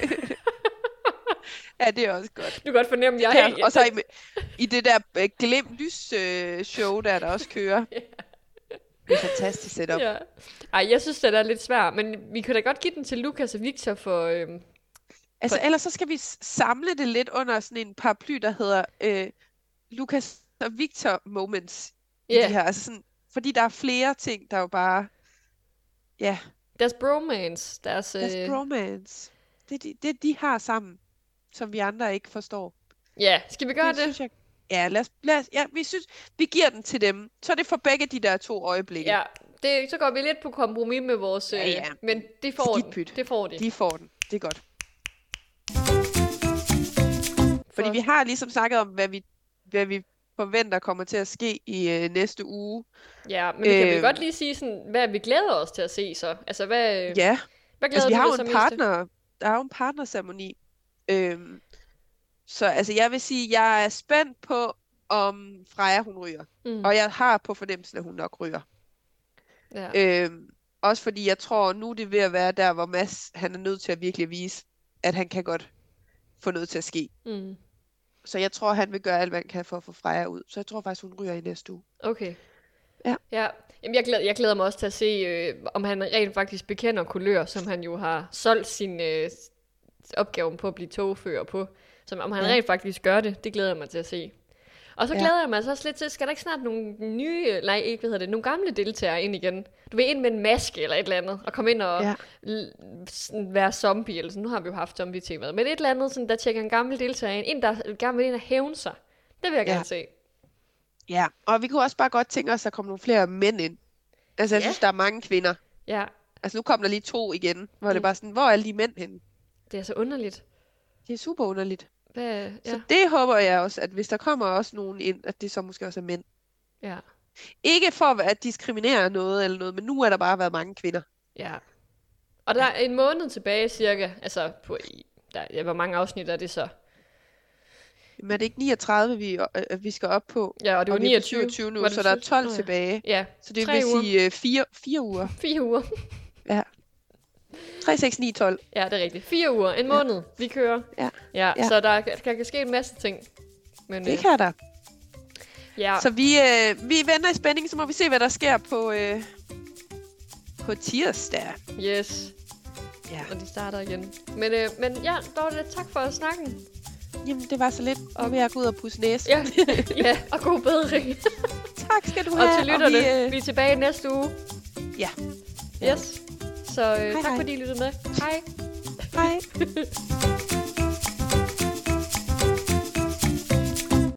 Speaker 3: Ja, det er også godt.
Speaker 1: Du kan godt fornemme, at jeg er helt...
Speaker 3: Og så i, i det der uh, glem lys uh, show, der der også kører. Det er fantastisk setup.
Speaker 1: Ja. Ej, jeg synes, det er lidt svært, men vi kan da godt give den til Lucas og Victor for... Øhm,
Speaker 3: Altså,
Speaker 1: For-
Speaker 3: ellers så skal vi s- samle det lidt under sådan en paraply, der hedder øh, Lucas og Victor moments i
Speaker 1: Ja.
Speaker 3: de her. Altså sådan, fordi der er flere ting, der er jo bare, ja,
Speaker 1: deres bromance, deres...
Speaker 3: deres
Speaker 1: øh,
Speaker 3: bromance. Det, det, det de har sammen, som vi andre ikke forstår.
Speaker 1: Ja, skal vi gøre det?
Speaker 3: Synes jeg, ja, lad os, lad os, ja, vi synes, vi giver den til dem. Så er det for begge de der to øjeblikke.
Speaker 1: Ja, det, så går vi lidt på kompromis med vores...
Speaker 3: Ja,
Speaker 1: Øh,
Speaker 3: ja.
Speaker 1: Men det får
Speaker 3: Skidt
Speaker 1: den.
Speaker 3: pyt.
Speaker 1: Det får de.
Speaker 3: De får den. Det er godt. Fordi
Speaker 1: For-
Speaker 3: vi har ligesom snakket om, hvad vi, hvad vi forventer kommer til at ske i øh, næste uge.
Speaker 1: Ja, men det kan vi
Speaker 3: Øhm.
Speaker 1: godt lige sige sådan, hvad vi glæder os til at se så. Altså, hvad,
Speaker 3: Ja,
Speaker 1: hvad glæder
Speaker 3: altså vi
Speaker 1: du
Speaker 3: har
Speaker 1: dig
Speaker 3: jo
Speaker 1: så
Speaker 3: en
Speaker 1: mest til?
Speaker 3: partner, der er jo en partnerceremoni. Øhm, så altså jeg vil sige, jeg er spændt på, om Freja hun ryger.
Speaker 1: Mm.
Speaker 3: Og jeg har på fornemmelsen, at hun nok ryger.
Speaker 1: Ja.
Speaker 3: Øhm, også fordi jeg tror, nu er det ved at være der, hvor Mads han er nødt til at virkelig vise, at han kan godt få noget til at ske.
Speaker 1: Mm.
Speaker 3: Så jeg tror, han vil gøre alt, hvad han kan for at få Freja ud. Så jeg tror faktisk, hun ryger i næste uge.
Speaker 1: Okay.
Speaker 3: Ja.
Speaker 1: Ja. Jamen, jeg, glæder, jeg glæder mig også til at se, øh, om han rent faktisk bekender kulør, som han jo har solgt sin øh, opgave på at blive togfører på. Som om han
Speaker 3: Ja.
Speaker 1: rent faktisk gør det. Det glæder jeg mig til at se. Og så
Speaker 3: Ja.
Speaker 1: glæder jeg mig så også lidt til, skal der ikke snart nogle nye, nej, ikke, hvad hedder det, nogle gamle deltagere ind igen? Du vil ind med en maske eller et eller andet, og komme ind og
Speaker 3: Ja.
Speaker 1: l- sådan være zombie, eller sådan. Nu har vi jo haft zombie-temaet. Men et eller andet, sådan, der tjekker en gammel deltager ind, en, der gerne vil ind og hævne sig. Det vil jeg
Speaker 3: Ja.
Speaker 1: gerne se.
Speaker 3: Ja, og vi kunne også bare godt tænke os, at der kommer nogle flere mænd ind. Altså, jeg
Speaker 1: Ja.
Speaker 3: synes, der er mange kvinder.
Speaker 1: Ja,
Speaker 3: Altså, nu kom der lige to igen, hvor det
Speaker 1: Mm.
Speaker 3: er bare sådan, hvor er alle de mænd henne?
Speaker 1: det er så underligt.
Speaker 3: Det er super underligt.
Speaker 1: Hvad,
Speaker 3: Så
Speaker 1: ja,
Speaker 3: det håber jeg også, at hvis der kommer også nogen ind, at det så måske også er mænd.
Speaker 1: ja,
Speaker 3: Ikke for at diskriminere noget eller noget, men nu er der bare været mange kvinder.
Speaker 1: ja. Og der er en måned tilbage cirka, altså på, i- der, ja, hvor mange afsnit er det så?
Speaker 3: Men er det ikke niogtredive, vi, øh, vi skal op på?
Speaker 1: Ja, og det var
Speaker 3: Og vi er på
Speaker 1: niogtyve.
Speaker 3: syvogtyve nu,
Speaker 1: Var det
Speaker 3: så der er
Speaker 1: syv-
Speaker 3: tolv
Speaker 1: Nå ja.
Speaker 3: tilbage.
Speaker 1: Ja,
Speaker 3: Så det
Speaker 1: tre
Speaker 3: vil
Speaker 1: uger.
Speaker 3: sige øh, fire, fire uger.
Speaker 1: Fire uger.
Speaker 3: tre, seks, ni, tolv.
Speaker 1: Ja, det er rigtigt. Fire uger, en måned, vi kører.
Speaker 3: Ja.
Speaker 1: Ja,
Speaker 3: Ja.
Speaker 1: så der, der kan ske en masse ting. Men,
Speaker 3: Det
Speaker 1: øh,
Speaker 3: kan der.
Speaker 1: ja,
Speaker 3: Så vi, øh, vi venter i spænding, så må vi se, hvad der sker på, øh, på tirsdag.
Speaker 1: yes.
Speaker 3: Ja.
Speaker 1: Og de starter igen. Men, øh, men ja, Dorte, tak for snakken.
Speaker 3: Jamen, det var så lidt. Og vil jeg gå ud og pusse næse.
Speaker 1: Ja, ja, og god bedring.
Speaker 3: Tak skal du
Speaker 1: Og
Speaker 3: have.
Speaker 1: til lytterne,
Speaker 3: vi, øh,
Speaker 1: vi er tilbage næste uge.
Speaker 3: Ja.
Speaker 1: Yes. Så øh,
Speaker 3: Hej,
Speaker 1: tak
Speaker 3: hej.
Speaker 1: fordi I lyttede med. Hej.
Speaker 3: Hej.